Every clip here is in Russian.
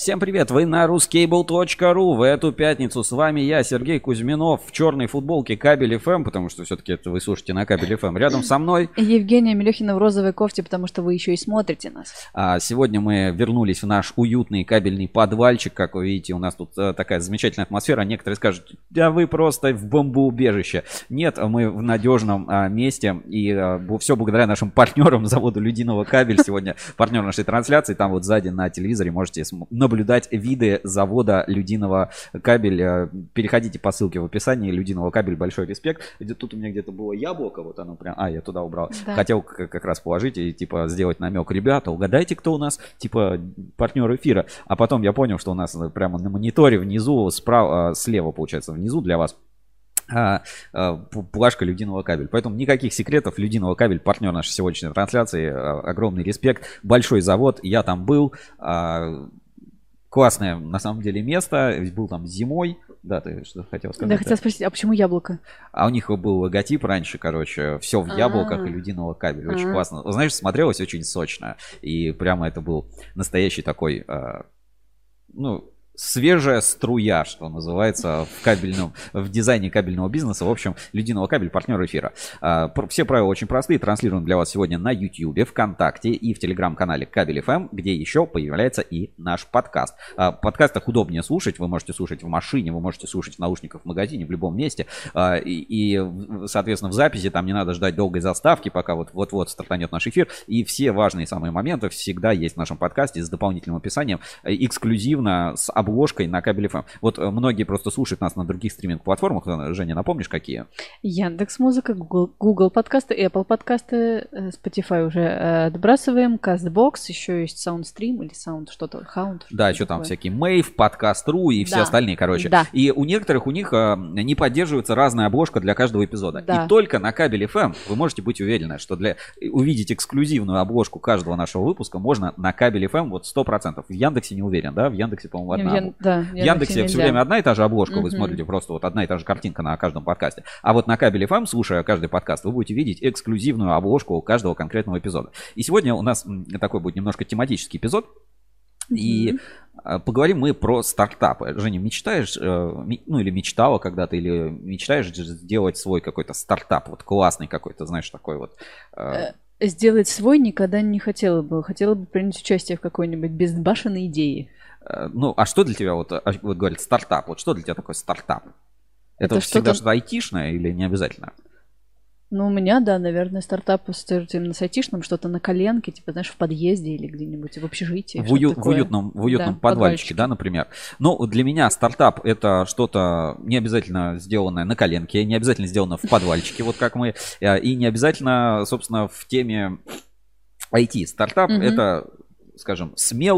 Всем привет, вы на ruscable.ru. В эту пятницу с вами я, Сергей Кузьминов, в черной футболке Кабель ФМ, потому что все-таки это вы слушаете на Кабель ФМ. Рядом со мной Евгения Мелехина в розовой кофте, потому что вы еще и смотрите нас. Сегодня мы вернулись в наш уютный кабельный подвальчик. Как вы видите, у нас тут такая замечательная атмосфера. Некоторые скажут, да вы просто в бомбоубежище. Нет, мы в надежном месте. И все благодаря нашим партнерам, заводу Людиного Кабель. Сегодня партнер нашей трансляции. Там вот сзади на телевизоре можете наблюдать виды завода Людиного Кабель. Переходите по ссылке в описании. Людиного Кабель, большой респект. Тут у меня где-то было яблоко, вот оно прям, я туда убрал. Да. Хотел как раз положить и типа сделать намек. Ребята, угадайте, кто у нас типа партнер эфира. А потом я понял, что у нас прямо на мониторе внизу, справа, слева получается, внизу для вас плашка Людиного Кабель. Поэтому никаких секретов. Людиного Кабель, партнер нашей сегодняшней трансляции. Огромный респект. Большой завод. Я там был. Классное, на самом деле, место. Был там зимой. Да, ты что хотел сказать? Да, хотел спросить, а почему яблоко? А у них был логотип раньше, короче, все в яблоках и Людиного Кабеля. Очень классно. Знаешь, смотрелось очень сочно. И прямо это был настоящий такой, свежая струя, что называется, в дизайне кабельного бизнеса. В общем, Людиного Кабель, партнер эфира. Все правила очень простые. Транслируем для вас сегодня на YouTube, ВКонтакте и в телеграм-канале Кабель ФМ, где еще появляется и наш подкаст. В подкастах удобнее слушать. Вы можете слушать в машине, вы можете слушать в наушниках в магазине, в любом месте. И соответственно, в записи там не надо ждать долгой заставки, пока вот-вот стартанет наш эфир. И все важные самые моменты всегда есть в нашем подкасте с дополнительным описанием, эксклюзивно с обложкой на Кабель ФМ. Вот многие просто слушают нас на других стриминг-платформах. Женя, напомнишь, какие? Яндекс.Музыка, Google подкасты, Apple подкасты, Spotify уже отбрасываем, CastBox, еще есть SoundStream или Sound что-то, Hound. Да, еще там всякие Mave, Подкаст.ру и все остальные, короче. Да. И у них не поддерживается разная обложка для каждого эпизода. Да. И только на Кабель ФМ вы можете быть уверены, что увидеть эксклюзивную обложку каждого нашего выпуска можно на Кабель ФМ вот 100%. В Яндексе не уверен, да? В Яндексе, по-моему, одна. В Яндексе все время одна и та же обложка, вы смотрите, просто вот одна и та же картинка на каждом подкасте. А вот на Кабель ФМ, слушая каждый подкаст, вы будете видеть эксклюзивную обложку каждого конкретного эпизода. И сегодня у нас такой будет немножко тематический эпизод. И поговорим мы про стартапы. Женя, мечтаешь, или мечтала когда-то, или мечтаешь сделать свой какой-то стартап, вот классный какой-то, знаешь, такой вот... Сделать свой никогда не хотела бы. Хотела бы принять участие в какой-нибудь безбашенной идее. А что для тебя, вот говорит, стартап? Вот что для тебя такое стартап? Это всегда что-то айтишное или не обязательно? Ну, у меня, да, наверное, стартап именно с айтишным, что-то на коленке, типа, знаешь, в подъезде или где-нибудь в общежитии. В уютном подвальчике, да, например. Ну, для меня стартап — это что-то не обязательно сделанное на коленке, не обязательно сделано в подвальчике, вот как мы, и не обязательно, собственно, в теме IT. Стартап — это, скажем,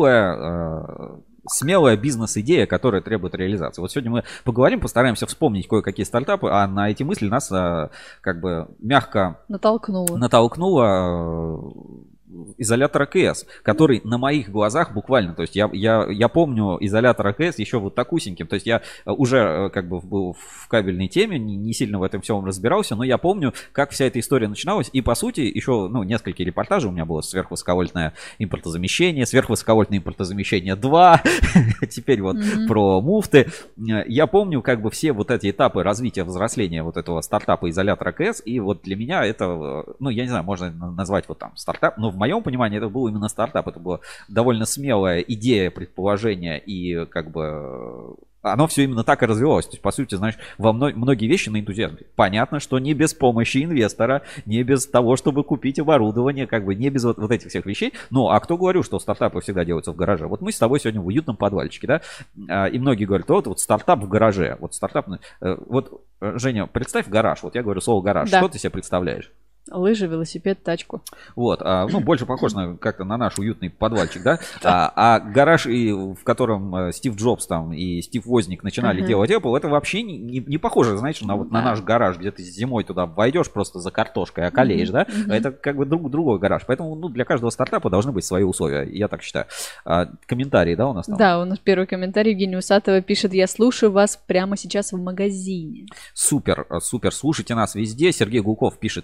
смелая бизнес-идея, которая требует реализации. Вот сегодня мы поговорим, постараемся вспомнить кое-какие стартапы, а на эти мысли нас как бы мягко натолкнуло изолятор АКС, который на моих глазах буквально, то есть я помню изолятор АКС еще вот такусеньким, то есть я уже как бы был в кабельной теме, не сильно в этом всем разбирался, но я помню, как вся эта история начиналась, и по сути еще, несколько репортажей у меня было: сверхвысоковольтное импортозамещение, сверхвысоковольтное импортозамещение 2, теперь вот про муфты. Я помню как бы все вот эти этапы развития, взросления вот этого стартапа изолятора АКС, и вот для меня это, я не знаю, можно назвать вот там стартап, но в моем понимании это был именно стартап. Это была довольно смелая идея, предположение, и как бы оно все именно так и развивалось. То есть, по сути, знаешь, многие вещи на энтузиазме. Понятно, что не без помощи инвестора, не без того, чтобы купить оборудование, как бы не без вот этих всех вещей. Ну, а кто говорил, что стартапы всегда делаются в гараже? Вот мы с тобой сегодня в уютном подвальчике, да? И многие говорят, вот стартап в гараже. Вот стартап... Вот, Женя, представь гараж. Вот я говорю слово гараж. Да. Что ты себе представляешь? Лыжи, велосипед, тачку. Вот, больше похож как-то на наш уютный подвальчик, да? А гараж, в котором Стив Джобс там и Стив Возник начинали делать Apple, это вообще не похоже, знаешь, на наш гараж, где ты зимой туда войдешь просто за картошкой, околеешь, да? Это как бы другой гараж. Поэтому для каждого стартапа должны быть свои условия, я так считаю. Комментарии, да, у нас там? Да, у нас первый комментарий. Евгения Усатова пишет: я слушаю вас прямо сейчас в магазине. Супер, слушайте нас везде. Сергей Гулков пишет: Нихао.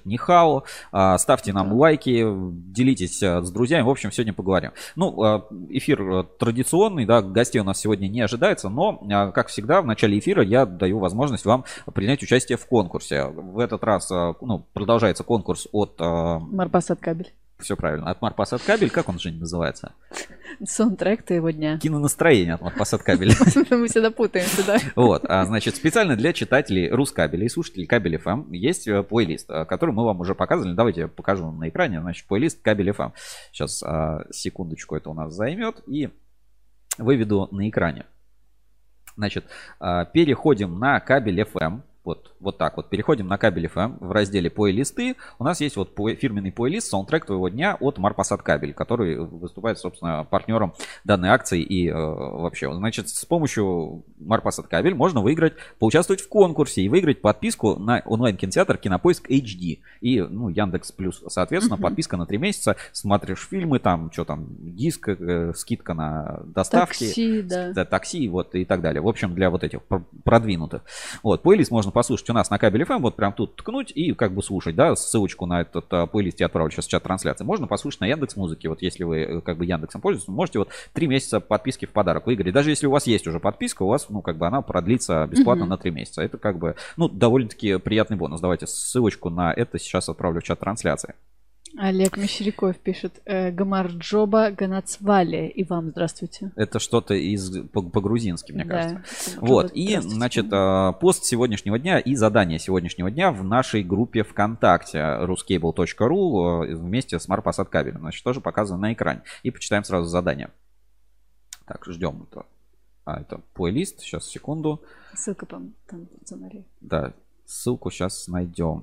каналу, ставьте нам лайки, делитесь с друзьями. В общем, сегодня поговорим. Ну, эфир традиционный, да, гостей у нас сегодня не ожидается, но, как всегда, в начале эфира я даю возможность вам принять участие в конкурсе. В этот раз, ну, продолжается конкурс от... Марпасад-кабель. Все правильно. От Марпасад-кабель. Как он, Жень, называется? Саундтрек твоего дня. Кинонастроение от Марпасад-кабель. Мы всегда путаемся, да. Вот, значит, специально для читателей Рускабеля и слушателей Кабель FM есть плейлист, который мы вам уже показывали. Давайте я покажу на экране. Значит, плейлист Кабель FM. Сейчас, секундочку, это у нас займет. И выведу на экране. Значит, переходим на Кабель FM. Вот так вот. Переходим на Кабель FM в разделе плейлисты. У нас есть вот фирменный плейлист «Саундтрек твоего дня» от Марпасад Кабель, который выступает, собственно, партнером данной акции и вообще. Значит, с помощью Марпасад Кабель можно поучаствовать в конкурсе и выиграть подписку на онлайн-кинотеатр Кинопоиск HD и, ну, Яндекс Плюс, соответственно, подписка на 3 месяца. Смотришь фильмы, там, что там, диск, скидка на доставки. Такси, да. Такси, вот, и так далее. В общем, для вот этих продвинутых. Вот, плейлист можно послушать у нас на Кабель FM, вот прям тут ткнуть и как бы слушать, да, ссылочку на этот плейлист я отправлю сейчас в чат трансляции. Можно послушать на Яндекс.Музыке, вот если вы как бы Яндексом пользуетесь, можете вот 3 месяца подписки в подарок выиграть. Даже если у вас есть уже подписка, у вас, ну, как бы она продлится бесплатно на 3 месяца. Это как бы, ну, довольно-таки приятный бонус. Давайте ссылочку на это сейчас отправлю в чат трансляции. Олег Мещеряков пишет: Гамарджоба Ганацвали. И вам здравствуйте. Это что-то по-грузински, мне кажется. Да, вот, и, значит, пост сегодняшнего дня и задание сегодняшнего дня в нашей группе ВКонтакте ruscable.ru вместе с Марпасад Кабелем. Значит, тоже показано на экране. И почитаем сразу задание. Так, ждем это. Это плейлист. Сейчас, секунду. Ссылка там в сценарии. Да, ссылку сейчас найдем.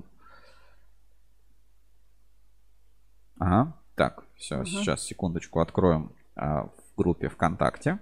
Ага, так, все, сейчас, секундочку, откроем в группе ВКонтакте.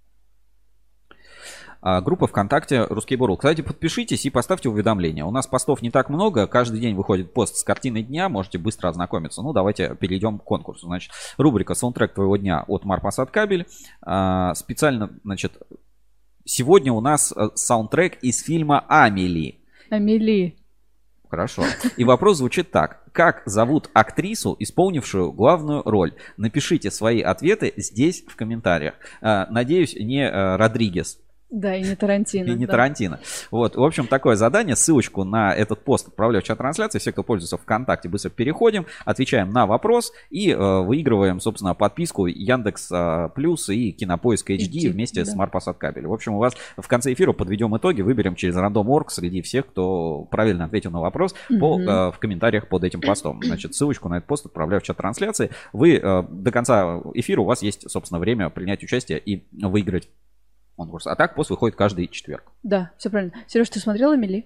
Группа ВКонтакте Ruskable.ru. Кстати, подпишитесь и поставьте уведомления. У нас постов не так много. Каждый день выходит пост с картиной дня. Можете быстро ознакомиться. Ну, давайте перейдем к конкурсу. Значит, рубрика «Саундтрек твоего дня» от Марпасад Кабель. Специально, значит, сегодня у нас саундтрек из фильма «Амели». Амели. Хорошо. И вопрос звучит так. Как зовут актрису, исполнившую главную роль? Напишите свои ответы здесь в комментариях. Надеюсь, не Родригес. Да, и не Тарантино. И не Тарантино. Вот, в общем, такое задание. Ссылочку на этот пост отправляю в чат трансляции. Все, кто пользуется ВКонтакте, быстро переходим, отвечаем на вопрос и выигрываем, собственно, подписку Яндекс Плюс и Кинопоиск HD вместе с Марпасад Кабель. В общем, у вас в конце эфира подведем итоги, выберем через Random.org среди всех, кто правильно ответил на вопрос в комментариях под этим постом. Значит, ссылочку на этот пост отправляю в чат трансляции. Вы до конца эфира у вас есть, собственно, время принять участие и выиграть конкурс. А так пост выходит каждый четверг. Да, все правильно. Сереж, ты смотрел «Эмили»?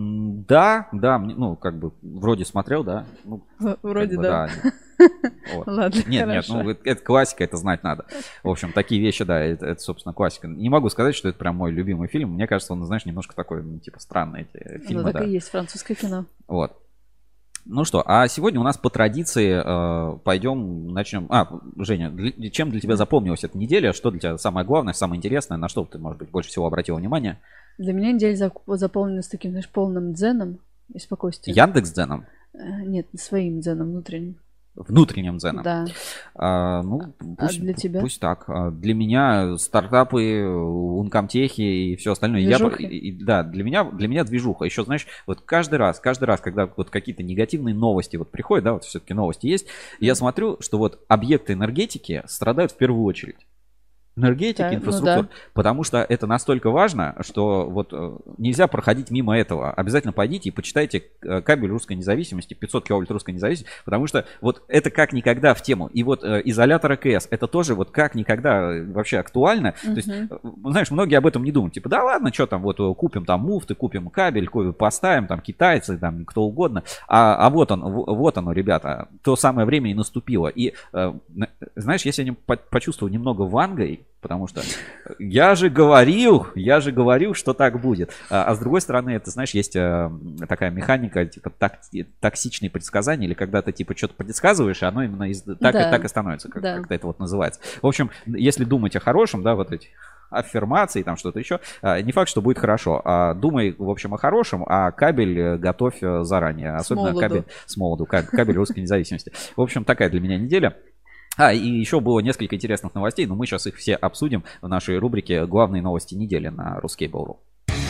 Да, ну, как бы, вроде смотрел, да. Ну, вроде, да. Вот. Ладно, нет, ну, это классика, это знать надо. В общем, такие вещи, да, это, собственно, классика. Не могу сказать, что это прям мой любимый фильм. Мне кажется, он, знаешь, немножко такой, ну, типа, странный эти фильмы. Ну, так и есть французское кино. Вот. Ну что, а сегодня у нас по традиции пойдем, начнем. Женя, чем для тебя запомнилась эта неделя? Что для тебя самое главное, самое интересное? На что ты, может быть, больше всего обратила внимание? Для меня неделя заполнена с таким, знаешь, полным дзеном и спокойствием. Яндекс.Дзеном? Нет, своим дзеном внутренним. Внутренним дзеном? Да. Ну, пусть, для тебя? Пусть так. Для меня стартапы, ункомтехи и все остальное. Да, для меня движуха. Еще, знаешь, вот каждый раз, когда вот какие-то негативные новости вот приходят, да, вот все-таки новости есть, я смотрю, что вот объекты энергетики страдают в первую очередь. Энергетики, да, инфраструктура. Ну да. Потому что это настолько важно, что вот нельзя проходить мимо этого. Обязательно пойдите и почитайте кабель русской независимости, 500 киловольт русской независимости, потому что вот это как никогда в тему. И вот изолятор АКС, это тоже вот как никогда вообще актуально. То есть, знаешь, многие об этом не думают. Типа, да ладно, что там, вот купим там муфты, купим кабель, поставим, там китайцы, там кто угодно. А вот оно, ребята, то самое время и наступило. И, знаешь, я сегодня почувствовал немного вангой, потому что я же говорил, что так будет. А с другой стороны, это, знаешь, есть такая механика, типа токсичные предсказания, или когда ты типа что-то предсказываешь, оно именно так и становится, как-то это вот называется. В общем, если думать о хорошем, да, вот эти аффирмации, там что-то еще, не факт, что будет хорошо. Думай, в общем, о хорошем, а кабель готовь заранее. Особенно кабель с молоду, кабель русской независимости. В общем, такая для меня неделя. И еще было несколько интересных новостей, но мы сейчас их все обсудим в нашей рубрике «Главные новости недели» на Ruskable.ru.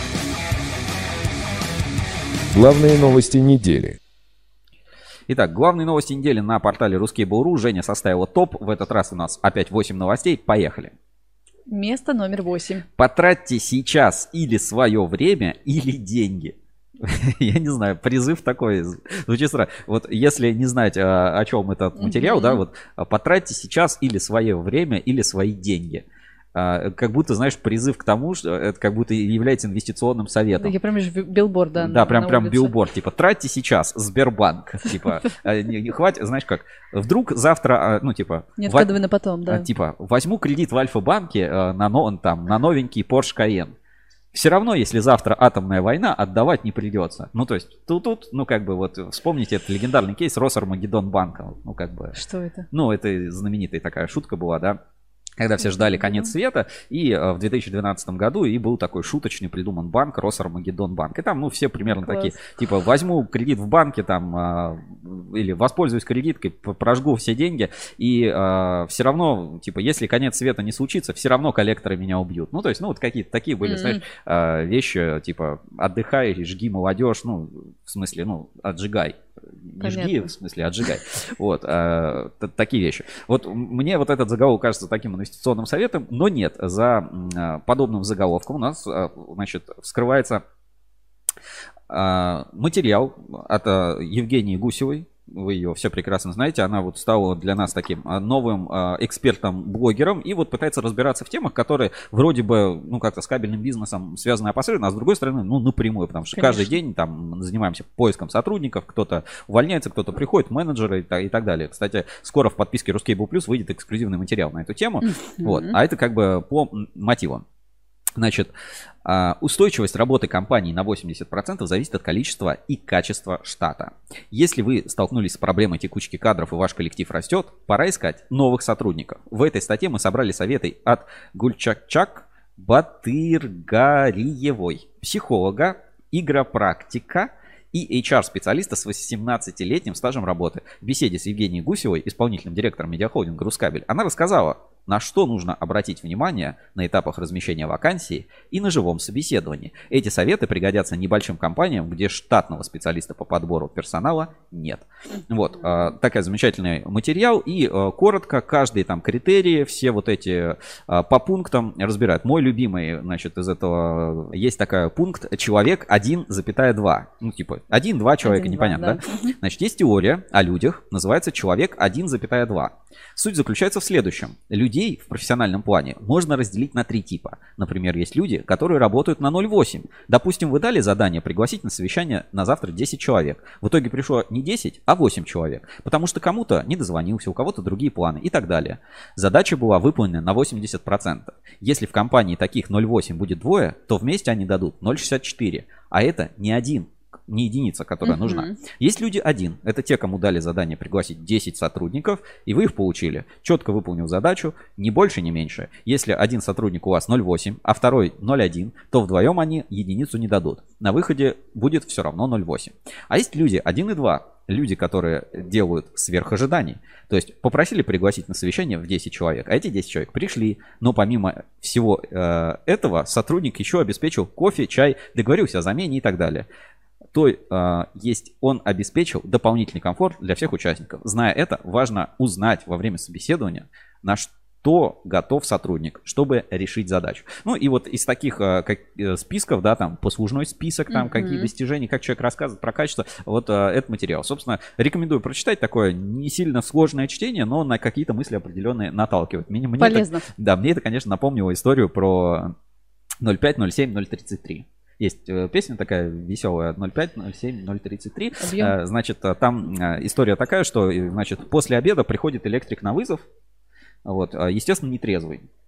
Главные новости недели. Итак, главные новости недели на портале Ruskable.ru. Женя составила топ. В этот раз у нас опять 8 новостей. Поехали. Место номер 8. Потратьте сейчас или свое время, или деньги. Я не знаю, призыв такой звучит странно. Вот если не знать, о чем этот материал, да, вот потратьте сейчас или свое время, или свои деньги. Как будто, знаешь, призыв к тому, что это как будто является инвестиционным советом. Я прям вижу билборд, да. Да, прям билборд, типа, тратьте сейчас, Сбербанк, типа, не хватит, знаешь как, вдруг завтра, ну, типа... Не откладывай на потом, да. Типа, возьму кредит в Альфа-банке на новенький Porsche Cayenne. Все равно, если завтра атомная война, отдавать не придется. Ну, то есть, тут, ну, как бы, вот, вспомните этот легендарный кейс Росармагеддон банка. Ну, как бы... Что это? Ну, это знаменитая такая шутка была, да? Когда все ждали конец света, и в 2012 году и был такой шуточный придуман банк, Росармагеддон банк. И там, ну, все примерно такие, типа, возьму кредит в банке, там, или воспользуюсь кредиткой, прожгу все деньги, и все равно, типа, если конец света не случится, все равно коллекторы меня убьют. Ну, то есть, ну, вот какие-то такие были, знаешь, вещи, типа, отдыхай, жги молодежь, ну, в смысле, ну, отжигай. Не жги, в смысле, отжигай. Вот, такие вещи. Вот мне вот этот заголовок кажется таким инвестиционным советом, но нет, за подобным заголовком у нас, значит, вскрывается материал от Евгении Гусевой. Вы ее все прекрасно знаете. Она вот стала для нас таким новым экспертом-блогером и вот пытается разбираться в темах, которые вроде бы, ну, как-то с кабельным бизнесом связаны опосредованно, а с другой стороны, ну, напрямую, потому что каждый день там занимаемся поиском сотрудников, кто-то увольняется, кто-то приходит, менеджеры и так далее. Кстати, скоро в подписке Ruskable Plus выйдет эксклюзивный материал на эту тему. Вот. А это как бы по мотивам. Значит, устойчивость работы компании на 80% зависит от количества и качества штата. Если вы столкнулись с проблемой текучки кадров и ваш коллектив растет, пора искать новых сотрудников. В этой статье мы собрали советы от Гульчакчак Батыргариевой, психолога, игропрактика и HR-специалиста с 18-летним стажем работы. В беседе с Евгенией Гусевой, исполнительным директором медиахолдинга Рускабель, она рассказала, на что нужно обратить внимание на этапах размещения вакансии и на живом собеседовании. Эти советы пригодятся небольшим компаниям, где штатного специалиста по подбору персонала нет. Вот, такой замечательный материал. И коротко, каждый там критерии, все вот эти по пунктам разбирают. Мой любимый, значит, из этого есть такой пункт «Человек 1,2». Ну, типа, 1-2 человека, непонятно, да? Значит, есть теория о людях, называется «Человек 1,2». Суть заключается в следующем. Людей в профессиональном плане можно разделить на 3 типа. Например, есть люди, которые работают на 0,8. Допустим, вы дали задание пригласить на совещание на завтра 10 человек. В итоге пришло не 10, а 8 человек. Потому что кому-то не дозвонился, у кого-то другие планы и так далее. Задача была выполнена на 80%. Если в компании таких 0,8 будет двое, то вместе они дадут 0,64. А это не единица, которая нужна. Есть люди 1. Это те, кому дали задание пригласить 10 сотрудников, и вы их получили. Четко выполнил задачу, ни больше, ни меньше. Если один сотрудник у вас 0,8, а второй 0,1, то вдвоем они единицу не дадут. На выходе будет все равно 0,8. А есть люди 1 и 2. Люди, которые делают сверх ожиданий. То есть попросили пригласить на совещание в 10 человек, а эти 10 человек пришли. Но помимо всего этого, сотрудник еще обеспечил кофе, чай, договорился о замене и так далее. То есть он обеспечил дополнительный комфорт для всех участников. Зная это, важно узнать во время собеседования, на что готов сотрудник, чтобы решить задачу. Ну и вот из таких списков, да, там послужной список, там какие достижения, как человек рассказывает про качество, вот этот материал. Собственно, рекомендую прочитать, такое не сильно сложное чтение, но на какие-то мысли определенные наталкивает. Полезно. Мне это, конечно, напомнило историю про 0,5, 0,7, 0,33. Есть песня такая веселая 0,5, 0,7, 0,33. Значит, там история такая, что, значит, после обеда приходит электрик на вызов. Вот, естественно, нетрезвый.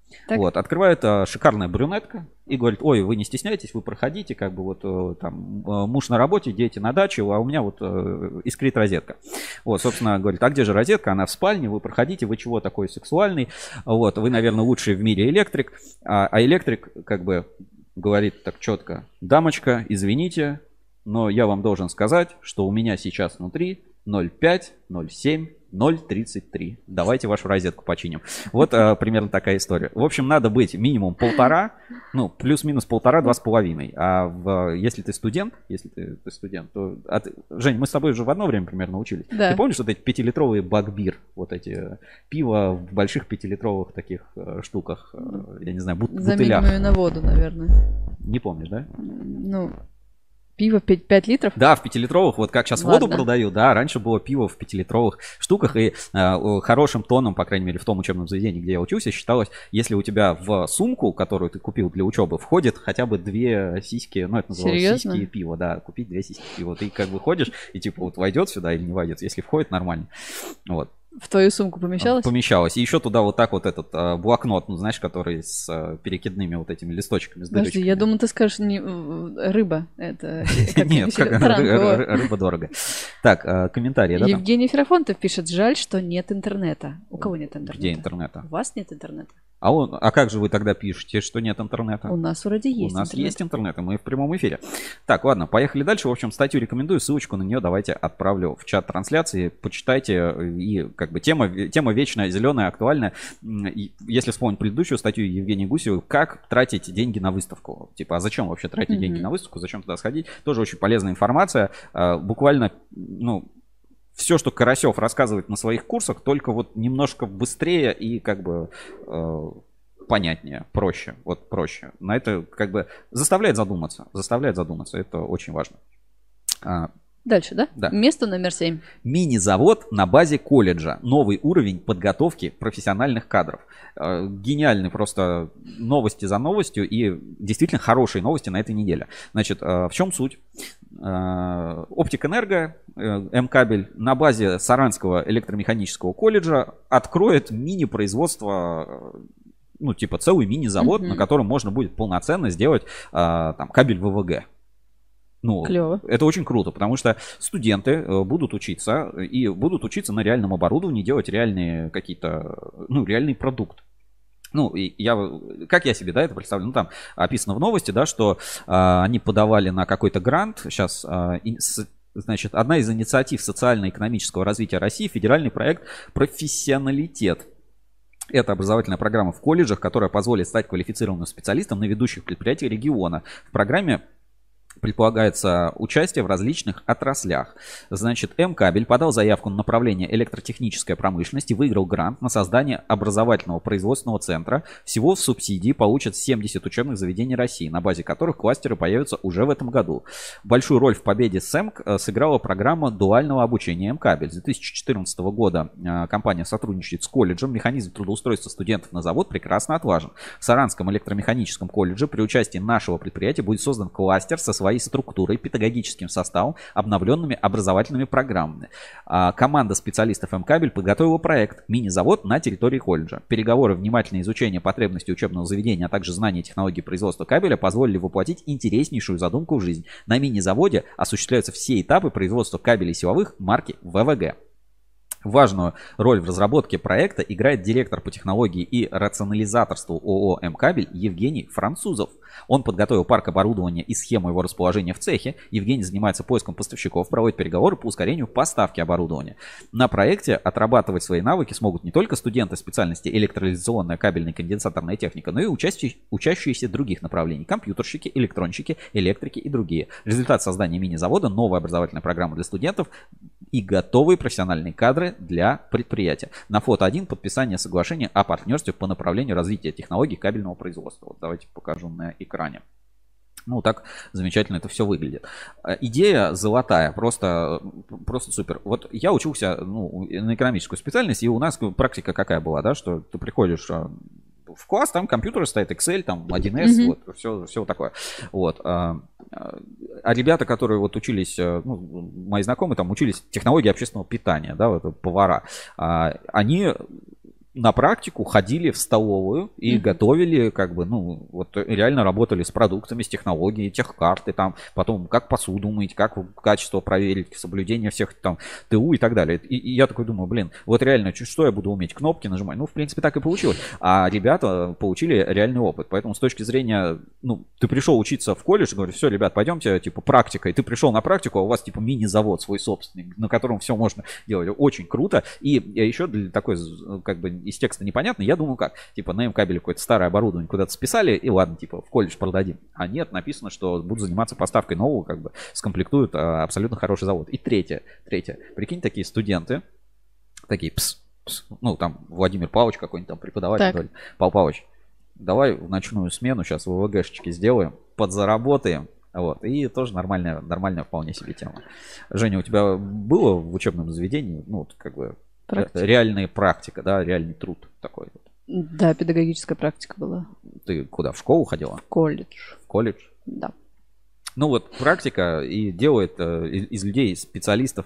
Так. Вот, открывает шикарная брюнетка и говорит: ой, вы не стесняйтесь, вы проходите, как бы вот там муж на работе, дети на даче, а у меня вот искрит розетка. Вот, собственно, говорит: а где же розетка? Она в спальне, вы проходите, вы чего такой сексуальный? Вот, вы, наверное, лучший в мире электрик. А электрик как бы говорит так четко: дамочка, извините, но я вам должен сказать, что у меня сейчас внутри 0,5, 0,7, 0,33. Давайте вашу розетку починим. Вот примерно такая история. В общем, надо быть минимум 1,5, ну, плюс-минус 1,5-2,5. Если ты студент, то... Жень, мы с тобой уже в одно время примерно учились. Да. Ты помнишь вот эти 5-литровые багбир? Вот эти пиво в больших 5-литровых таких штуках, я не знаю, бутылях. Заменимую на воду, наверное. Не помнишь, да? Ну, пиво 5 литров? Да, в 5-литровых, вот как сейчас Ладно. воду продают, да, раньше было пиво в 5-литровых штуках, и хорошим тоном, по крайней мере, в том учебном заведении, где я учился, считалось, если у тебя в сумку, которую ты купил для учебы, входит хотя бы 2 сиськи, ну, это называлось Серьезно? сиськи и пиво, да, купить 2 сиськи пива. Ты как бы ходишь, и типа вот войдет сюда или не войдет, если входит, нормально. Вот. В твою сумку помещалось? Помещалось. И еще туда вот так вот этот блокнот, ну, знаешь, который с перекидными вот этими листочками, с Подожди, дырочками. я думаю, ты скажешь не рыба. Это как Нет, рыба дорого. Так, комментарии, да? там? Евгений Ферафонтов пишет: жаль, что нет интернета. У кого нет интернета? Где интернета? У вас нет интернета? А как же вы тогда пишете, что нет интернета? У нас вроде есть У нас интернет. есть интернет, и мы в прямом эфире. Так, ладно, поехали дальше. В общем, статью рекомендую, ссылочку на нее давайте отправлю в чат трансляции. Почитайте, и как бы тема вечная, зеленая, актуальная. И если вспомнить предыдущую статью Евгении Гусевой, как тратить деньги на выставку. Типа, а зачем вообще тратить деньги на выставку, зачем туда сходить? Тоже очень полезная информация. Буквально, ну, все, что Карасев рассказывает на своих курсах, только вот немножко быстрее и как бы понятнее, проще. Вот проще. На это как бы заставляет задуматься. Это очень важно. Дальше, да? Да. Место номер 7. Мини-завод на базе колледжа. Новый уровень подготовки профессиональных кадров. Гениальные просто новости за новостью и действительно хорошие новости на этой неделе. Значит, в чем суть? Оптик-Энерго, М-кабель на базе Саранского электромеханического колледжа откроет мини-производство, ну, типа целый мини-завод, на котором можно будет полноценно сделать там кабель ВВГ. Ну, Клево. это очень круто, потому что студенты будут учиться и будут учиться на реальном оборудовании, делать реальные какие-то, ну, реальный продукт. Ну, и как я себе, да, это представлю, ну, там описано в новости, да, что они подавали на какой-то грант, сейчас, значит, одна из инициатив социально-экономического развития России, федеральный проект «Профессионалитет». Это образовательная программа в колледжах, которая позволит стать квалифицированным специалистом на ведущих предприятиях региона. В программе предполагается участие в различных отраслях. Значит, М-кабель подал заявку на направление электротехническая промышленность и выиграл грант на создание образовательного производственного центра. Всего в субсидии получат 70 учебных заведений России, на базе которых кластеры появятся уже в этом году. Большую роль в победе СЭМК сыграла программа дуального обучения М-кабель. С 2014 года компания сотрудничает с колледжем. Механизм трудоустройства студентов на завод прекрасно отлажен. В Саранском электромеханическом колледже при участии нашего предприятия будет создан кластер со своей структурой, педагогическим составом, обновленными образовательными программами. Команда специалистов М-кабель подготовила проект «Мини-завод» на территории колледжа. Переговоры, внимательное изучение потребностей учебного заведения, а также знания технологий производства кабеля позволили воплотить интереснейшую задумку в жизнь. На мини-заводе осуществляются все этапы производства кабелей силовых марки ВВГ. Важную роль в разработке проекта играет директор по технологии и рационализаторству ООО «М-кабель» Евгений Французов. Он подготовил парк оборудования и схему его расположения в цехе. Евгений занимается поиском поставщиков, проводит переговоры по ускорению поставки оборудования. На проекте отрабатывать свои навыки смогут не только студенты специальности электролизационная, кабельная и конденсаторная техника, но и учащиеся других направлений: компьютерщики, электронщики, электрики и другие. Результат создания мини-завода — новая образовательная программа для студентов и готовые профессиональные кадры для предприятия. На фото 1 подписание соглашения о партнерстве по направлению развития технологий кабельного производства. Вот давайте покажу на экране. Ну, так замечательно это все выглядит. Идея золотая, просто супер. Вот я учился, ну, на экономическую специальность, и у нас практика какая была, да, что ты приходишь в класс, там компьютеры стоят, Excel, там 1С, вот, все вот такое. Вот. А ребята, которые вот учились, ну, мои знакомые там учились технологии общественного питания, да, вот, повара, они на практику ходили в столовую и готовили, как бы, ну, вот реально работали с продуктами, с технологией, техкарты, там, потом как посуду мыть, как качество проверить, соблюдение всех там ТУ и так далее. И я такой думаю, блин, вот реально, что я буду уметь? Кнопки нажимать? Ну, в принципе, так и получилось. А ребята получили реальный опыт. Поэтому с точки зрения, ну, ты пришел учиться в колледж, говоришь, все, ребят, пойдемте, типа, практика. И ты пришел на практику, а у вас, типа, мини-завод свой собственный, на котором все можно делать. Очень круто. И еще для такой, как бы, из текста непонятно, я думаю, как, типа, на М-кабеле какое-то старое оборудование куда-то списали, и ладно, типа, в колледж продадим. А нет, написано, что будут заниматься поставкой нового, как бы, скомплектуют абсолютно хороший завод. И третье, прикинь, такие студенты, такие, ну, там, Владимир Павлович какой-нибудь там преподаватель, говорит, Павел Павлович, давай в ночную смену сейчас ВВГшечки сделаем, подзаработаем. Вот, и тоже нормальная вполне себе тема. Женя, у тебя было в учебном заведении, ну, вот, как бы, реальная практика, да, реальный труд такой? Да, педагогическая практика была. Ты куда, в школу ходила? В колледж. В колледж? Да. Ну вот практика и делает из людей специалистов.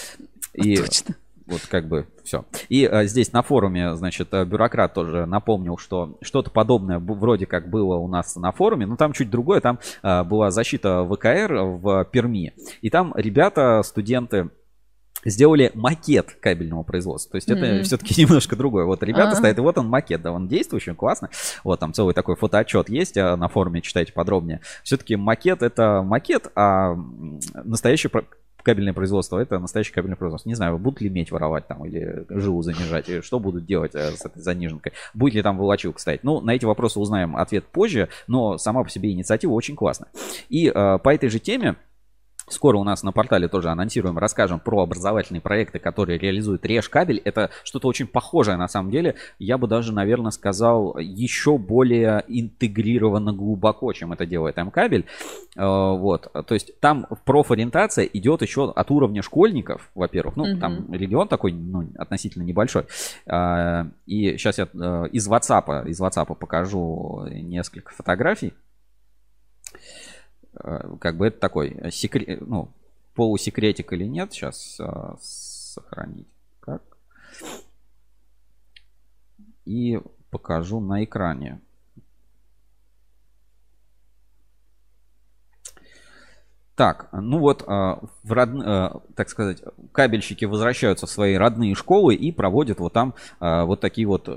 И точно. Вот как бы все. И здесь на форуме, значит, бюрократ тоже напомнил, что что-то подобное вроде как было у нас на форуме, но там чуть другое. Там была защита ВКР в Перми. И там ребята, студенты, сделали макет кабельного производства. То есть это все-таки немножко другое. Вот ребята стоят, и вот он макет, да, он действующий, классно. Вот там целый такой фотоотчет есть на форуме, читайте подробнее. Все-таки макет это макет, а настоящий кабельное производство, это настоящее кабельное производство. Не знаю, будут ли медь воровать там или жилу занижать, и что будут делать с этой заниженкой. Будет ли там волочилка стоять. Ну, на эти вопросы узнаем ответ позже, но сама по себе инициатива очень классная. И по этой же теме скоро у нас на портале тоже анонсируем, расскажем про образовательные проекты, которые реализует Решкабель. Это что-то очень похожее на самом деле. Я бы даже, наверное, сказал, еще более интегрировано глубоко, чем это делает М-кабель. Вот. То есть там профориентация идет еще от уровня школьников, во-первых. Ну, там регион такой, ну, относительно небольшой. И сейчас я из WhatsApp покажу несколько фотографий. Как бы это такой секрет, ну, полусекретик или нет. Сейчас сохранить как. И покажу на экране. Так, ну вот, так сказать, кабельщики возвращаются в свои родные школы и проводят вот там вот такие вот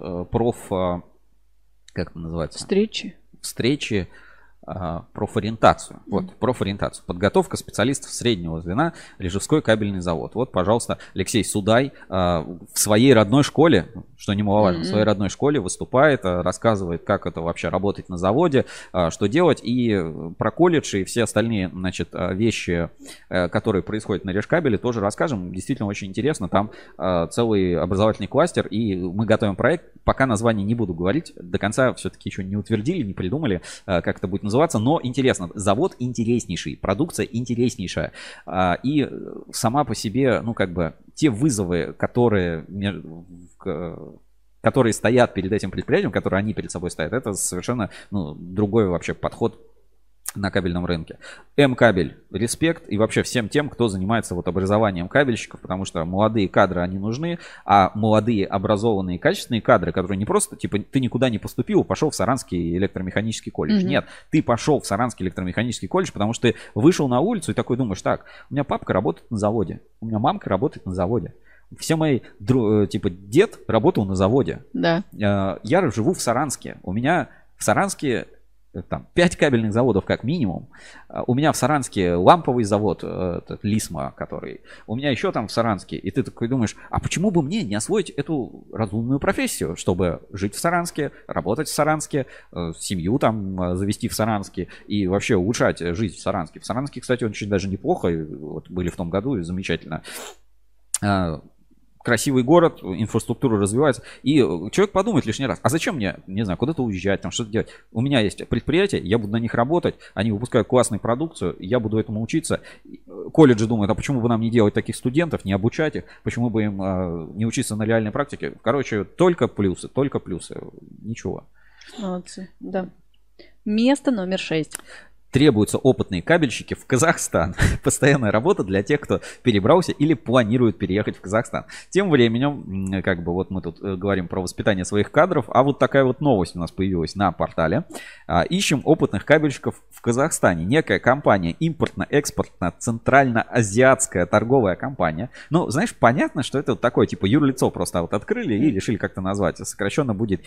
как это называется? Встречи. Профориентацию. Вот, профориентацию. Подготовка специалистов среднего звена, Рижевской кабельный завод. Вот, пожалуйста, Алексей Судай в своей родной школе, что немаловажно, в своей родной школе выступает, рассказывает, как это вообще работать на заводе, что делать. И про колледж и все остальные, значит, вещи, которые происходят на Решкабеле, тоже расскажем. Действительно очень интересно. Там целый образовательный кластер, и мы готовим проект. Пока название не буду говорить. До конца все-таки еще не утвердили, не придумали, как это будет называться. Но интересно, завод интереснейший, продукция интереснейшая. И сама по себе, ну, как бы, те вызовы, которые стоят перед этим предприятием, которые они перед собой ставят, это совершенно, ну, другой вообще подход на кабельном рынке. М-кабель, респект, и вообще всем тем, кто занимается вот образованием кабельщиков, потому что молодые кадры, они нужны, а молодые, образованные, качественные кадры, которые не просто, типа, ты никуда не поступил, пошел в Саранский электромеханический колледж. Нет, ты пошел в Саранский электромеханический колледж, потому что ты вышел на улицу и такой думаешь, так, у меня папка работает на заводе, у меня мамка работает на заводе. Все мои, типа, дед работал на заводе. Да. Я живу в Саранске. У меня в Саранске там 5 кабельных заводов как минимум. У меня в Саранске ламповый завод, этот Лисма, который. У меня еще там в Саранске. И ты такой думаешь, а почему бы мне не освоить эту разумную профессию, чтобы жить в Саранске, работать в Саранске, семью там завести в Саранске и вообще улучшать жизнь в Саранске. В Саранске, кстати, очень даже неплохо. Вот были в том году и замечательно. Красивый город, инфраструктура развивается. И человек подумает лишний раз, а зачем мне, не знаю, куда-то уезжать, там что-то делать. У меня есть предприятие, я буду на них работать, они выпускают классную продукцию, я буду этому учиться. Колледжи думают, а почему бы нам не делать таких студентов, не обучать их, почему бы им не учиться на реальной практике. Короче, только плюсы, ничего. Молодцы, да. Место номер 6. Требуются опытные кабельщики в Казахстан. Постоянная работа для тех, кто перебрался или планирует переехать в Казахстан. Тем временем, как бы вот мы тут говорим про воспитание своих кадров, а вот такая вот новость у нас появилась на портале. Ищем опытных кабельщиков в Казахстане. Некая компания, импортно-экспортная центральноазиатская торговая компания. Ну, знаешь, понятно, что это вот такое, типа юрлицо просто вот открыли и решили как-то назвать. Сокращенно будет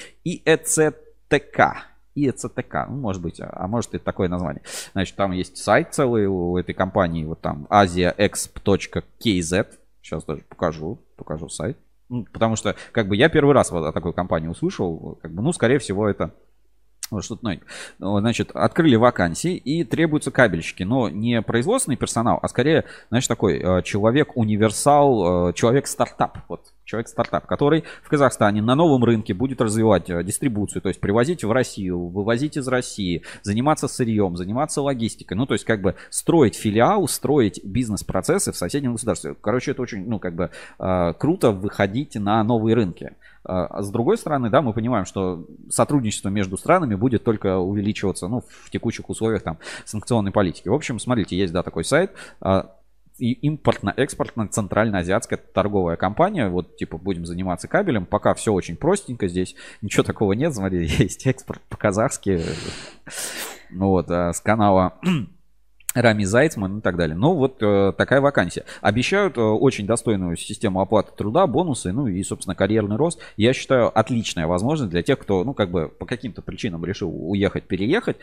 ИЭЦТК. ИЭЦТК, ну, может быть, а может и такое название. Значит, там есть сайт целый у этой компании, вот там asiaexp.kz. Сейчас даже покажу сайт. Ну, потому что, как бы, я первый раз о такой компании услышал, как бы, ну, скорее всего, это что-то новенькое. Значит, открыли вакансии и требуются кабельщики, но не производственный персонал, а скорее, знаешь, такой человек-универсал, человек-стартап, вот. Человек-стартап, который в Казахстане на новом рынке будет развивать дистрибуцию, то есть привозить в Россию, вывозить из России, заниматься сырьем, заниматься логистикой. Ну, то есть, как бы строить филиал, строить бизнес-процессы в соседнем государстве. Короче, это очень, ну, как бы круто выходить на новые рынки. С другой стороны, да, мы понимаем, что сотрудничество между странами будет только увеличиваться, ну, в текущих условиях там санкционной политики. В общем, смотрите, есть, да, такой сайт. И импортно-экспортная центральноазиатская торговая компания. Вот, типа, будем заниматься кабелем. Пока все очень простенько здесь. Ничего такого нет. Смотри, есть экспорт по-казахски. Вот, с канала Рами Зайцман и так далее. Ну, вот такая вакансия. Обещают очень достойную систему оплаты труда, бонусы, ну и, собственно, карьерный рост. Я считаю, отличная возможность для тех, кто, ну, как бы, по каким-то причинам решил уехать, переехать.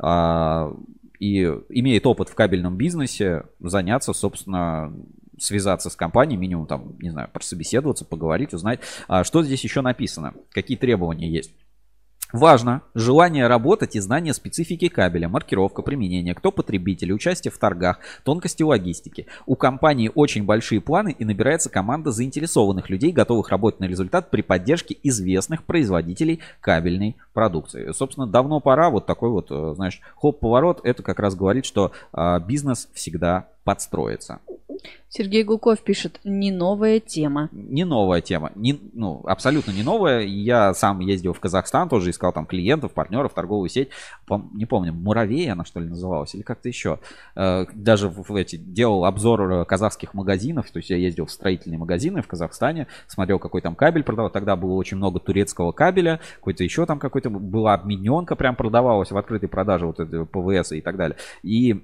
И имеет опыт в кабельном бизнесе, заняться, собственно, связаться с компанией, минимум там, не знаю, прособеседоваться, поговорить, узнать, что здесь еще написано, какие требования есть. Важно желание работать и знание специфики кабеля, маркировка, применение, кто потребитель, участие в торгах, тонкости логистики. У компании очень большие планы и набирается команда заинтересованных людей, готовых работать на результат при поддержке известных производителей кабельной продукции. Собственно, давно пора, вот такой вот, знаешь, хоп-поворот, это как раз говорит, что бизнес всегда подстроится. Сергей Гулков пишет, не новая тема. Не новая тема. Ну, абсолютно не новая. Я сам ездил в Казахстан, тоже искал там клиентов, партнеров, торговую сеть. Не помню, Муравей она что ли называлась или как-то еще. Даже делал обзор казахских магазинов. То есть я ездил в строительные магазины в Казахстане, смотрел, какой там кабель продавал. Тогда было очень много турецкого кабеля. Какой-то еще там какой-то была обмененка прям продавалась в открытой продаже, вот это ПВС и так далее. И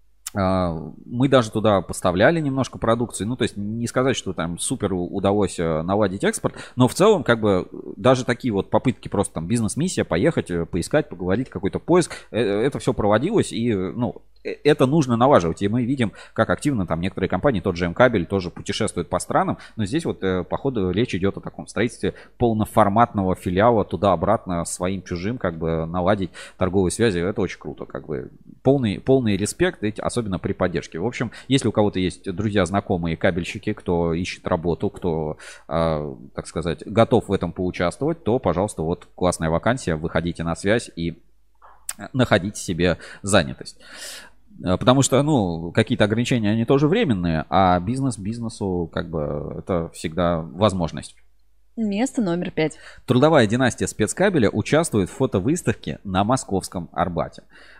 мы даже туда поставляли немножко продукции. Ну, то есть не сказать, что там супер удалось наладить экспорт, но в целом, как бы, даже такие вот попытки просто там бизнес-миссия, поехать, поискать, поговорить, какой-то поиск, это все проводилось, и, ну, это нужно налаживать. И мы видим, как активно там некоторые компании, тот же М-кабель, тоже путешествуют по странам. Но здесь вот, походу, речь идет о таком строительстве полноформатного филиала туда-обратно своим чужим, как бы наладить торговые связи. Это очень круто, как бы полный респект, особенно при поддержке. В общем, если у кого-то есть друзья, знакомые кабельщики, кто ищет работу, кто, так сказать, готов в этом поучаствовать, то, пожалуйста, вот классная вакансия, выходите на связь и находите себе занятость. Потому что, ну, какие-то ограничения, они тоже временные, а бизнесу, как бы, это всегда возможность. Место номер 5. Трудовая династия спецкабеля участвует в фотовыставке на Московском Арбате.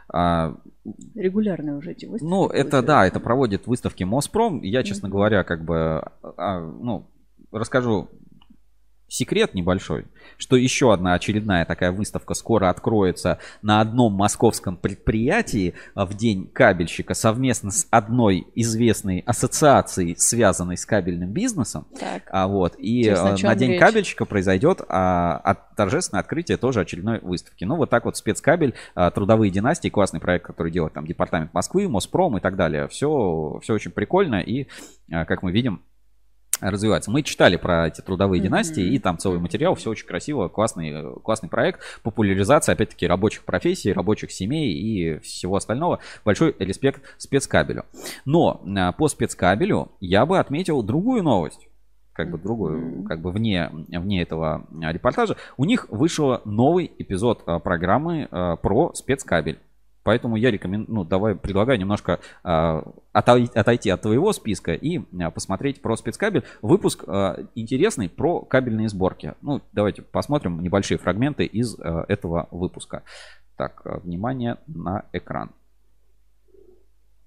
Регулярные уже эти выставки. Ну, это да, это проводит выставки Моспром. Я, честно говоря, как бы, ну, расскажу секрет небольшой, что еще одна очередная такая выставка скоро откроется на одном московском предприятии в День кабельщика совместно с одной известной ассоциацией, связанной с кабельным бизнесом. Так. Вот, и на День кабельщика произойдет торжественное открытие тоже очередной выставки. Ну, вот так вот спецкабель, трудовые династии, классный проект, который делает там Департамент Москвы, Моспром и так далее. Все очень прикольно и, как мы видим, развивается. Мы читали про эти трудовые династии, и там целый материал, все очень красиво, классный проект, популяризация, опять-таки, рабочих профессий, рабочих семей и всего остального. Большой респект спецкабелю. Но по спецкабелю я бы отметил другую новость. Как бы другую, как бы вне этого репортажа. У них вышел новый эпизод программы про спецкабель. Поэтому я предлагаю немножко отойти от твоего списка и посмотреть про спецкабель. Выпуск интересный про кабельные сборки. Ну, давайте посмотрим небольшие фрагменты из этого выпуска. Так, внимание на экран.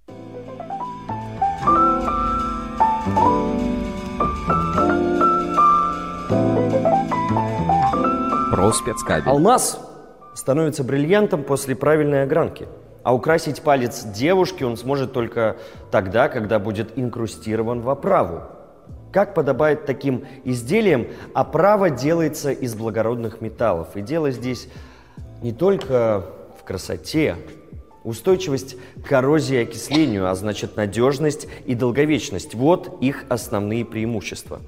Про спецкабель. Алмаз становится бриллиантом после правильной огранки. А украсить палец девушки он сможет только тогда, когда будет инкрустирован в оправу. Как подобает таким изделиям, оправа делается из благородных металлов. И дело здесь не только в красоте. Устойчивость к коррозии и окислению, а значит надежность и долговечность. Вот их основные преимущества.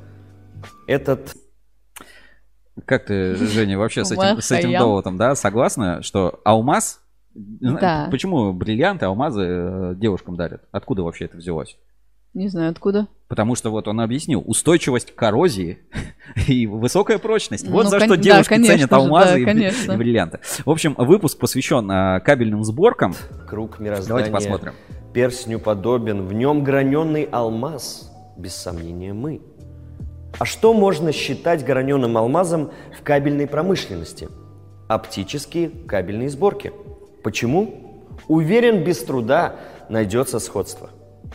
Как ты, Женя, вообще с этим доводом, да, согласна, что алмаз... Да. Почему бриллианты, алмазы девушкам дарят? Откуда вообще это взялось? Не знаю, откуда. Потому что вот он объяснил, устойчивость к коррозии и высокая прочность. Вот Ну, за что девушки конечно ценят же, алмазы да, и бриллианты. В общем, выпуск посвящен кабельным сборкам. Круг мироздания. Давайте посмотрим. Перстню подобен, в нем граненый алмаз, без сомнения мы. А что можно считать граненым алмазом в кабельной промышленности? Оптические кабельные сборки. Почему? Уверен, без труда найдется сходство.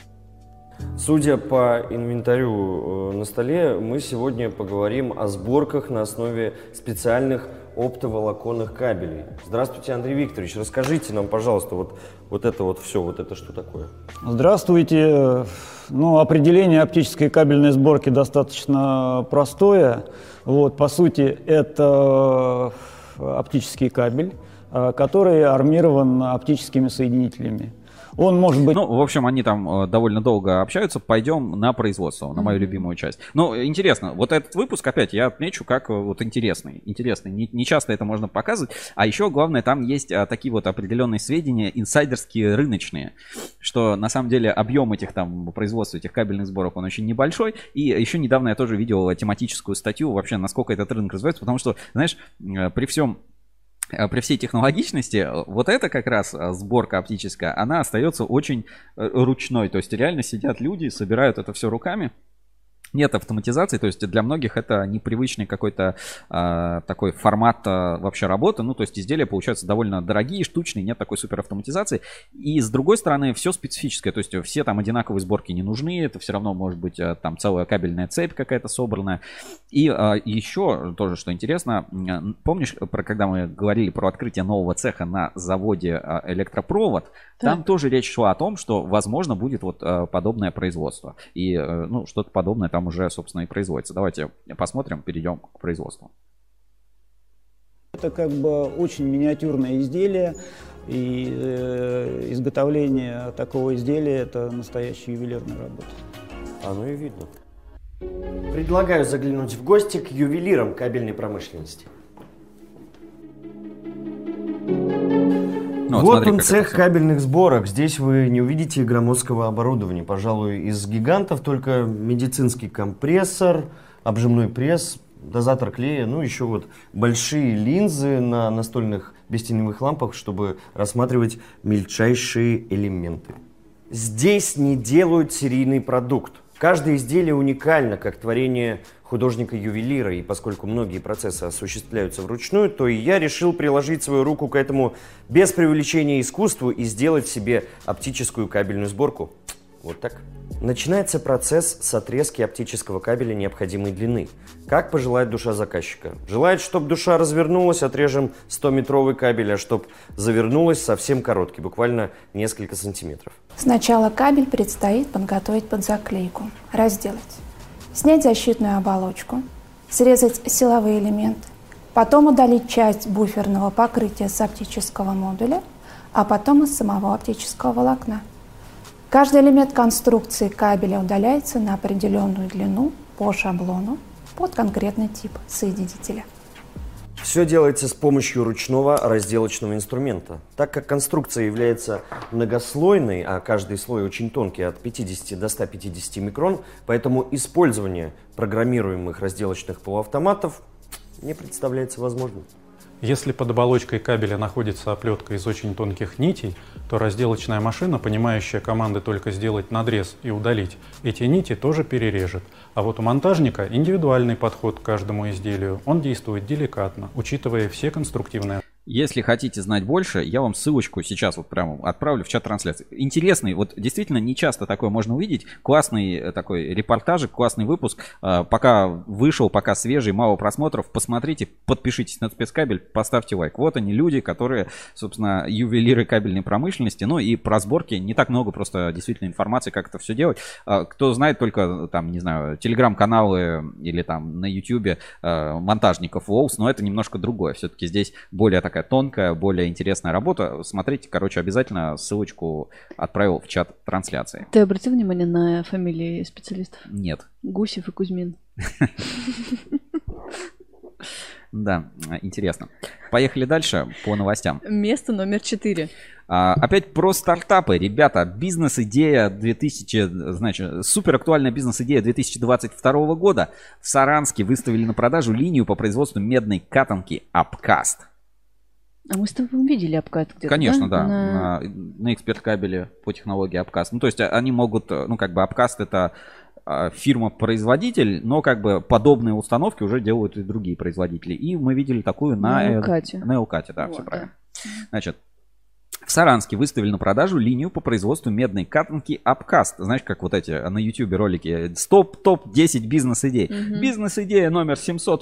Судя по инвентарю на столе, мы сегодня поговорим о сборках на основе специальных оптоволоконных кабелей. Здравствуйте, Андрей Викторович. Расскажите нам, пожалуйста, вот это вот все, вот это что такое? Здравствуйте. Ну, определение оптической кабельной сборки достаточно простое. Вот, по сути, это оптический кабель, который армирован оптическими соединителями. Он может быть... Ну, в общем, они там довольно долго общаются. Пойдем на производство, на мою любимую часть. Ну, интересно, вот этот выпуск, опять, я отмечу как вот интересный. Не часто это можно показывать. А еще, главное, там есть такие вот определенные сведения, инсайдерские, рыночные. Что, на самом деле, объем этих там производства, этих кабельных сборок, он очень небольшой. И еще недавно я тоже видел тематическую статью, вообще, насколько этот рынок развивается. Потому что, знаешь, при всей технологичности, вот эта как раз сборка оптическая, она остается очень ручной. То есть реально сидят люди, собирают это все руками. Нет автоматизации, то есть для многих это непривычный какой-то такой формат вообще работы. Ну, то есть изделия получаются довольно дорогие, штучные, нет такой супер автоматизации. И с другой стороны, все специфическое, то есть все там одинаковые сборки не нужны, это все равно может быть там целая кабельная цепь какая-то собранная. И еще тоже, что интересно, помнишь, когда мы говорили про открытие нового цеха на заводе электропровод, там тоже речь шла о том, что возможно будет вот подобное производство. И ну, что-то подобное там уже, собственно, и производится. Давайте посмотрим, перейдем к производству. Это как бы очень миниатюрное изделие, и изготовление такого изделия – это настоящая ювелирная работа. Оно и видно. Предлагаю заглянуть в гости к ювелирам кабельной промышленности. Ну, вот смотри, он, цех кабельных сборок. Здесь вы не увидите громоздкого оборудования. Пожалуй, из гигантов только медицинский компрессор, обжимной пресс, дозатор клея, ну еще вот большие линзы на настольных бестеневых лампах, чтобы рассматривать мельчайшие элементы. Здесь не делают серийный продукт. Каждое изделие уникально, как творение художника-ювелира, и поскольку многие процессы осуществляются вручную, то и я решил приложить свою руку к этому без преувеличения искусству и сделать себе оптическую кабельную сборку. Вот так. Начинается процесс с отрезки оптического кабеля необходимой длины. Как пожелает душа заказчика. Желает, чтобы душа развернулась, отрежем 100-метровый кабель, а чтобы завернулась, совсем короткий, буквально несколько сантиметров. Сначала кабель предстоит подготовить под заклейку, разделать, снять защитную оболочку, срезать силовые элементы, потом удалить часть буферного покрытия с оптического модуля, а потом из самого оптического волокна. Каждый элемент конструкции кабеля удаляется на определенную длину по шаблону под конкретный тип соединителя. Все делается с помощью ручного разделочного инструмента. Так как конструкция является многослойной, а каждый слой очень тонкий, от 50 до 150 микрон, поэтому использование программируемых разделочных полуавтоматов не представляется возможным. Если под оболочкой кабеля находится оплетка из очень тонких нитей, то разделочная машина, понимающая команды только сделать надрез и удалить, эти нити тоже перережет. А вот у монтажника индивидуальный подход к каждому изделию. Он действует деликатно, учитывая все конструктивные. Если хотите знать больше, я вам ссылочку сейчас вот прямо отправлю в чат трансляции. Интересный, вот действительно не часто такое можно увидеть. Классный такой репортажик, классный выпуск. Пока вышел, пока свежий, мало просмотров. Посмотрите, подпишитесь на спецкабель, поставьте лайк. Вот они люди, которые, собственно, ювелиры кабельной промышленности. Ну и про сборки не так много просто действительно информации, как это все делать. Кто знает только там, не знаю, телеграм-каналы или там на ютубе монтажников Волс, но это немножко другое. Все-таки здесь более такая тонкая, более интересная работа. Смотрите, короче, обязательно ссылочку отправил в чат трансляции. Ты обратил внимание на фамилии специалистов? Нет. Гусев и Кузьмин. Да, интересно. Поехали дальше по новостям. Место номер 4. Опять про стартапы. Ребята, бизнес-идея 2000, значит, супер актуальная бизнес-идея 2022 года. В Саранске выставили на продажу линию по производству медной катанки Апкаст. А мы с тобой видели Апкаст где-то, конечно, да. На эксперт-кабеле по технологии Апкаст. Ну, то есть они могут, ну, как бы Апкаст это фирма-производитель, но как бы подобные установки уже делают и другие производители. И мы видели такую на Элкате. На Элкате, да, вот, все правильно. Значит, в Саранске выставили на продажу линию по производству медной катанки Апкаст. Знаешь, как вот эти на YouTube ролики. Топ-10 бизнес-идей. Бизнес-идея номер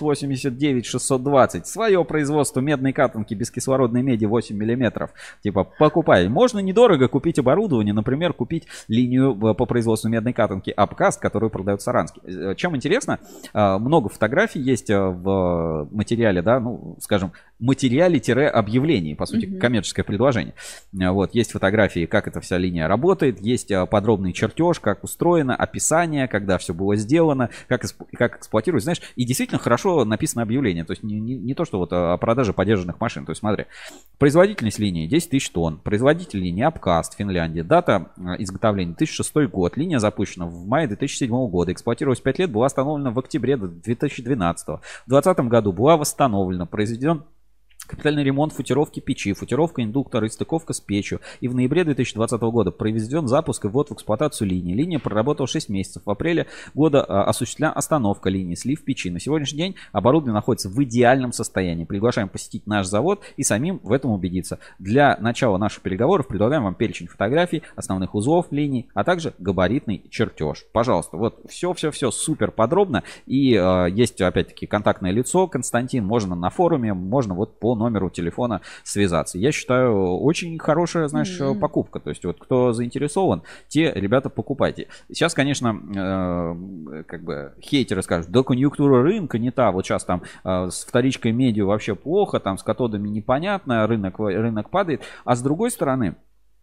789-620. Свое производство медной катанки без кислородной меди 8 мм. Типа, покупай. Можно недорого купить оборудование. Например, купить линию по производству медной катанки Апкаст, которую продают в Саранске. Чем интересно, много фотографий есть в материале, да, ну, скажем, материале-объявлений, по сути, коммерческое предложение. Вот, есть фотографии, как эта вся линия работает, есть подробный чертеж, как устроено, описание, когда все было сделано, как эксплуатировать, знаешь, и действительно хорошо написано объявление, то есть не то, что вот о продаже подержанных машин, то есть смотри, производительность линии 10 тысяч тонн, производитель линии Апкаст, Финляндия, дата изготовления 2006 год, линия запущена в мае 2007 года, эксплуатировалась 5 лет, была остановлена в октябре 2012, в 2020 году была восстановлена, произведен капитальный ремонт футировки печи, футировка индуктора и стыковка с печью. И в ноябре 2020 года произведен запуск и ввод в эксплуатацию линии. Линия проработала 6 месяцев. В апреле года осуществлена остановка линии, слив печи. На сегодняшний день оборудование находится в идеальном состоянии. Приглашаем посетить наш завод и самим в этом убедиться. Для начала наших переговоров предлагаем вам перечень фотографий, основных узлов линий, а также габаритный чертеж. Пожалуйста, вот все супер подробно. И есть опять-таки контактное лицо Константин. Можно на форуме, можно вот по номеру телефона связаться. Я считаю, очень хорошая, знаешь, покупка. То есть вот кто заинтересован, те, ребята, покупайте. Сейчас, конечно, как бы хейтеры скажут, да конъюнктура рынка не та. Вот сейчас там с вторичкой медиа вообще плохо, там с катодами непонятно, рынок падает. А с другой стороны,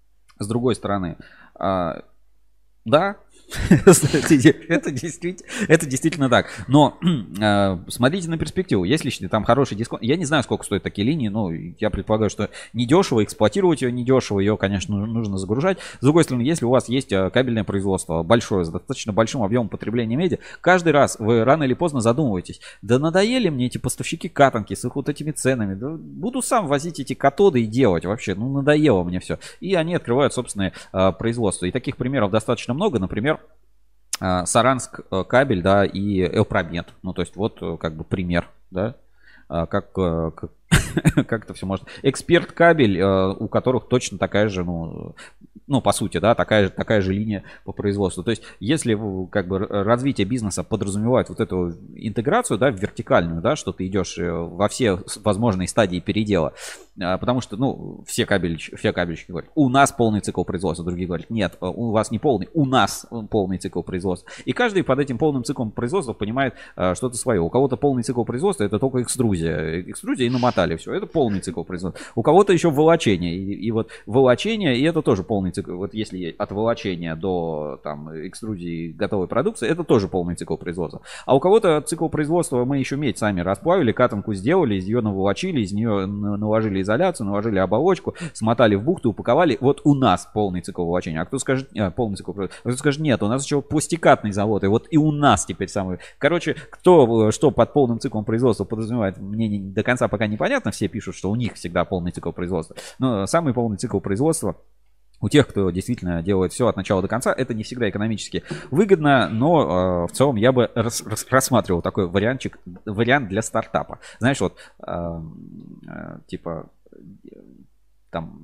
да, это действительно так. Но смотрите на перспективу. Если там хороший дисконт, я не знаю, сколько стоят такие линии, но я предполагаю, что недешево эксплуатировать ее, недешево ее, конечно, нужно загружать. С другой стороны, если у вас есть кабельное производство большое, с достаточно большим объемом потребления меди, каждый раз вы рано или поздно задумываетесь, да надоели мне эти поставщики катанки с их вот этими ценами, да буду сам возить эти катоды и делать вообще, ну надоело мне все. И они открывают собственное производство. И таких примеров достаточно много, например, Саранск кабель, да, и Элпромет. Ну, то есть, вот как бы пример, да, как это все может. Эксперт кабель, у которых точно такая же, ну, по сути, да, такая же линия по производству. То есть, если как бы развитие бизнеса подразумевает вот эту интеграцию, да, вертикальную, да, что ты идешь во все возможные стадии передела, потому что, ну, все кабельщики говорят, у нас полный цикл производства, другие говорят, нет, у вас не полный, у нас полный цикл производства. И каждый под этим полным циклом производства понимает что-то свое. У кого-то полный цикл производства это только экструзия и намотали все, это полный цикл производства. У кого-то еще волочение, и вот волочение, и это тоже полный цикл. Вот если от волочения до там экструзии готовой продукции, это тоже полный цикл производства. А у кого-то цикл производства мы еще медь сами расплавили, катанку сделали, из нее наволочили, из нее наложили изоляцию, наложили оболочку, смотали в бухту, упаковали. Вот у нас полный цикл волочения. А кто скажет, полный цикл производства? А кто скажет, нет, у нас еще пластикатный завод, и вот и у нас теперь самый. Короче, кто что под полным циклом производства подразумевает, мне до конца пока непонятно. Все пишут, что у них всегда полный цикл производства. Но самый полный цикл производства у тех, кто действительно делает все от начала до конца, это не всегда экономически выгодно, но в целом я бы рассматривал такой вариант для стартапа. Знаешь, вот типа там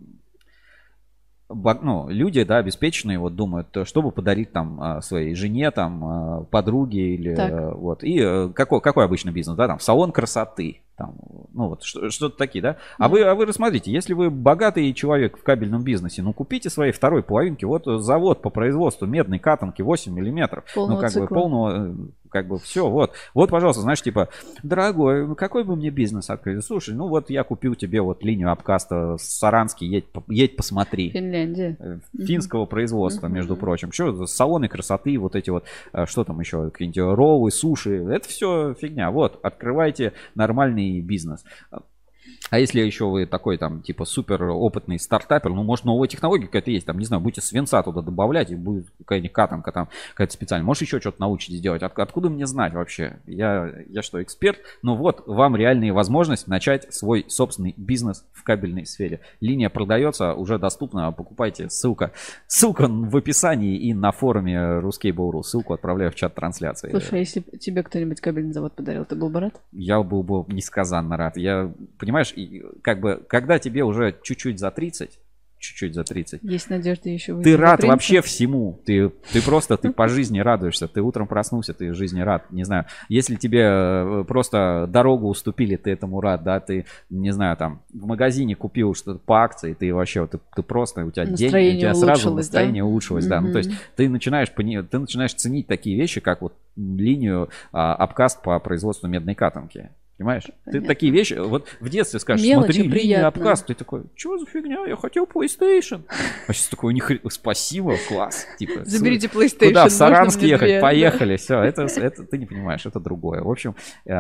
люди, да, обеспеченные, вот думают, чтобы подарить там своей жене, там, подруге или вот. И какой обычно бизнес, да, там, салон красоты, там, ну вот что-то такие, да. А вы рассмотрите, если вы богатый человек в кабельном бизнесе, ну купите своей второй половинке вот завод по производству медной катанки 8 миллиметров, полного цикла. Полного, как бы все, вот, пожалуйста, знаешь, типа, дорогой, какой бы мне бизнес открыть? Слушай, ну вот я купил тебе вот линию обкаста Саранский, едь посмотри. Финляндия. Финского производства, между прочим. Что, салоны красоты, вот эти вот, что там еще, какие-нибудь роллы, суши, это все фигня. Вот, открывайте нормальный бизнес. А если еще вы такой там типа супер опытный стартапер, ну может новая технология какая-то есть, там не знаю, будете свинца туда добавлять и будет какая-нибудь катанка там какая-то специальная. Может еще что-то научитесь делать. Откуда мне знать вообще? Я что, эксперт? Ну вот вам реальная возможность начать свой собственный бизнес в кабельной сфере. Линия продается, уже доступна, покупайте. Ссылка в описании и на форуме Ruscable.ru. Ссылку отправляю в чат трансляции. Слушай, а если тебе кто-нибудь кабельный завод подарил, ты был бы рад? Я был бы несказанно рад. Я, понимаешь, и как бы, когда тебе уже чуть-чуть за 30, есть надежда еще ты рад вообще всему. Ты просто, ты по жизни радуешься. Ты утром проснулся, ты жизни рад. Не знаю, если тебе просто дорогу уступили, ты этому рад, да, ты, не знаю, там, в магазине купил что-то по акции, ты вообще, ты просто, у тебя день, у тебя сразу настроение улучшилось, да. Ну, то есть ты начинаешь ценить такие вещи, как вот линию обкаст по производству медной катанки. Понимаешь? Понятно. Ты такие вещи, вот в детстве скажешь, мелочи, смотри, линия приятно. обкаст, ты такой, что за фигня, я хотел PlayStation. А сейчас такой, спасибо, класс. Типа, заберите PlayStation. Куда, в Саранск ехать, 2, поехали, да. Все, это ты не понимаешь, это другое. В общем,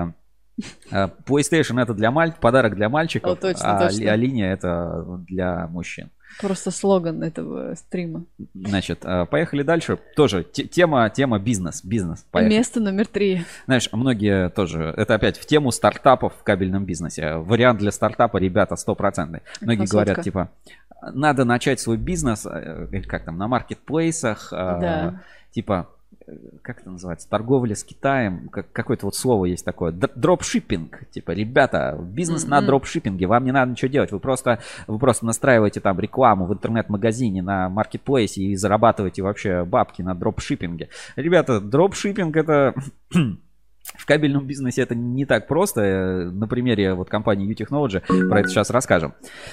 PlayStation это для подарок для мальчиков, точно. А линия это для мужчин. Просто слоган этого стрима. Значит, поехали дальше. Тоже тема бизнес. Поехали. Место номер 3. Знаешь, многие тоже, это опять в тему стартапов в кабельном бизнесе. Вариант для стартапа, ребята, 100%. Многие говорят, типа, надо начать свой бизнес, как там, на маркетплейсах, да. Типа, как это называется, торговля с Китаем, какое-то вот слово есть такое, дропшиппинг, типа, ребята, бизнес на дропшиппинге, вам не надо ничего делать, вы просто настраиваете там рекламу в интернет-магазине на маркетплейсе и зарабатываете вообще бабки на дропшиппинге. Ребята, дропшиппинг это... В кабельном бизнесе это не так просто. На примере вот компании U-Technology про это сейчас расскажем.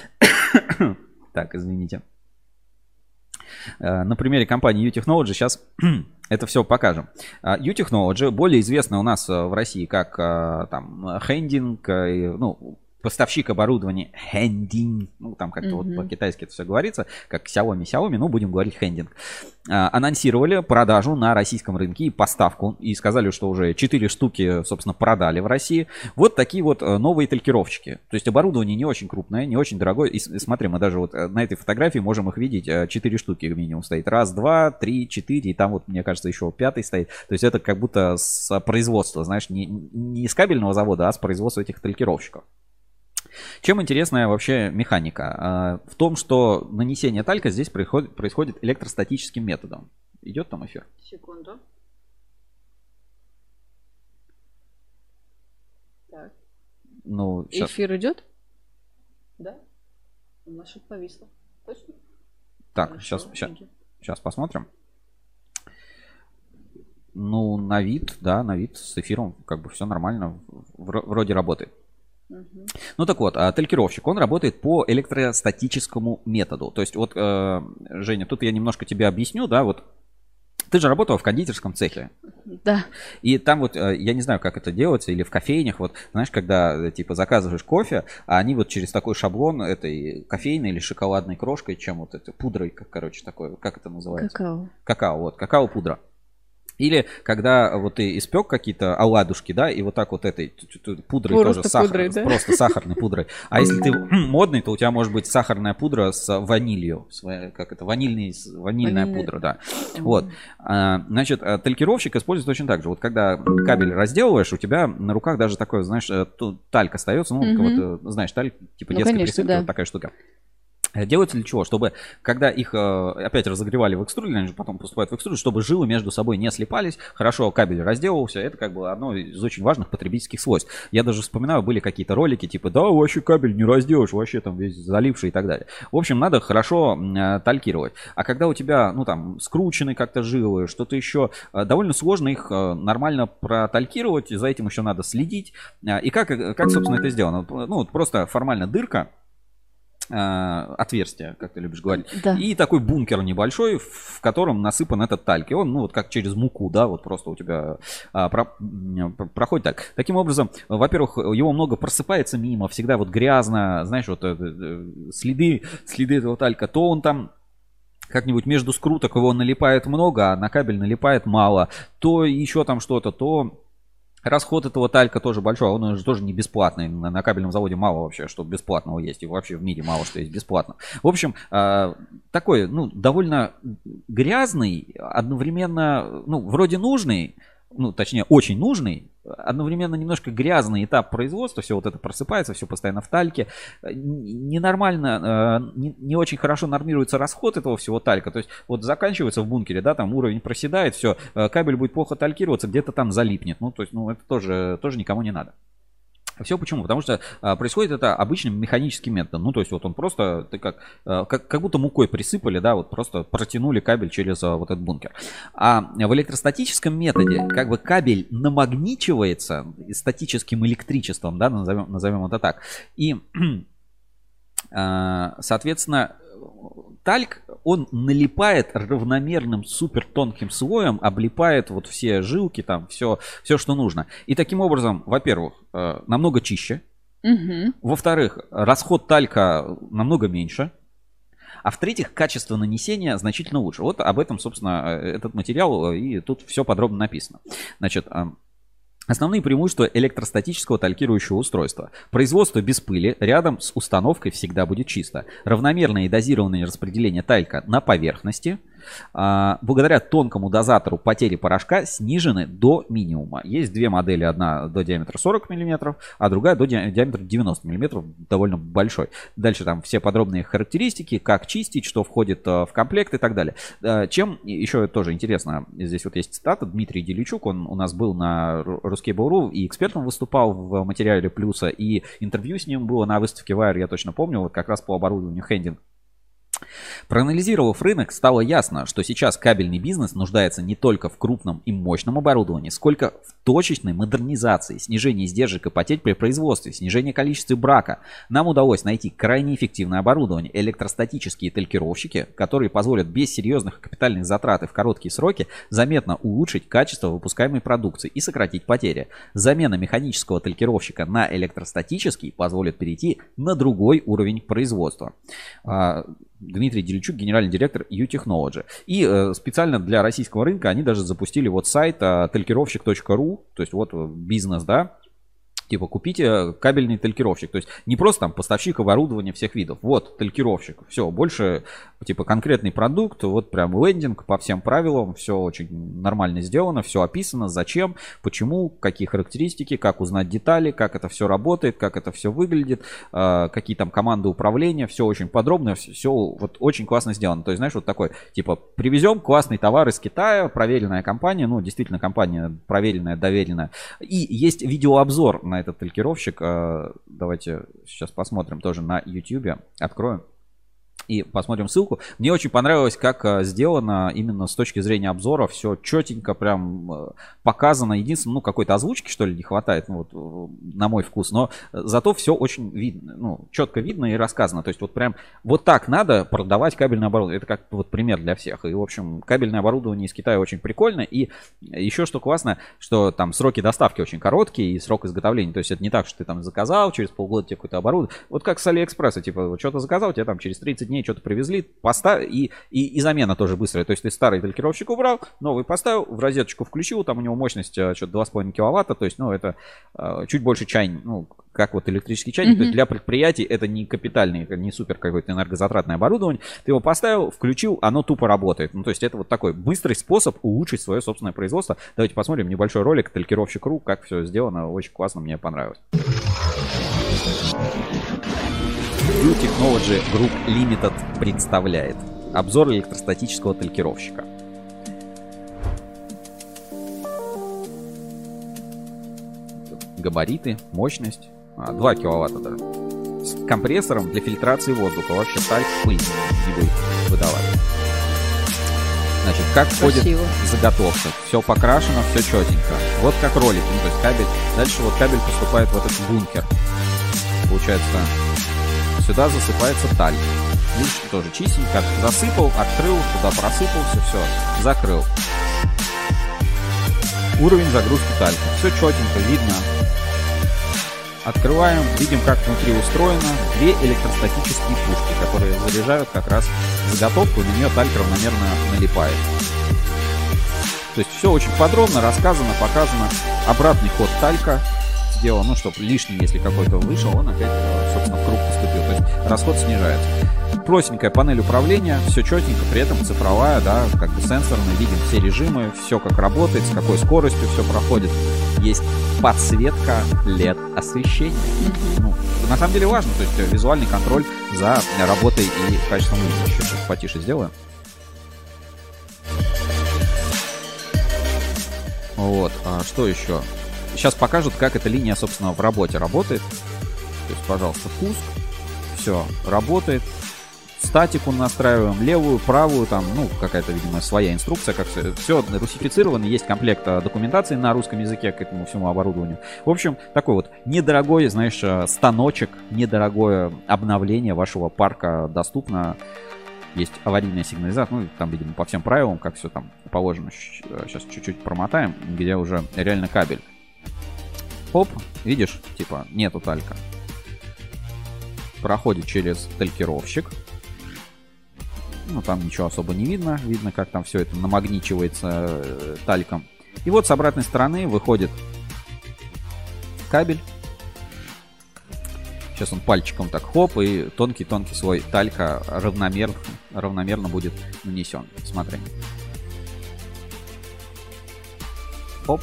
Так, извините. На примере компании U-Technology сейчас это все покажем. U-Technology более известна у нас в России как там Хендинг, ну, поставщик оборудования Хендинг, ну там как-то вот по-китайски это все говорится, как Xiaomi, ну будем говорить Хендинг. Анонсировали продажу на российском рынке и поставку, и сказали, что уже 4 штуки, собственно, продали в России. Вот такие вот новые талькировщики. То есть оборудование не очень крупное, не очень дорогое. И смотри, мы даже вот на этой фотографии можем их видеть. 4 штуки минимум стоит. 1, 2, 3, 4, и там вот, мне кажется, еще 5 стоит. То есть это как будто с производства, знаешь, не с кабельного завода, а с производства этих талькировщиков. Чем интересная вообще механика? В том, что нанесение талька здесь происходит электростатическим методом. Идет там эфир? Секунду. Так. Ну, сейчас. Эфир идет? Да? У нас что-то повисло. Точно? Так, сейчас посмотрим. Ну, на вид с эфиром как бы все нормально, вроде работает. Ну так вот, талькировщик, он работает по электростатическому методу. То есть вот, Женя, тут я немножко тебе объясню, да, вот ты же работала в кондитерском цехе. Да. И там вот, я не знаю, как это делается, или в кофейнях, вот, знаешь, когда, типа, заказываешь кофе, а они вот через такой шаблон этой кофейной или шоколадной крошкой, чем вот это, пудрой, короче, такое, как это называется? Какао-пудра. Или когда вот ты испек какие-то оладушки, да, и вот так вот этой пудрой просто тоже пудрой, да? Просто сахарной пудрой. А если ты модный, то у тебя может быть сахарная пудра с ванилью, как это, ванильная пудра, да. Вот, значит, талькировщик использует точно так же. Вот когда кабель разделываешь, у тебя на руках даже такое, знаешь, тальк остается, ну, вот, знаешь, тальк, типа детской присыпки, вот такая штука. Делается для чего? Чтобы, когда их опять разогревали в экструдере, они же потом поступают в экструдер, чтобы жилы между собой не слипались, хорошо кабель разделывался. Это как бы одно из очень важных потребительских свойств. Я даже вспоминаю, были какие-то ролики, типа, да, вообще кабель не разделаешь, вообще там весь заливший и так далее. В общем, надо хорошо талькировать. А когда у тебя, ну там, скручены как-то жилы, что-то еще, довольно сложно их нормально проталькировать, за этим еще надо следить. И как собственно, это сделано? Ну, просто формально дырка, отверстие, как ты любишь говорить, да. И такой бункер небольшой, в котором насыпан этот тальк. И он, ну, вот как через муку, да, вот просто у тебя проходит так. Таким образом, во-первых, его много просыпается мимо, всегда вот грязно, знаешь, вот следы этого талька, то он там как-нибудь между скруток его налипает много, а на кабель налипает мало, то еще там что-то, то... Расход этого талька тоже большой, он же тоже не бесплатный. На кабельном заводе мало вообще, что бесплатного есть. И вообще в мире мало что есть бесплатно. В общем, такой, ну, довольно грязный, одновременно, ну, вроде нужный, ну, точнее, очень нужный, одновременно немножко грязный этап производства, все вот это просыпается, все постоянно в тальке. Ненормально, не очень хорошо нормируется расход этого всего талька. То есть вот заканчивается в бункере, да, там уровень проседает, все, кабель будет плохо талькироваться, где-то там залипнет. Ну, то есть, ну, это тоже никому не надо. Все почему? Потому что происходит это обычным механическим методом. Ну, то есть вот он просто, как будто мукой присыпали, да, вот просто протянули кабель через вот этот бункер. А в электростатическом методе как бы кабель намагничивается статическим электричеством, да, назовем это так. И, соответственно, тальк, он налипает равномерным супертонким слоем, облипает вот все жилки, там все, что нужно. И таким образом, во-первых, намного чище. Угу. Во-вторых, расход талька намного меньше. А в-третьих, качество нанесения значительно лучше. Вот об этом, собственно, этот материал, и тут все подробно написано. Значит, основные преимущества электростатического талькирующего устройства. Производство без пыли рядом с установкой всегда будет чисто. Равномерное и дозированное распределение талька на поверхности. Благодаря тонкому дозатору потери порошка снижены до минимума. Есть две модели, одна до диаметра 40 мм, а другая до диаметра 90 мм, довольно большой. Дальше там все подробные характеристики, как чистить, что входит в комплект и так далее. Чем еще тоже интересно, здесь вот есть цитата, Дмитрий Деличук, он у нас был на Ruskable.ru и экспертом выступал в материале Плюса, и интервью с ним было на выставке Wire, я точно помню, вот как раз по оборудованию Хендинг. Проанализировав рынок, стало ясно, что сейчас кабельный бизнес нуждается не только в крупном и мощном оборудовании, сколько в точечной модернизации, снижении издержек и потерь при производстве, снижении количества брака. Нам удалось найти крайне эффективное оборудование, электростатические талькировщики, которые позволят без серьезных капитальных затрат и в короткие сроки заметно улучшить качество выпускаемой продукции и сократить потери. Замена механического талькировщика на электростатический позволит перейти на другой уровень производства. Дмитрий Деличук, генеральный директор U-Technology. И специально для российского рынка они даже запустили вот сайт талькировщик.ру, то есть вот бизнес, да, типа купите кабельный талькировщик. То есть не просто там поставщик оборудования всех видов. Вот талькировщик. Все, больше типа конкретный продукт. Вот прям лендинг по всем правилам. Все очень нормально сделано. Все описано. Зачем, почему, какие характеристики, как узнать детали, как это все работает, как это все выглядит, какие там команды управления. Все очень подробно. Все вот очень классно сделано. То есть, знаешь, вот такой типа привезем классный товар из Китая. Проверенная компания. Ну, действительно, компания проверенная, доверенная. И есть видеообзор на этот талькировщик. Давайте сейчас посмотрим тоже на YouTube. Откроем и посмотрим ссылку. Мне очень понравилось, как сделано именно с точки зрения обзора. Все четенько прям показано. Единственное, ну, какой-то озвучки, что ли, не хватает, ну, вот, на мой вкус. Но зато все очень видно, ну, четко видно и рассказано. То есть вот прям вот так надо продавать кабельное оборудование. Это как вот пример для всех. И, в общем, кабельное оборудование из Китая очень прикольно. И еще что классно, что там сроки доставки очень короткие и срок изготовления. То есть это не так, что ты там заказал, через полгода тебе какое-то оборудование. Вот как с Алиэкспресса, типа, вот что-то заказал, тебе там через 30 дней что-то привезли, и замена тоже быстрая. То есть ты старый талькировщик убрал, новый поставил, в розеточку включил, там у него мощность что-то 2,5 киловатта, то есть, ну, это чуть больше чайник, ну, как вот электрический чайник. То есть для предприятий это не капитальный, это не супер какое-то энергозатратное оборудование. Ты его поставил, включил, оно тупо работает. Ну, то есть это вот такой быстрый способ улучшить свое собственное производство. Давайте посмотрим небольшой ролик талькировщик.ру, как все сделано. Очень классно, мне понравилось. View Technology Group Limited представляет обзор электростатического талькировщика. Габариты, мощность, 2 киловатта даже. С компрессором для фильтрации воздуха. Вообще тальк пыль не будет выдавать. Значит, как входит заготовка. Все покрашено, все четенько. Вот как ролик, ну, то есть кабель. Дальше вот кабель поступает в этот бункер. Получается, сюда засыпается тальк. Видишь, тоже чистенько. Засыпал, открыл, туда просыпался, все, закрыл. Уровень загрузки талька. Все четенько, видно. Открываем, видим, как внутри устроено 2 электростатические пушки, которые заряжают как раз заготовку, и на нее тальк равномерно налипает. То есть все очень подробно рассказано, показано. Обратный ход талька сделан, ну, чтобы лишний, если какой-то вышел, он опять, собственно, в круг поступил. То есть расход снижается. Простенькая панель управления, все четенько, при этом цифровая, да, как бы сенсорная, видим все режимы, все как работает, с какой скоростью все проходит. Есть подсветка LED освещения. Ну, на самом деле важно, то есть визуальный контроль за работой и качеством линии. Сейчас потише сделаю. Вот, а что еще? Сейчас покажут, как эта линия, собственно, в работе работает. То есть, пожалуйста, пуск. Все, работает. Статику настраиваем, левую, правую, там, ну, какая-то, видимо, своя инструкция, как все русифицировано, есть комплект документации на русском языке к этому всему оборудованию. В общем, такой вот недорогой, знаешь, станочек, недорогое обновление вашего парка доступно. Есть аварийная сигнализация, ну, там, видимо, по всем правилам, как все там положено. Сейчас чуть-чуть промотаем, где уже реально кабель. Оп, видишь, типа, нету талька. Проходит через талькировщик. Ну, там ничего особо не видно. Видно, как там все это намагничивается тальком. И вот с обратной стороны выходит кабель. Сейчас он пальчиком так хоп, и тонкий-тонкий слой талька равномерно будет нанесен. Смотри. Оп.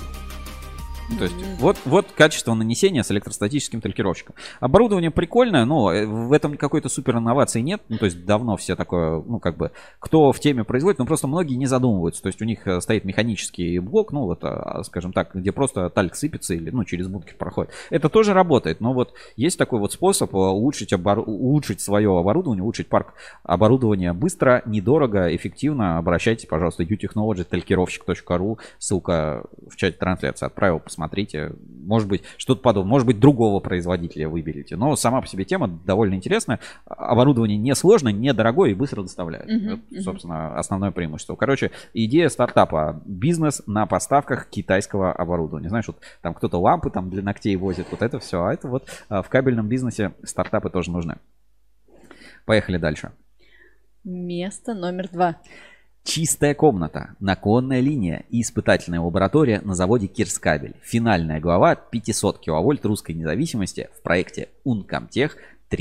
То есть вот качество нанесения с электростатическим талькировщиком. Оборудование прикольное, но в этом какой-то супер инновации нет. Ну, то есть давно все такое, ну, как бы, кто в теме производит, но просто многие не задумываются. То есть у них стоит механический блок, ну, вот, скажем так, где просто тальк сыпется или, ну, через бункер проходит. Это тоже работает, но вот есть такой вот способ улучшить свое оборудование, улучшить парк оборудования быстро, недорого, эффективно. Обращайтесь, пожалуйста, utechnology, талькировщик.ру, ссылка в чате трансляции, отправил, смотрите, может быть, что-то подобное, может быть, другого производителя выберете. Но сама по себе тема довольно интересная. Оборудование несложное, недорогое и быстро доставляет. Это, собственно, основное преимущество. Короче, идея стартапа. Бизнес на поставках китайского оборудования. Знаешь, вот там кто-то лампы там для ногтей возит, вот это все. А это вот в кабельном бизнесе стартапы тоже нужны. Поехали дальше. Место номер 2. Чистая комната, наклонная линия и испытательная лаборатория на заводе Кирскабель. Финальная глава 500 киловольт русской независимости в проекте Uncomtech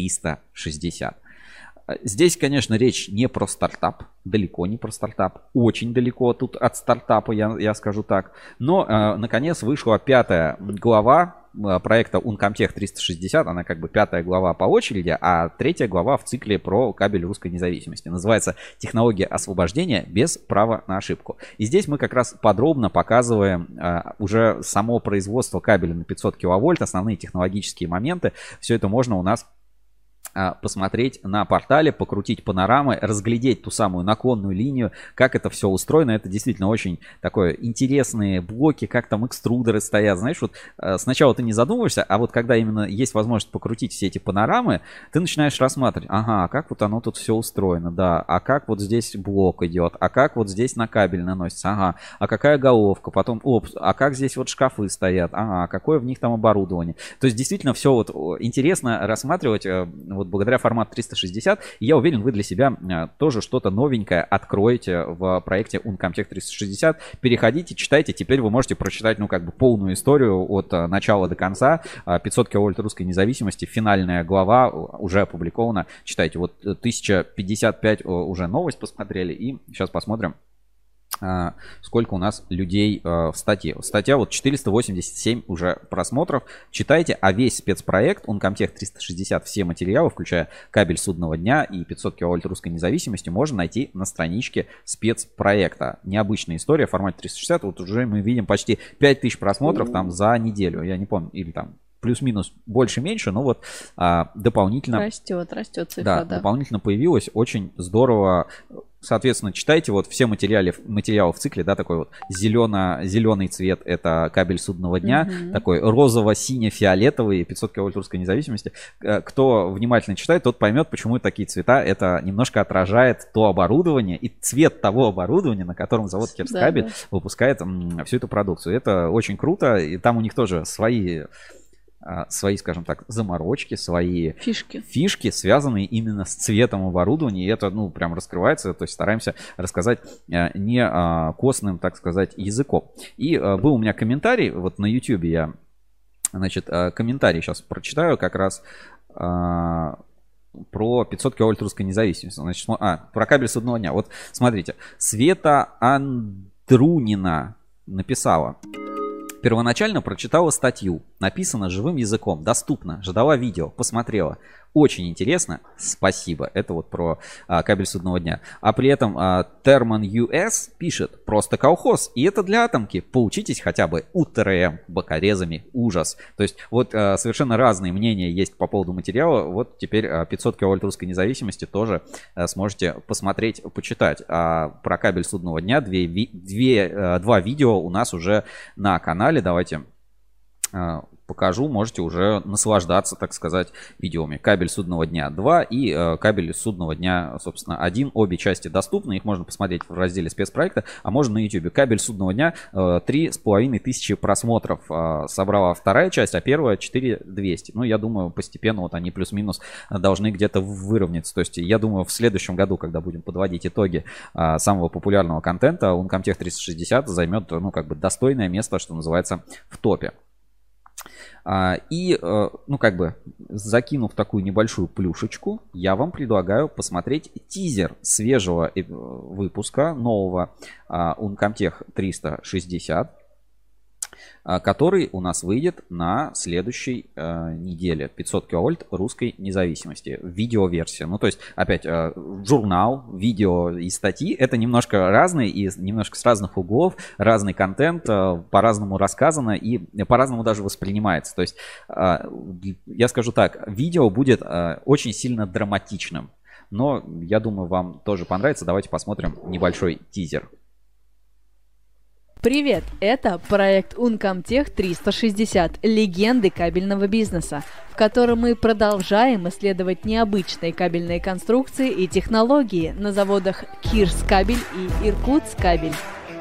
360. Здесь, конечно, речь не про стартап, далеко не про стартап, очень далеко тут от стартапа, я скажу так. Но, наконец, вышла 5-я глава проекта Uncomtech 360, она как бы 5-я глава по очереди, а 3-я глава в цикле про кабель русской независимости. Называется «Технология освобождения без права на ошибку». И здесь мы как раз подробно показываем уже само производство кабеля на 500 киловольт, основные технологические моменты. Все это можно у нас посмотреть на портале, покрутить панорамы, разглядеть ту самую наклонную линию, как это все устроено. Это действительно очень такое интересные блоки, как там экструдеры стоят. Знаешь, вот сначала ты не задумываешься, а вот когда именно есть возможность покрутить все эти панорамы, ты начинаешь рассматривать, ага, как вот оно тут все устроено, да, а как вот здесь блок идет, а как вот здесь на кабель наносится, ага, а какая головка, потом, а как здесь вот шкафы стоят, ага, какое в них там оборудование. То есть действительно все вот интересно рассматривать вот благодаря формату 360. И я уверен, вы для себя тоже что-то новенькое откроете в проекте Uncomtech 360. Переходите, читайте. Теперь вы можете прочитать, ну, как бы полную историю от начала до конца. 500 киловольт русской независимости. Финальная глава уже опубликована. Читайте. Вот 1055 уже новость посмотрели. И сейчас посмотрим, сколько у нас людей в статье. Статья вот 487 уже просмотров. Читайте, а весь спецпроект Uncomtech 360, все материалы, включая кабель судного дня и 500 киловольт русской независимости, можно найти на страничке спецпроекта. Необычная история в формате 360. Вот уже мы видим почти 5000 просмотров там за неделю. Я не помню, или там плюс-минус больше-меньше, но вот дополнительно... Растет цифра, да. Дополнительно появилось. Очень здорово. Соответственно, читайте вот все материалы в цикле, да, такой вот зеленый цвет — это кабель судного дня, такой розово-сине-фиолетовый, 500 киловольт русской независимости. Кто внимательно читает, тот поймет, почему такие цвета. Это немножко отражает то оборудование и цвет того оборудования, на котором завод Кирскабель выпускает всю эту продукцию. Это очень круто, и там у них тоже свои, скажем так, заморочки, свои фишки, связанные именно с цветом оборудования. И это, ну, прям раскрывается. То есть стараемся рассказать не костным, так сказать, языком. И был у меня комментарий, вот на YouTube я, значит, комментарий сейчас прочитаю как раз про 500 киловольт русской независимости. Значит, про кабель судного дня. Вот смотрите, Света Андрунина написала: первоначально прочитала статью, написано живым языком, доступно, ждала видео, посмотрела. Очень интересно, спасибо. Это вот про кабель судного дня. А при этом Терман US пишет: просто колхоз, и это для атомки. Поучитесь хотя бы у ТРМ, бокорезами, ужас. То есть вот совершенно разные мнения есть по поводу материала. Вот теперь 500 киловольт русской независимости тоже сможете посмотреть, почитать. Про кабель судного дня два видео у нас уже на канале. Давайте покажу, можете уже наслаждаться, так сказать, видеоми. Кабель судного дня 2 и кабель судного дня, собственно, 1. Обе части доступны, их можно посмотреть в разделе спецпроекта, а можно на YouTube. Кабель судного дня 3500 просмотров собрала вторая часть, а первая 4200. Ну, я думаю, постепенно вот они плюс-минус должны где-то выровняться. То есть, я думаю, в следующем году, когда будем подводить итоги самого популярного контента, Uncomtech 360 займет, ну, как бы достойное место, что называется, в топе. И, ну, как бы, закинув такую небольшую плюшечку, я вам предлагаю посмотреть тизер свежего выпуска нового Uncomtech 360, который у нас выйдет на следующей неделе. 500 киловольт русской независимости. Видеоверсия. Ну, то есть, опять, журнал, видео и статьи — это немножко разные и немножко с разных углов, разный контент, по-разному рассказано и по-разному даже воспринимается. То есть, я скажу так, видео будет очень сильно драматичным. Но, я думаю, вам тоже понравится. Давайте посмотрим небольшой тизер. Привет! Это проект Uncomtech 360 «Легенды кабельного бизнеса», в котором мы продолжаем исследовать необычные кабельные конструкции и технологии на заводах Кирскабель и Иркутскабель.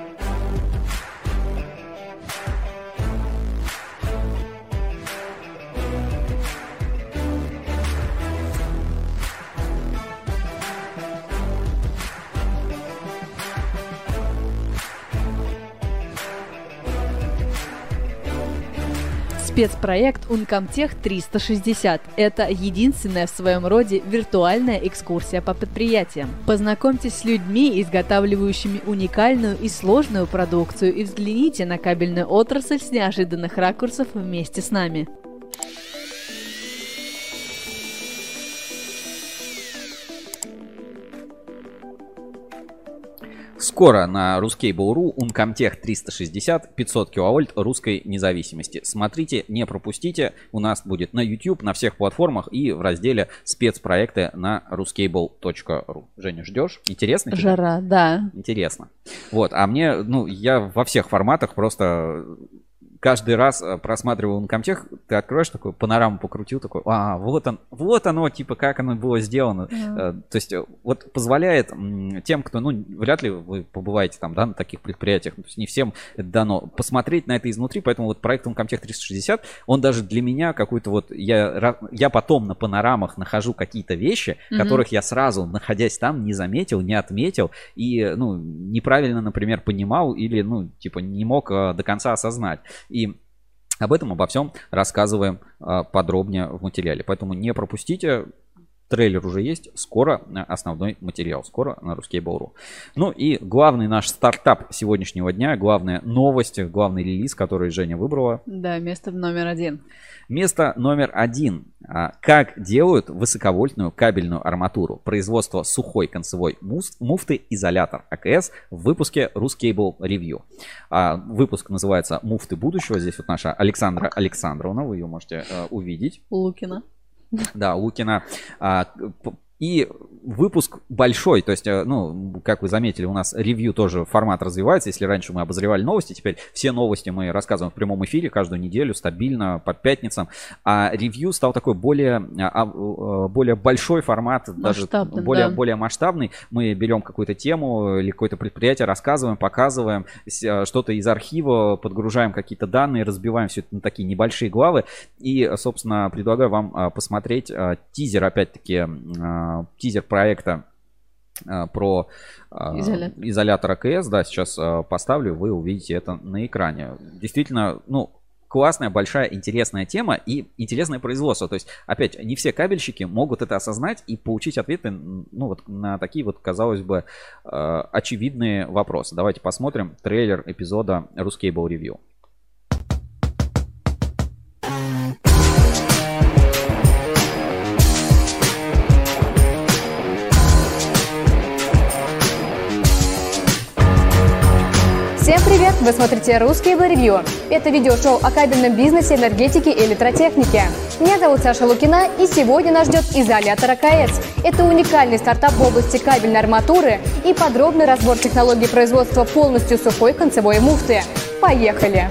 Спецпроект Uncomtech 360 – это единственная в своем роде виртуальная экскурсия по предприятиям. Познакомьтесь с людьми, изготавливающими уникальную и сложную продукцию, и взгляните на кабельную отрасль с неожиданных ракурсов вместе с нами. Скоро на Ruscable.ru Uncomtech 360 500 киловольт русской независимости. Смотрите, не пропустите. У нас будет на YouTube, на всех платформах и в разделе спецпроекты на ruscable.ru. Женя, ждешь? Интересно тебе? Жара, да. Интересно. Вот, а мне, ну, я во всех форматах просто... Каждый раз просматриваю Uncomtech, ты откроешь такую панораму, покрутил, такой, вот оно, типа, как оно было сделано. То есть, вот позволяет тем, кто, ну, вряд ли вы побываете там, да, на таких предприятиях, то есть не всем это дано, посмотреть на это изнутри, поэтому вот проект Uncomtech 360, он даже для меня какой-то вот, я потом на панорамах нахожу какие-то вещи, которых я сразу, находясь там, не заметил, не отметил и, ну, неправильно, например, понимал или, ну, типа, не мог до конца осознать. И обо всем рассказываем подробнее в материале. Поэтому не пропустите. Трейлер уже есть, скоро основной материал, скоро на Ruskable.ru. Ну и главный наш стартап сегодняшнего дня, главная новость, главный релиз, который Женя выбрала. Да, место номер 1. Место номер 1. Как делают высоковольтную кабельную арматуру. Производство сухой концевой муфты изолятор АКС в выпуске Ruscable Review. Выпуск называется «Муфты будущего». Здесь вот наша Александра Александровна, вы ее можете увидеть. Лукина. Да, Лукина. И выпуск большой, то есть, ну, как вы заметили, у нас ревью тоже формат развивается. Если раньше мы обозревали новости, теперь все новости мы рассказываем в прямом эфире каждую неделю, стабильно, по пятницам. А ревью стал такой более большой формат, даже более масштабный. Мы берем какую-то тему или какое-то предприятие, рассказываем, показываем что-то из архива, подгружаем какие-то данные, разбиваем все это на такие небольшие главы. И, собственно, предлагаю вам посмотреть тизер, опять-таки, тизер проекта про изолятор АКС. Да, сейчас поставлю, вы увидите это на экране. Действительно, ну, классная, большая, интересная тема и интересное производство. То есть, опять, не все кабельщики могут это осознать и получить ответы, ну, вот на такие вот, казалось бы, очевидные вопросы. Давайте посмотрим трейлер эпизода Ruscable Review. Всем привет! Вы смотрите Ruscable Review. Это видеошоу о кабельном бизнесе, энергетике и электротехнике. Меня зовут Саша Лукина, и сегодня нас ждет изолятор АКС. Это уникальный стартап в области кабельной арматуры и подробный разбор технологий производства полностью сухой концевой муфты. Поехали!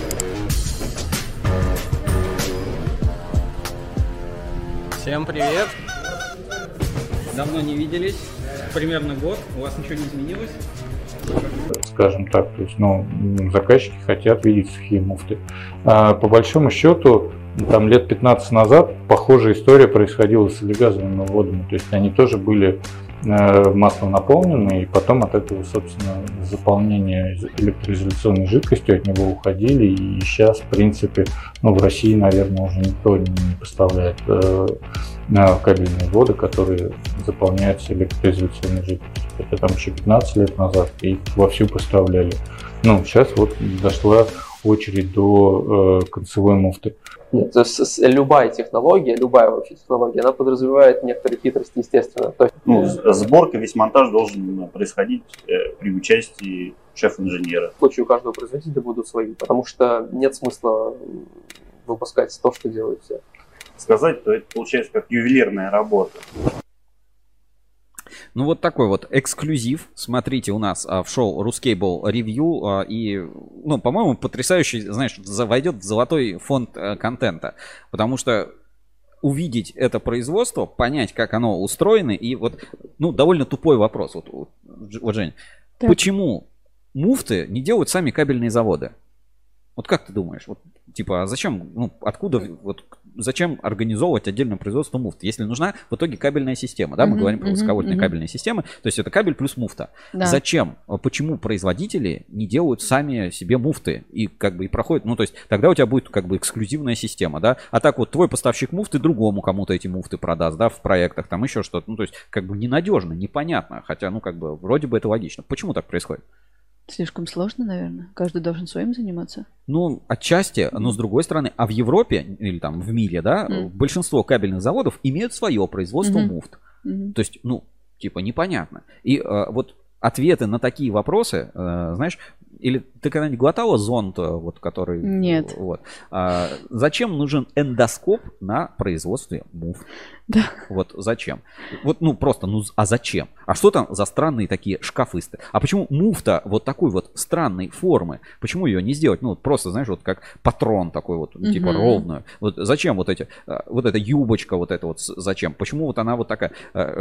Всем привет! Давно не виделись, примерно год. У вас ничего не изменилось? Скажем так, то есть, ну, заказчики хотят видеть сухие муфты. По большому счету, там лет 15 назад похожая история происходила с элегазовыми водами. То есть они тоже были маслом наполнены, и потом от этого, собственно, заполнение электроизоляционной жидкостью от него уходили. И сейчас, в принципе, ну, в России, наверное, уже никто не поставляет кабельные воды, которые заполняются электроизоляционной жидкостью. Это там еще 15 лет назад их вовсю поставляли. Ну, сейчас вот дошла очередь до концевой муфты. Нет, то есть любая технология, любая вообще технология, она подразумевает некоторые хитрости, естественно. То есть, сборка, весь монтаж должен происходить при участии шеф-инженера. В случае у каждого производителя будут свои, потому что нет смысла выпускать то, что делают все. Сказать, то это получается как ювелирная работа. Ну вот такой вот эксклюзив. Смотрите у нас в шоу Ruscable Review. И, ну, по-моему, потрясающий, знаешь, войдет в золотой фонд контента. Потому что увидеть это производство, понять, как оно устроено. И вот, ну, довольно тупой вопрос. Вот Жень, так. Почему муфты не делают сами кабельные заводы? Вот как ты думаешь? Вот, типа, а зачем, ну, откуда, вот, зачем организовывать отдельное производство муфт, если нужна в итоге кабельная система, да, мы говорим про высоковольтные кабельные системы, то есть это кабель плюс муфта. Да. Зачем, почему производители не делают сами себе муфты и как бы и проходят, ну, то есть тогда у тебя будет как бы эксклюзивная система, да, а так вот твой поставщик муфты другому кому-то эти муфты продаст, да, в проектах, там еще что-то, ну, то есть как бы ненадежно, непонятно, хотя, ну, как бы вроде бы это логично. Почему так происходит? Слишком сложно, наверное. Каждый должен своим заниматься. Ну, отчасти, но с другой стороны, а в Европе или там в мире, да, большинство кабельных заводов имеют свое производство муфт. То есть, ну, типа, непонятно. И вот ответы на такие вопросы, знаешь, или ты когда-нибудь глотала зонд, вот, который... Нет. Вот. Зачем нужен эндоскоп на производстве муфт? Да. Вот зачем? Вот, ну, просто, ну, а зачем? А что там за странные такие шкафысты? А почему муфта вот такой вот странной формы? Почему ее не сделать? Ну, вот просто, знаешь, вот как патрон такой вот, типа ровную. Вот зачем вот эти, вот эта юбочка вот эта вот, зачем? Почему вот она вот такая...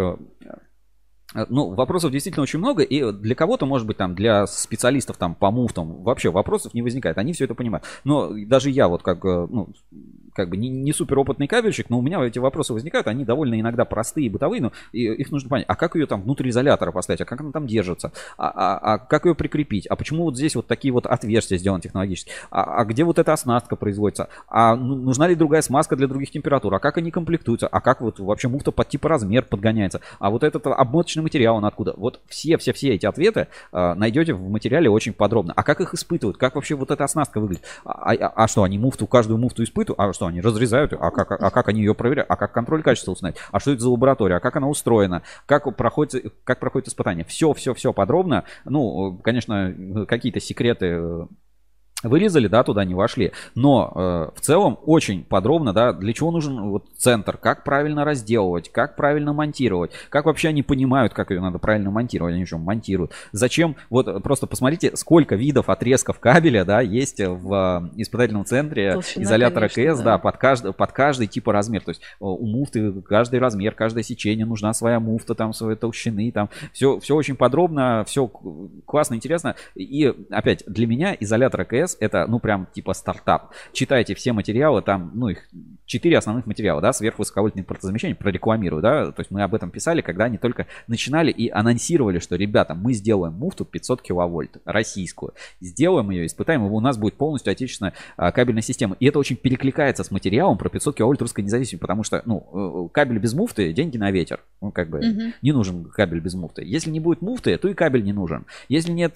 Ну, вопросов действительно очень много, и для кого-то, может быть, там, для специалистов там по муфтам вообще вопросов не возникает, они все это понимают. Но даже я вот как как бы не суперопытный кабельщик, но у меня эти вопросы возникают, они довольно иногда простые и бытовые, но их нужно понять. А как ее там внутрь изолятора поставить, а как она там держится, а как ее прикрепить, а почему вот здесь вот такие вот отверстия сделаны технологически, а где вот эта оснастка производится, а нужна ли другая смазка для других температур, а как они комплектуются, а как вот вообще муфта под типа размер подгоняется, а вот этот обмоточный материал он откуда. Вот все эти ответы найдете в материале очень подробно. А как их испытывают, как вообще вот эта оснастка выглядит, а что, они каждую муфту испытывают, а что, они разрезают, а как они ее проверяют, а как контроль качества установить, а что это за лаборатория, а как она устроена, как проходит испытание. Все подробно. Ну, конечно, какие-то секреты вырезали, да, туда не вошли, но в целом очень подробно, да, для чего нужен вот центр, как правильно разделывать, как правильно монтировать, как вообще они понимают, как ее надо правильно монтировать, они что, монтируют, зачем, вот просто посмотрите, сколько видов отрезков кабеля, да, есть в испытательном центре толщина, изолятора конечно, КС, да, под каждый типа размер, то есть у муфты каждый размер, каждое сечение, нужна своя муфта, там, своей толщины, там, все очень подробно, все классно, интересно, и опять, для меня изолятор КС это, ну, прям типа стартап. Читайте все материалы, там, ну, их 4 основных материала, да, сверхвысоковольтное импортозамещение, прорекламирую, да, то есть мы об этом писали, когда они только начинали и анонсировали, что, ребята, мы сделаем муфту 500 киловольт, российскую, сделаем ее, испытаем, и у нас будет полностью отечественная кабельная система. И это очень перекликается с материалом про 500 киловольт русской независимости, потому что, ну, кабель без муфты, деньги на ветер, ну, как бы, не нужен кабель без муфты. Если не будет муфты, то и кабель не нужен. Если нет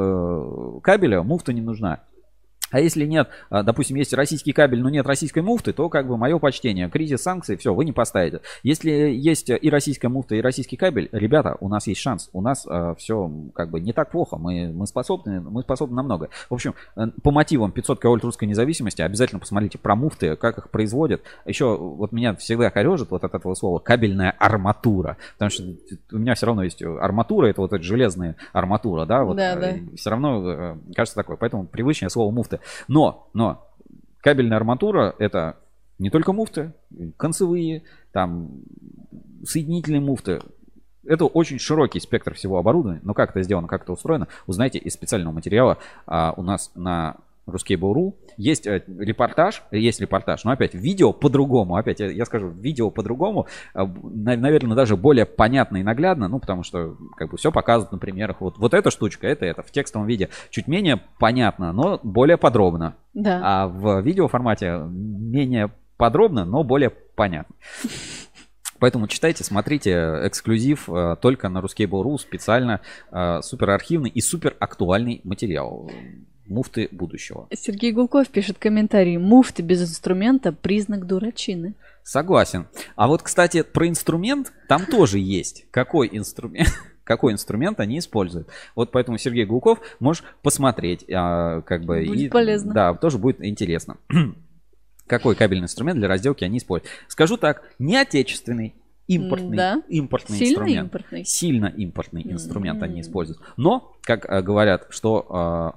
кабеля, муфта не нужна. А если нет, допустим, есть российский кабель, но нет российской муфты, то как бы мое почтение, кризис санкций, все, вы не поставите. Если есть и российская муфта, и российский кабель, ребята, у нас есть шанс, у нас все как бы не так плохо, мы способны на многое. В общем, по мотивам 500 киловольт русской независимости обязательно посмотрите про муфты, как их производят. Еще вот меня всегда корежит вот от этого слова кабельная арматура, потому что у меня все равно есть арматура, это вот эта железная арматура, да, вот все равно кажется такое, поэтому привычнее слово муфты. Но кабельная арматура это не только муфты, концевые, там соединительные муфты. Это очень широкий спектр всего оборудования. Но как это сделано, как это устроено, узнаете из специального материала у нас на Ruscable.ru. Есть репортаж, но опять видео по-другому. Опять я скажу, видео по-другому, наверное, даже более понятно и наглядно, ну, потому что как бы все показывают на примерах. Вот эта штучка, это в текстовом виде чуть менее понятно, но более подробно. Да. А в видео формате менее подробно, но более понятно. Поэтому читайте, смотрите, эксклюзив только на Ruscable.ru, специально суперархивный и суперактуальный материал. Муфты будущего. Сергей Гулков пишет комментарий: муфты без инструмента — признак дурачины. Согласен. А вот, кстати, про инструмент там тоже есть. Какой инструмент они используют. Вот поэтому, Сергей Гулков, можешь посмотреть. Как бы, будет полезно. Да, тоже будет интересно. Какой кабельный инструмент для разделки они используют. Скажу так, не отечественный, импортный инструмент. Сильно импортный инструмент они используют. Но, как говорят, что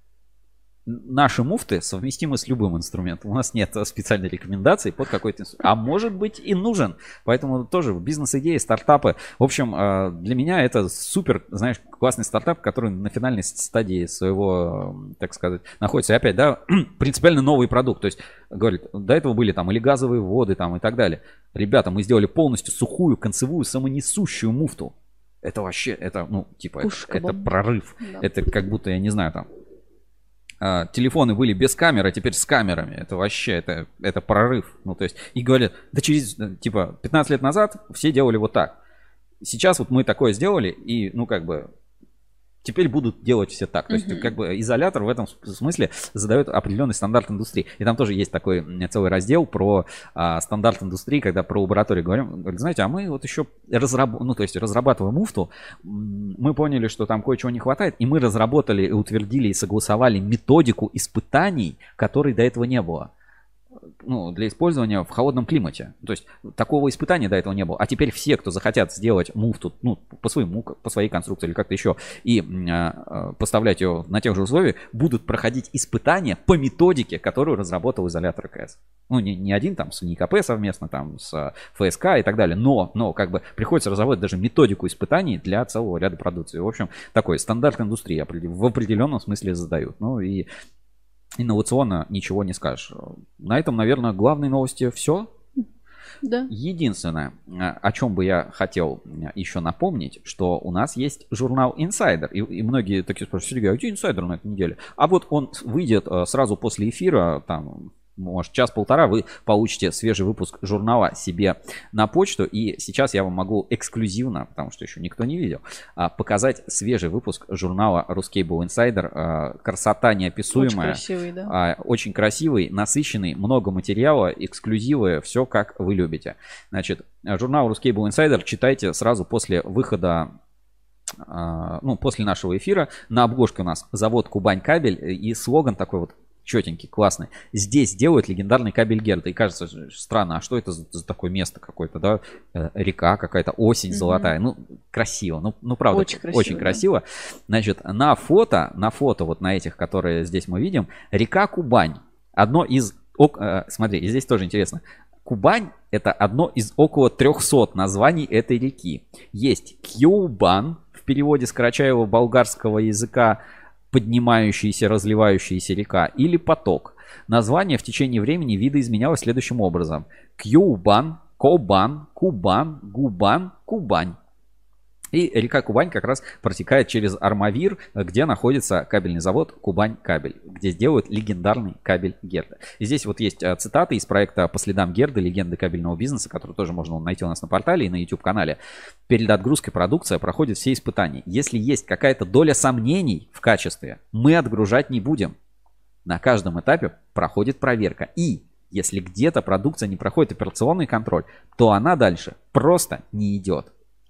наши муфты совместимы с любым инструментом. У нас нет специальной рекомендации под какой-то инструмент. А может быть и нужен. Поэтому тоже бизнес-идеи, стартапы. В общем, для меня это супер, знаешь, классный стартап, который на финальной стадии своего, так сказать, находится. И опять, да, принципиально новый продукт. То есть, говорит, до этого были там или газовые воды там и так далее. Ребята, мы сделали полностью сухую, концевую, самонесущую муфту. Это вообще, это, ну, типа, это прорыв. Да. Это как будто, я не знаю, там, телефоны были без камеры, а теперь с камерами. Это вообще, это прорыв. Ну, то есть, и говорят, да через, типа, 15 лет назад все делали вот так. Сейчас вот мы такое сделали, и, ну, как бы, теперь будут делать все так. То есть, как бы, изолятор в этом смысле задает определенный стандарт индустрии. И там тоже есть такой целый раздел про стандарт индустрии, когда про лабораторию говорим. Говорит, знаете, а мы вот еще разрабатывая муфту, мы поняли, что там кое-чего не хватает, и мы разработали, утвердили и согласовали методику испытаний, которой до этого не было. Ну, для использования в холодном климате. То есть такого испытания до этого не было. А теперь все, кто захотят сделать муфту, ну, по своей конструкции или как-то еще, и поставлять ее на тех же условиях, будут проходить испытания по методике, которую разработал изолятор КС. Ну, не один там с НИКП совместно, там с ФСК и так далее, но как бы приходится разработать даже методику испытаний для целого ряда продукции. В общем, такой стандарт индустрии в определенном смысле задают. Ну и инновационно ничего не скажешь. На этом, наверное, главные новости все. Да. Единственное, о чем бы я хотел еще напомнить, что у нас есть журнал Insider. И многие такие спрашивают: Сергей, а где Insider на этой неделе? А вот он выйдет сразу после эфира, там, может, час-полтора, вы получите свежий выпуск журнала себе на почту. И сейчас я вам могу эксклюзивно, потому что еще никто не видел, показать свежий выпуск журнала Ruscable Insider. Красота неописуемая. Очень красивый, да. Очень красивый, насыщенный, много материала, эксклюзивы, все как вы любите. Значит, журнал Ruscable Insider читайте сразу после выхода, после нашего эфира. На обложке у нас завод Кубань Кабель и слоган такой вот четенький, классный. Здесь делают легендарный кабель Герда. И кажется, странно, а что это за такое место какое-то, да? Река какая-то, осень золотая. Ну, красиво. Ну правда, очень красиво. Значит, на фото, вот на этих, которые здесь мы видим, река Кубань. Одно из... Смотри, здесь тоже интересно. Кубань — это одно из около 300 названий этой реки. Есть Кьюбан, в переводе с карачаево-болгарского языка, поднимающаяся, разливающаяся река, или поток. Название в течение времени видоизменялось следующим образом: Кьюбан, Кобан, Кубан, Губан, Кубань. И река Кубань как раз протекает через Армавир, где находится кабельный завод Кубань Кабель, где делают легендарный кабель Герда. И здесь вот есть цитаты из проекта «По следам Герды. Легенды кабельного бизнеса», который тоже можно найти у нас на портале и на YouTube-канале. Перед отгрузкой продукция проходит все испытания. Если есть какая-то доля сомнений в качестве, мы отгружать не будем. На каждом этапе проходит проверка. И если где-то продукция не проходит операционный контроль, то она дальше просто не идет.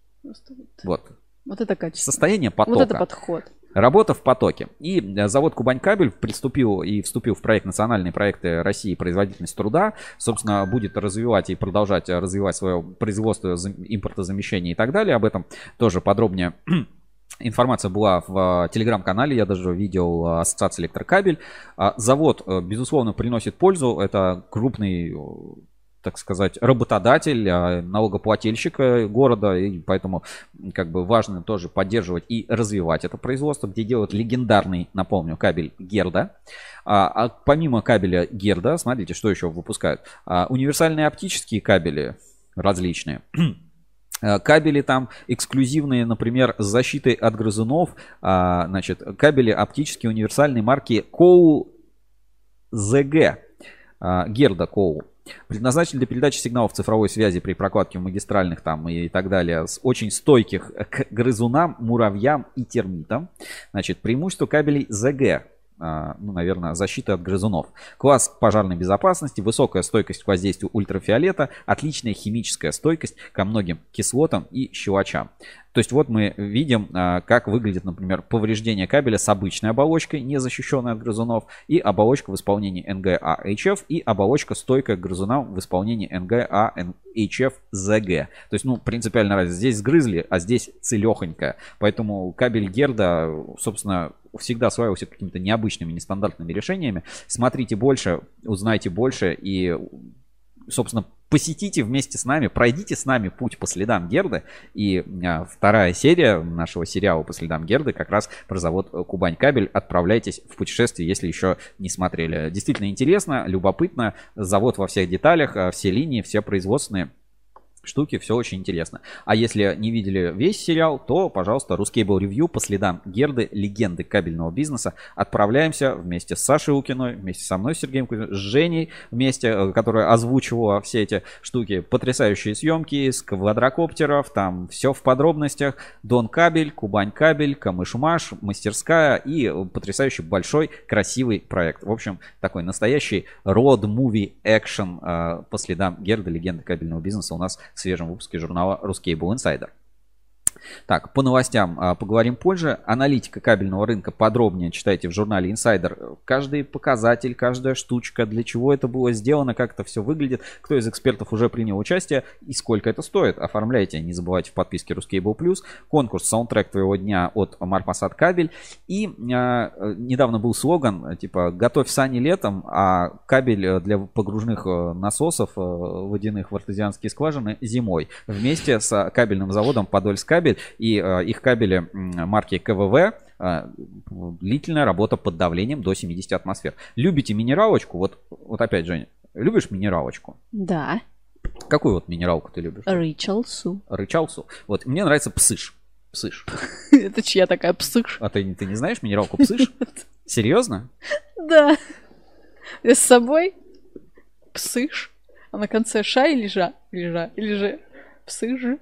Вот это качество. Состояние потока. Вот это подход. Работа в потоке. И завод Кубань Кабель вступил в проект «Национальные проекты России. Производительность труда». Собственно, будет развивать и продолжать развивать свое производство, импортозамещение и так далее. Об этом тоже подробнее информация была в телеграм-канале. Я даже видел ассоциацию «Электрокабель». Завод, безусловно, приносит пользу. Это крупный, так сказать, работодатель, налогоплательщик города, и поэтому как бы важно тоже поддерживать и развивать это производство, где делают легендарный, напомню, кабель Герда. А помимо кабеля Герда, смотрите, что еще выпускают. Универсальные оптические кабели различные. Кабели там эксклюзивные, например, с защитой от грызунов. Значит, кабели оптические универсальной марки Коу ЗГ. Герда Коу. Предназначен для передачи сигналов цифровой связи при прокладке в магистральных там и так далее, очень стойких к грызунам, муравьям и термитам. Значит, преимущество кабелей ЗГ. Наверное, защита от грызунов. Класс пожарной безопасности, высокая стойкость к воздействию ультрафиолета, отличная химическая стойкость ко многим кислотам и щелочам. То есть вот мы видим, как выглядит, например, повреждение кабеля с обычной оболочкой, не защищенной от грызунов, и оболочка в исполнении NGA-HF, и оболочка стойкая к грызунам в исполнении NGA-HF ZG. То есть, принципиально разница. Здесь сгрызли, а здесь целехонькая. Поэтому кабель Герда, собственно, всегда осваивался какими-то необычными, нестандартными решениями. Смотрите больше, узнайте больше и, собственно, посетите вместе с нами, пройдите с нами путь по следам Герды. И вторая серия нашего сериала «По следам Герды» как раз про завод Кубань Кабель. Отправляйтесь в путешествие, если еще не смотрели. Действительно интересно, любопытно. Завод во всех деталях, все линии, все производственные штуки, все очень интересно. А если не видели весь сериал, то, пожалуйста, Ruscable Review по следам Герды, легенды кабельного бизнеса. Отправляемся вместе с Сашей Укиной, вместе со мной, Сергеем Кузьминым, с Женей вместе, которая озвучивала все эти штуки. Потрясающие съемки с квадрокоптеров, там все в подробностях. Дон Кабель, Кубань Кабель, Камыш-Маш, мастерская и потрясающий большой красивый проект. В общем, такой настоящий road-movie action по следам Герды, легенды кабельного бизнеса у нас в свежем выпуске журнала Ruscable Insider. Так, по новостям поговорим позже. Аналитика кабельного рынка подробнее читайте в журнале Insider. Каждый показатель, каждая штучка, для чего это было сделано, как это все выглядит, кто из экспертов уже принял участие и сколько это стоит. Оформляйте, не забывайте в подписке Ruscable Plus. Конкурс «Саундтрек твоего дня» от Марпасад Кабель. И недавно был слоган, типа «Готовь сани летом, а кабель для погружных насосов водяных в артезианские скважины зимой». Вместе с кабельным заводом Подольскабель и их кабели марки КВВ длительная работа под давлением до 70 атмосфер. Любите минералочку? Вот опять, Женя, любишь минералочку? Да. Какую вот минералку ты любишь? Рычалсу. Рычалсу. Вот, мне нравится Псыш. Псыш. Это чья такая Псыш? А ты не знаешь минералку Псыш? Серьезно? Да. Я с собой Псыш. А на конце ша или жа? Или же Псыш.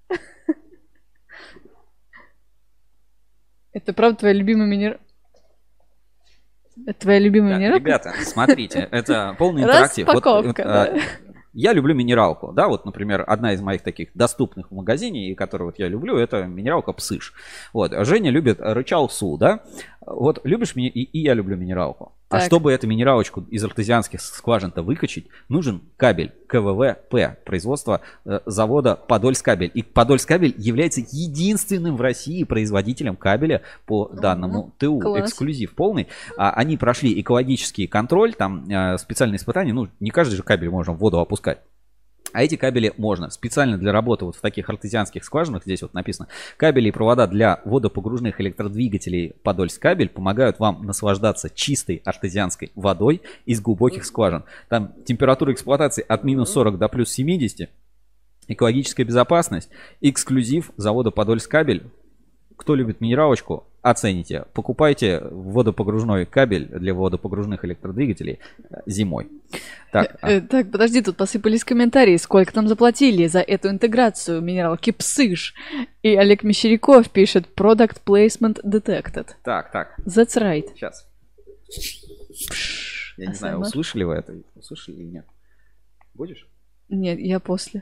Это правда твоя любимая минералка? Это твоя любимая минералка? Ребята, смотрите, это полный интерактив. Распаковка, Я люблю минералку, да, вот, например, одна из моих таких доступных в магазине, и которую вот я люблю, это минералка Псыш. Вот, Женя любит Рычалсу, да, вот, любишь, и я люблю минералку. Так. А чтобы эту минералочку из артезианских скважин-то выкачать, нужен кабель КВВ-П, производства завода Подольскабель. И Подольскабель является единственным в России производителем кабеля по данному ТУ. Класс. Эксклюзив полный. Они прошли экологический контроль, там специальные испытания, ну, не каждый же кабель можно в воду опускать. А эти кабели можно специально для работы вот в таких артезианских скважинах, здесь вот написано, кабели и провода для водопогружных электродвигателей Подольскабель помогают вам наслаждаться чистой артезианской водой из глубоких скважин. Там температура эксплуатации от минус 40 до плюс 70, экологическая безопасность, эксклюзив завода Подольскабель. Кто любит минералочку, оцените. Покупайте водопогружной кабель для водопогружных электродвигателей зимой. Так, Так, подожди, тут посыпались комментарии. Сколько там заплатили за эту интеграцию минералки Псыш? И Олег Мещеряков пишет Product Placement Detected. Так. That's right. Сейчас. Я не знаю, услышали вы это? Услышали или нет? Будешь? Нет, я после.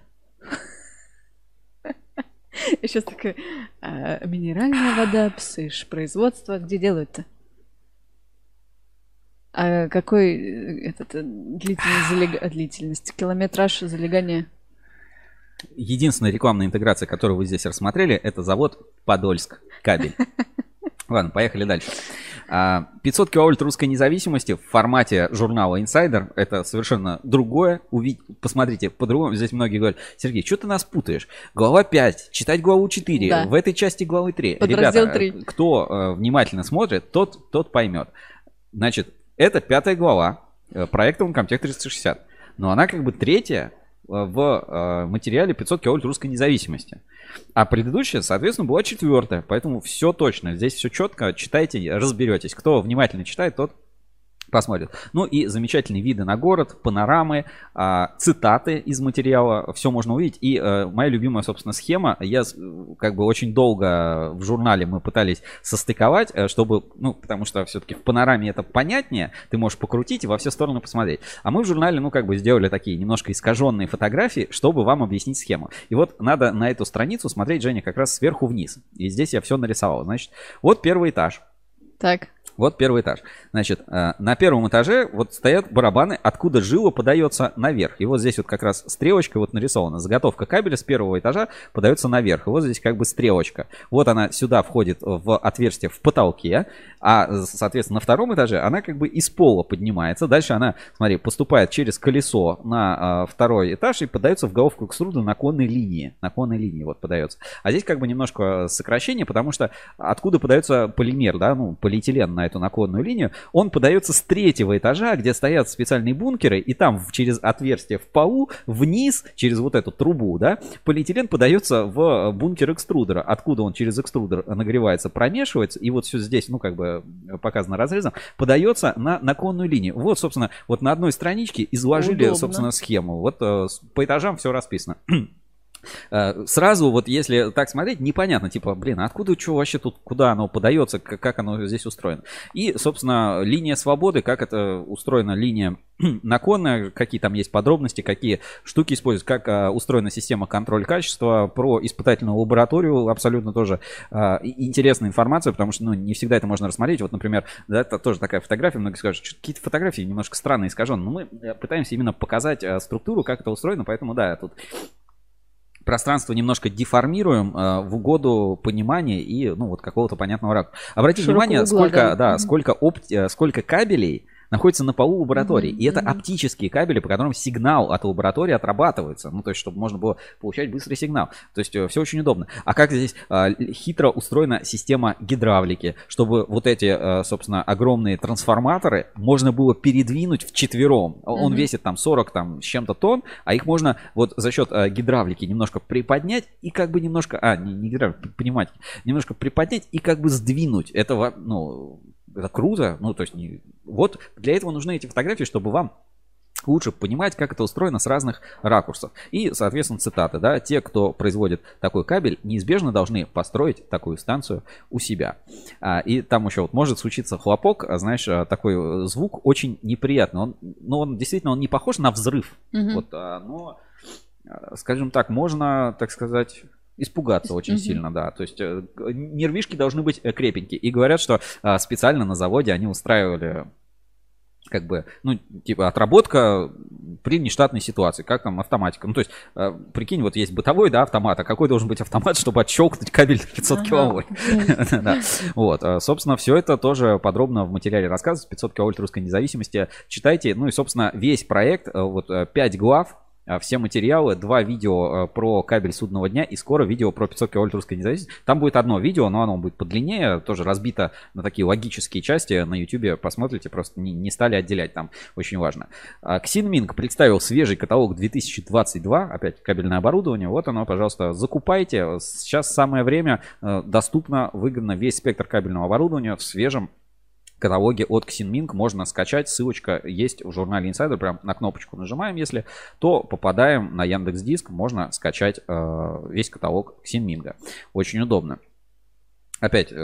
Я сейчас такая, минеральная вода, Псыш, производство, где делают-то? А какой длительность, километраж залегания? Единственная рекламная интеграция, которую вы здесь рассмотрели, это завод Подольск кабель. Ладно, поехали дальше. 500 киловольт русской независимости в формате журнала Insider. Это совершенно другое. Посмотрите, по-другому. Здесь многие говорят: Сергей, что ты нас путаешь? Глава 5, читать главу 4. Да. В этой части главы 3. Подраздел Ребята, 3. Кто внимательно смотрит, тот поймет. Значит, это 5 глава проекта Uncomtech 360. Но она как бы третья в материале 500 киловольт русской независимости. А предыдущая, соответственно, была 4. Поэтому все точно. Здесь все четко. Читайте, разберетесь. Кто внимательно читает, тот посмотрит. Ну и замечательные виды на город, панорамы, цитаты из материала. Все можно увидеть. И моя любимая, собственно, схема. Я как бы очень долго в журнале мы пытались состыковать, чтобы, ну, потому что все-таки в панораме это понятнее. Ты можешь покрутить и во все стороны посмотреть. А мы в журнале, ну, как бы сделали такие немножко искаженные фотографии, чтобы вам объяснить схему. И вот надо на эту страницу смотреть, Женя, как раз сверху вниз. И здесь я все нарисовал. Значит, вот первый этаж. Так. Вот первый этаж. Значит, на первом этаже вот стоят барабаны, откуда жила подается наверх. И вот здесь вот как раз стрелочка вот нарисована. Заготовка кабеля с первого этажа подается наверх. И вот здесь как бы стрелочка. Вот она сюда входит в отверстие в потолке. А, соответственно, на втором этаже она как бы из пола поднимается. Дальше она, смотри, поступает через колесо на второй этаж и подается в головку экструда наклонной линии. Наклонной линии вот подается. А здесь как бы немножко сокращение, потому что откуда подается полимер, да, ну, полиэтилен на эту наклонную линию, он подается с третьего этажа, где стоят специальные бункеры, и там через отверстие в полу вниз, через вот эту трубу, да, полиэтилен подается в бункер экструдера, откуда он через экструдер нагревается, промешивается, и вот все здесь, ну, как бы показано разрезом, подается на наклонную линию. Вот, собственно, вот на одной страничке изложили, удобно, собственно, схему. Вот по этажам все расписано. Сразу вот если так смотреть, непонятно, типа, блин, откуда что вообще тут, куда оно подается, как оно здесь устроено. И, собственно, линия свободы, как это устроена линия наклонная, какие там есть подробности, какие штуки используют, как устроена система контроля качества, про испытательную лабораторию абсолютно тоже интересная информация, потому что, ну, не всегда это можно рассмотреть. Вот, например, да, это тоже такая фотография, многие скажут, что какие-то фотографии немножко странные, искаженные, но мы пытаемся именно показать структуру, как это устроено, поэтому, да, тут пространство немножко деформируем в угоду понимания и, ну, вот какого-то понятного ракурса. Обратите внимание, сколько, да, сколько кабелей находится на полу лаборатории. И это оптические кабели, по которым сигнал от лаборатории отрабатывается. Ну, то есть, чтобы можно было получать быстрый сигнал. То есть, все очень удобно. А как здесь хитро устроена система гидравлики, чтобы вот эти, собственно, огромные трансформаторы можно было передвинуть вчетвером. Он весит там 40 там, с чем-то тонн, а их можно вот за счет гидравлики немножко приподнять и как бы немножко, не гидравлики, пневматики, немножко приподнять и как бы сдвинуть. Это, ну, это круто. Ну, то есть, вот для этого нужны эти фотографии, чтобы вам лучше понимать, как это устроено с разных ракурсов. И, соответственно, цитаты, да, те, кто производит такой кабель, неизбежно должны построить такую станцию у себя. И там еще вот может случиться хлопок, знаешь, такой звук очень неприятный. Он действительно, он не похож на взрыв, вот, но, скажем так, можно, так сказать, испугаться очень сильно, да. То есть нервишки должны быть крепенькие. И говорят, что специально на заводе они устраивали как бы, ну, типа отработка при нештатной ситуации, как там автоматика. Ну, то есть, прикинь, вот есть бытовой, да, автомат, а какой должен быть автомат, чтобы отщелкнуть кабель 500 киловольт? Вот, собственно, все это тоже подробно в материале рассказывается, 500 киловольт русской независимости. Читайте, ну и, собственно, весь проект, вот 5 глав, все материалы, 2 видео про кабель судного дня и скоро видео про 500 киловольт русской независимости. Там будет одно видео, но оно будет подлиннее, тоже разбито на такие логические части. На YouTube посмотрите, просто не стали отделять, там очень важно. Xinming представил свежий каталог 2022, опять кабельное оборудование. Вот оно, пожалуйста, закупайте. Сейчас самое время, доступно, выгодно весь спектр кабельного оборудования в свежем каталоге от Xinming можно скачать, ссылочка есть в журнале Insider, прям на кнопочку нажимаем, если, то попадаем на Яндекс.Диск, можно скачать весь каталог Xinming. Очень удобно. Опять,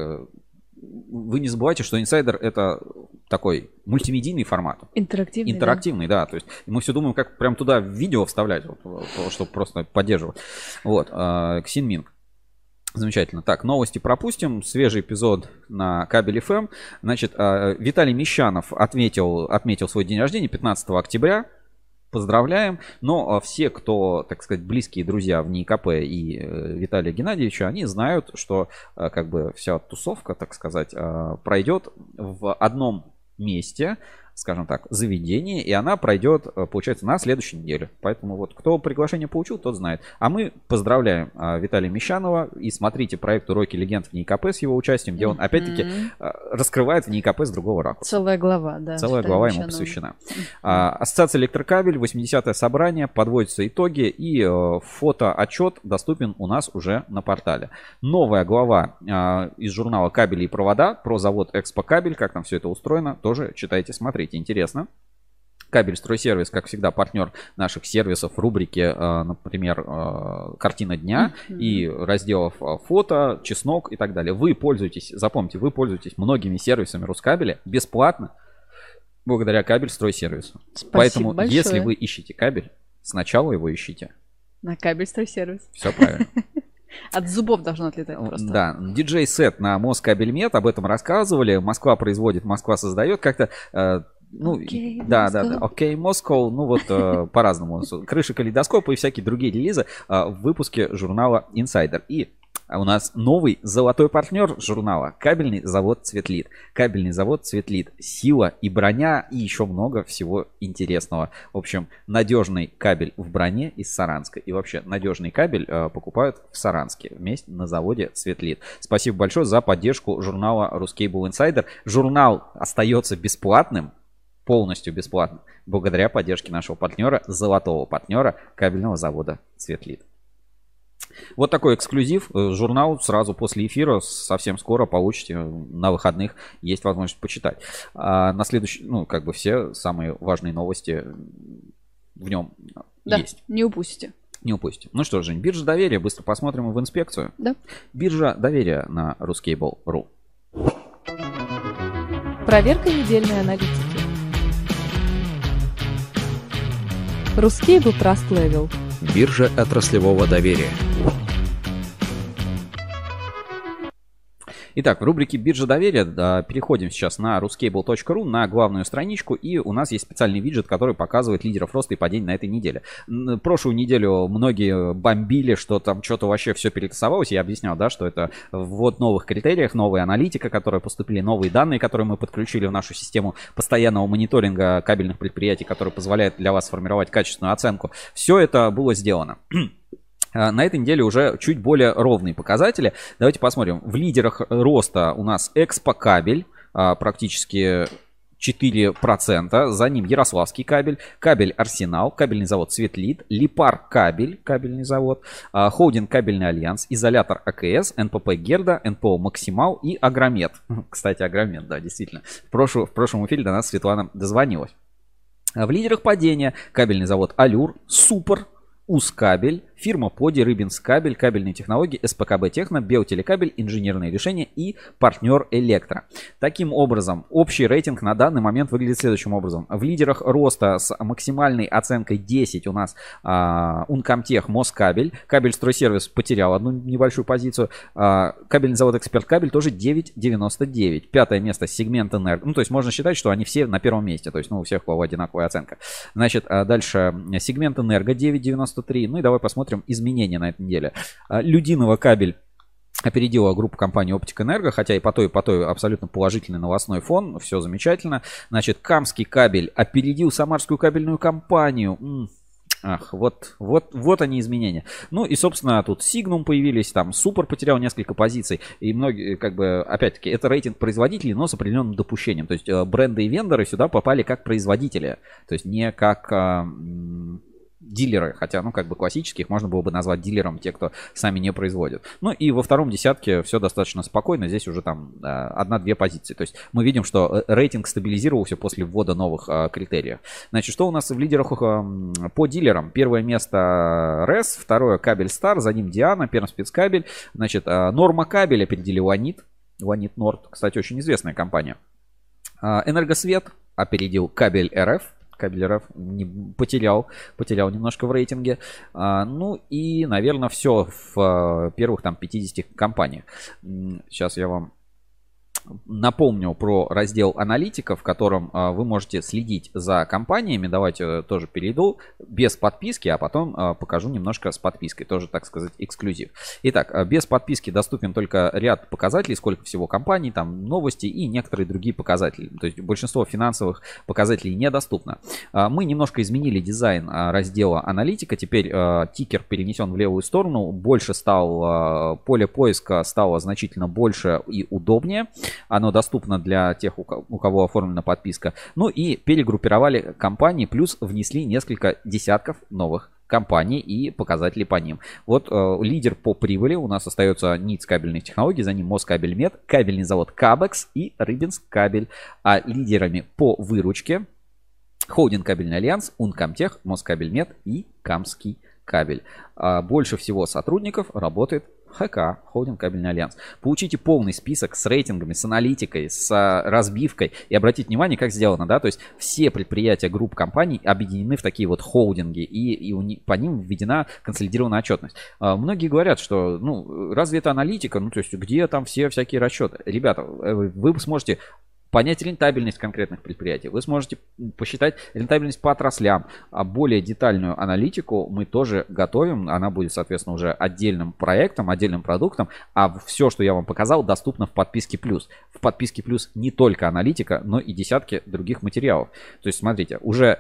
вы не забывайте, что Insider это такой мультимедийный формат. Интерактивный, да. То есть мы все думаем, как прям туда видео вставлять, вот, чтобы просто поддерживать. Вот, Xinming. Замечательно. Так, новости пропустим. Свежий эпизод на Кабель ФМ. Значит, Виталий Мещанов отметил свой день рождения 15 октября. Поздравляем. Но все, кто, так сказать, близкие друзья в НИИКП и Виталия Геннадьевича, они знают, что как бы вся тусовка, так сказать, пройдет в одном месте, скажем так, заведение, и она пройдет, получается, на следующей неделе. Поэтому вот кто приглашение получил, тот знает. А мы поздравляем Виталия Мещанова и смотрите проект «Уроки легенд» в НИИКП с его участием, где он, опять-таки, раскрывает в ниикп с другого ракурса. Целая глава, да. Целая глава ему посвящена. Ассоциация «Электрокабель», 80-е собрание, подводятся итоги, и фотоотчет доступен у нас уже на портале. Новая глава из журнала «Кабели и провода» про завод «Экспокабель», как там все это устроено, тоже читайте, смотрите. Интересно. Кабель Стройсервис, как всегда, партнер наших сервисов, рубрики, например, «Картина дня» и разделов «Фото», «Чеснок» и так далее. Вы пользуетесь, запомните, вы пользуетесь многими сервисами Рускабеля бесплатно благодаря Кабель Стройсервису. Спасибо Поэтому, большое. если вы ищете кабель, сначала его ищите на Кабель Стройсервис. Все правильно. От зубов должно отлетать просто. Да, диджей-сет на Москабельмет, об этом рассказывали. Москва производит, Москва создает. Как-то, ну, да, окей, Москва, ну вот по-разному. Крыша калейдоскопа и всякие другие релизы в выпуске журнала Insider. И у нас новый золотой партнер журнала — кабельный завод Цветлит. Кабельный завод Цветлит. Сила и броня, и еще много всего интересного. В общем, надежный кабель в броне из Саранска. И вообще, надежный кабель покупают в Саранске вместе на заводе Цветлит. Спасибо большое за поддержку журнала Ruscable Insider. Журнал остается бесплатным, полностью бесплатным, благодаря поддержке нашего партнера, золотого партнера кабельного завода Цветлит. Вот такой эксклюзив. Журнал сразу после эфира совсем скоро получите. На выходных есть возможность почитать. На следующий, ну, как бы все самые важные новости в нем есть. Не упустите. Не упустите. Ну что, Жень, биржа доверия. Быстро посмотрим в инспекцию. Да. Биржа доверия на Ruscable.ru. Проверка недельной аналитики. Ruscable Trust Level. Биржа отраслевого доверия. Итак, в рубрике «Биржа доверия» переходим сейчас на ruscable.ru, на главную страничку, и у нас есть специальный виджет, который показывает лидеров роста и падений на этой неделе. Прошлую неделю многие бомбили, что там что-то вообще все перетасовалось. Я объяснял, да, что это ввод новых критериев, новая аналитика, которые поступили, новые данные, которые мы подключили в нашу систему постоянного мониторинга кабельных предприятий, который позволяет для вас сформировать качественную оценку. Все это было сделано. На этой неделе уже чуть более ровные показатели. Давайте посмотрим. В лидерах роста у нас Экспокабель, практически 4%. За ним Ярославский кабель, кабель Арсенал, кабельный завод Светлит, Липар кабель, кабельный завод, Холдинг Кабельный Альянс, Изолятор АКС, НПП Герда, НПО Максимал и Агромет. Кстати, Агромет, да, действительно. В прошлом эфире до нас Светлана дозвонилась. В лидерах падения кабельный завод Алюр, Супер, Ускабель, фирма Поди, Рыбинскабель, кабельные технологии, СПКБ Техно, Белтелекабель, инженерные решения и партнер Электро. Таким образом, общий рейтинг на данный момент выглядит следующим образом. В лидерах роста с максимальной оценкой 10 у нас Ункомтех, Москабель, кабель Стройсервис потерял одну небольшую позицию, кабельный завод Эксперт Кабель тоже 9,99. Пятое место Сегмент Энерго. Ну, то есть можно считать, что они все на первом месте, то есть, ну, у всех одинаковая оценка. Значит, дальше Сегмент Энерго 9,93. Ну и давай посмотрим изменения на этой неделе. Людиново кабель опередила группу компании Оптик Энерго, хотя и по той абсолютно положительный новостной фон, все замечательно. Значит, Камский кабель опередил Самарскую кабельную компанию. Ах, вот они изменения. Ну и, собственно, тут Сигнум появились, там Супер потерял несколько позиций. И многие, как бы, опять-таки, это рейтинг производителей, но с определенным допущением. То есть бренды и вендоры сюда попали как производители, то есть не как дилеры, хотя, ну, как бы классических можно было бы назвать дилером те, кто сами не производят. Ну и во втором десятке все достаточно спокойно, здесь уже там 1-2 позиции. То есть мы видим, что рейтинг стабилизировался после ввода новых критериев. Значит, что у нас в лидерах по дилерам? Первое место РЭС, второе Кабель Стар, за ним Диана, Пермспецкабель. Значит, Норма Кабель опередили Ванит Норд, кстати, очень известная компания. Энергосвет опередил Кабель РФ. Кабель РФ потерял немножко в рейтинге. Ну и, наверное, все в первых там 50 компаниях. Сейчас я вам напомню про раздел аналитика, в котором вы можете следить за компаниями. Давайте тоже перейду без подписки, а потом покажу немножко с подпиской. Тоже, так сказать, эксклюзив. Итак, без подписки доступен только ряд показателей, сколько всего компаний, там новости и некоторые другие показатели. То есть большинство финансовых показателей недоступно. Мы немножко изменили дизайн раздела аналитика. Теперь тикер перенесен в левую сторону. Больше стал, поле поиска стало значительно больше и удобнее. Оно доступно для тех, у кого оформлена подписка. Ну и перегруппировали компании, плюс внесли несколько десятков новых компаний и показателей по ним. Вот лидер по прибыли у нас остается НИЦ кабельных технологий, за ним Москабельмет, кабельный завод Кабекс и Рыбинскабель. А лидерами по выручке Холдинг Кабельный Альянс, Ункомтех, Москабельмет и Камский кабель. Больше всего сотрудников работает ХК, Холдинг Кабельный Альянс. Получите полный список с рейтингами, с аналитикой, с разбивкой. И обратите внимание, как сделано, да, то есть все предприятия групп компаний объединены в такие вот холдинги, и по ним введена консолидированная отчетность. Многие говорят, что, ну, разве это аналитика, ну, то есть где там все всякие расчеты? Ребята, вы сможете понять рентабельность конкретных предприятий, вы сможете посчитать рентабельность по отраслям, а более детальную аналитику мы тоже готовим, она будет, соответственно, уже отдельным проектом, отдельным продуктом, а все, что я вам показал, доступно в подписке плюс. В подписке плюс не только аналитика, но и десятки других материалов. То есть, смотрите, уже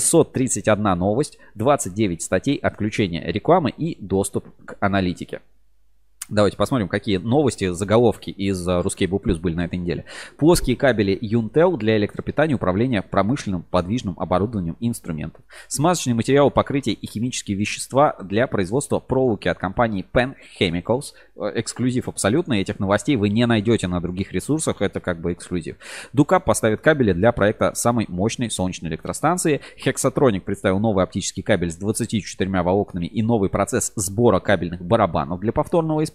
631 новость, 29 статей, отключение рекламы и доступ к аналитике. Давайте посмотрим, какие новости, заголовки из Ruscable Plus были на этой неделе. Плоские кабели Юнтел для электропитания, управления промышленным подвижным оборудованием и инструментов. Смазочные материалы, покрытия и химические вещества для производства проволоки от компании Penn Chemicals. Эксклюзив абсолютно, этих новостей вы не найдете на других ресурсах, это как бы эксклюзив. Дукап поставит кабели для проекта самой мощной солнечной электростанции. Hexatronic представил новый оптический кабель с 24 волокнами и новый процесс сбора кабельных барабанов для повторного использования.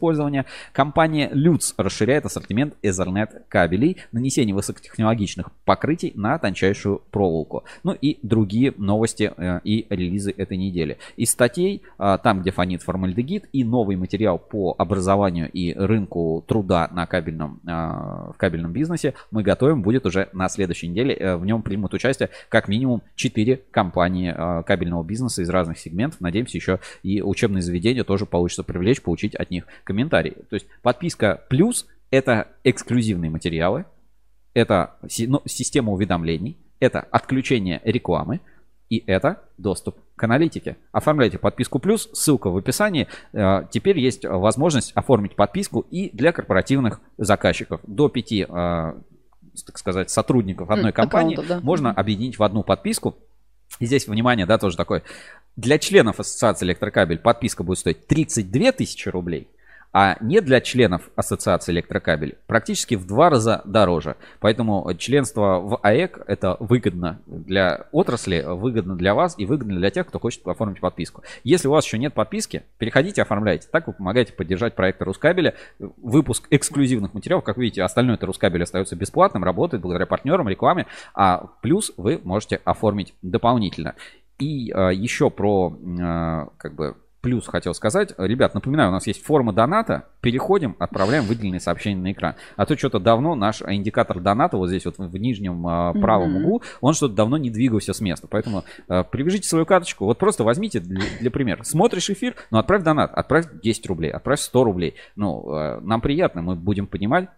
использования. Компания Lutz расширяет ассортимент Ethernet кабелей, нанесение высокотехнологичных покрытий на тончайшую проволоку. Ну и другие новости и релизы этой недели. Из статей, там, где фонит формальдегид, и новый материал по образованию и рынку труда на в кабельном бизнесе мы готовим, будет уже на следующей неделе. В нем примут участие как минимум 4 компании кабельного бизнеса из разных сегментов. Надеемся, еще и учебные заведения тоже получится привлечь, получить от них комментарии. То есть подписка плюс — это эксклюзивные материалы, это система уведомлений, это отключение рекламы и это доступ к аналитике. Оформляйте подписку плюс, ссылка в описании. Теперь есть возможность оформить подписку и для корпоративных заказчиков. До 5, так сказать, сотрудников одной компании можно объединить в одну подписку. И здесь, внимание, да, тоже такое. Для членов ассоциации электрокабель подписка будет стоить 32 тысячи рублей, а не для членов ассоциации электрокабель практически в 2 раза дороже. Поэтому членство в АЭК — это выгодно для отрасли, выгодно для вас и выгодно для тех, кто хочет оформить подписку. Если у вас еще нет подписки, переходите, оформляйте. Так вы помогаете поддержать проект Рускабеля. Выпуск эксклюзивных материалов, как видите, остальное это Рускабель остается бесплатным, работает благодаря партнерам, рекламе, а плюс вы можете оформить дополнительно. И еще про плюс хотел сказать. Ребят, напоминаю, у нас есть форма доната. Переходим, отправляем выделенные сообщения на экран. А то что-то давно наш индикатор доната вот здесь вот в нижнем правом углу, он что-то давно не двигался с места. Поэтому привяжите свою карточку. Вот просто возьмите для примера. Смотришь эфир, ну отправь донат. Отправь 10 рублей, отправь 100 рублей. Ну, нам приятно, мы будем понимать.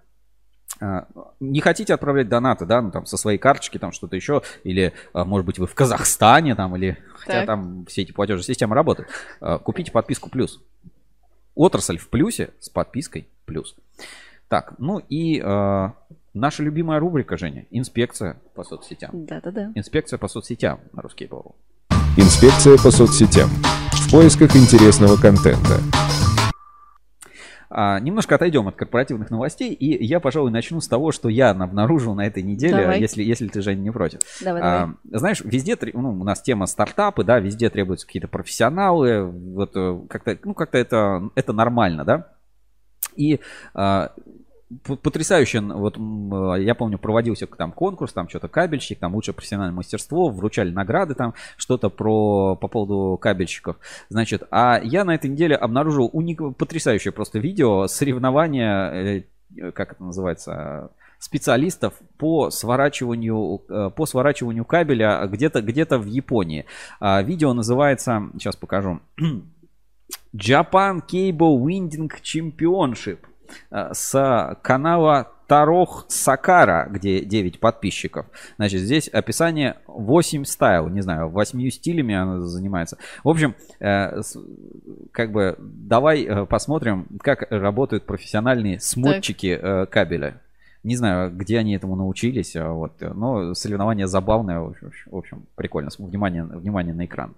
Не хотите отправлять донаты, да, ну там со своей карточки, там что-то еще, или, может быть, вы в Казахстане, там, или, хотя там все эти платежные системы работают. Купите подписку плюс. Отрасль в плюсе с подпиской плюс. Так, ну и наша любимая рубрика, Женя, инспекция по соцсетям. Да-да-да. Инспекция по соцсетям на Ruskable. Инспекция по соцсетям. В поисках интересного контента. Немножко отойдем от корпоративных новостей, и я, пожалуй, начну с того, что я обнаружил на этой неделе, если ты, Женя, не против. Давай. Знаешь, везде, у нас тема стартапы, да, везде требуются какие-то профессионалы, вот как-то это нормально, да. И потрясающе, вот я помню, проводился там конкурс, там что-то кабельщик, там лучшее профессиональное мастерство, вручали награды, там что-то по поводу кабельщиков. Значит, а я на этой неделе обнаружил потрясающее просто видео соревнования, как это называется, специалистов по сворачиванию кабеля где-то в Японии. Видео называется, сейчас покажу, Japan Cable Winding Championship. С канала Тарох Сакара, где 9 подписчиков. Значит, здесь описание 8 стайл, не знаю, 8 стилями она занимается. В общем, давай посмотрим, как работают профессиональные смотчики кабеля. Не знаю, где они этому научились, вот, но соревнование забавное, в общем, прикольно. Внимание на экран.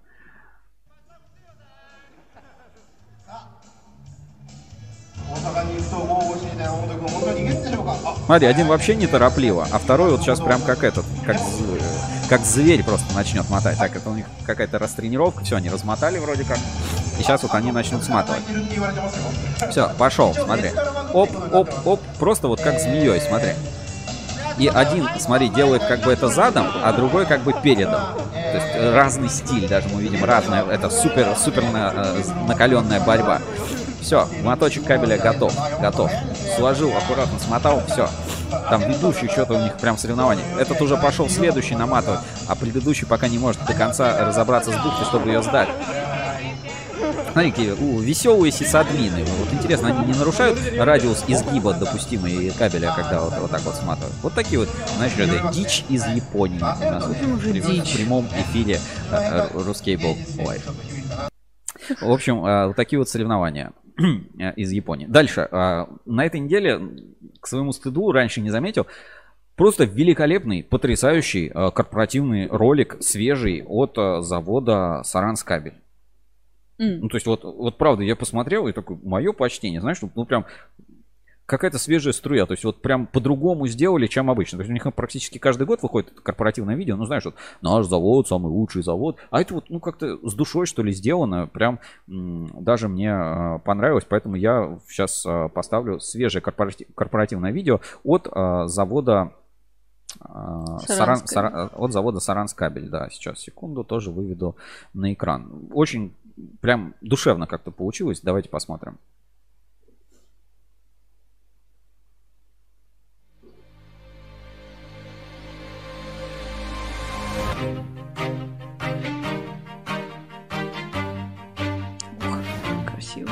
Смотри, один вообще неторопливо, а второй вот сейчас прям как зверь просто начнет мотать. Так, это у них какая-то растренировка. Все, они размотали вроде как. И сейчас вот они начнут сматывать. Все, пошел, смотри. Оп, оп, оп. Просто вот как змеей, смотри. И один, смотри, делает как бы это задом, а другой как бы передом. То есть разный стиль, даже мы видим разное. Это супер накаленная борьба. Все, моточек кабеля готов. Сложил, аккуратно смотал, все. Там ведущий, что-то у них прям соревнование. Этот уже пошел следующий наматывать, а предыдущий пока не может до конца разобраться с бухтой, чтобы ее сдать. Смотри, какие веселые сисадмины. Вот интересно, они не нарушают радиус изгиба допустимой кабеля, когда вот так вот сматывают? Вот такие вот, знаешь, это дичь из Японии. У нас в прямом эфире Ruskable Live. В общем, вот такие вот соревнования из Японии. Дальше. На этой неделе, к своему стыду, раньше не заметил, просто великолепный, потрясающий корпоративный ролик, свежий, от завода Саранскабель. Ну, то есть, вот правда, я посмотрел и такой, мое почтение, знаешь, ну прям какая-то свежая струя. То есть вот прям по-другому сделали, чем обычно. То есть у них практически каждый год выходит корпоративное видео. Ну, знаешь, вот наш завод, самый лучший завод. А это вот, ну, как-то с душой, что ли, сделано. Прям даже мне понравилось. Поэтому я сейчас поставлю свежее корпоративное видео от завода от завода Саранскабель. Да, сейчас, секунду, тоже выведу на экран. Очень прям душевно как-то получилось. Давайте посмотрим. Красиво.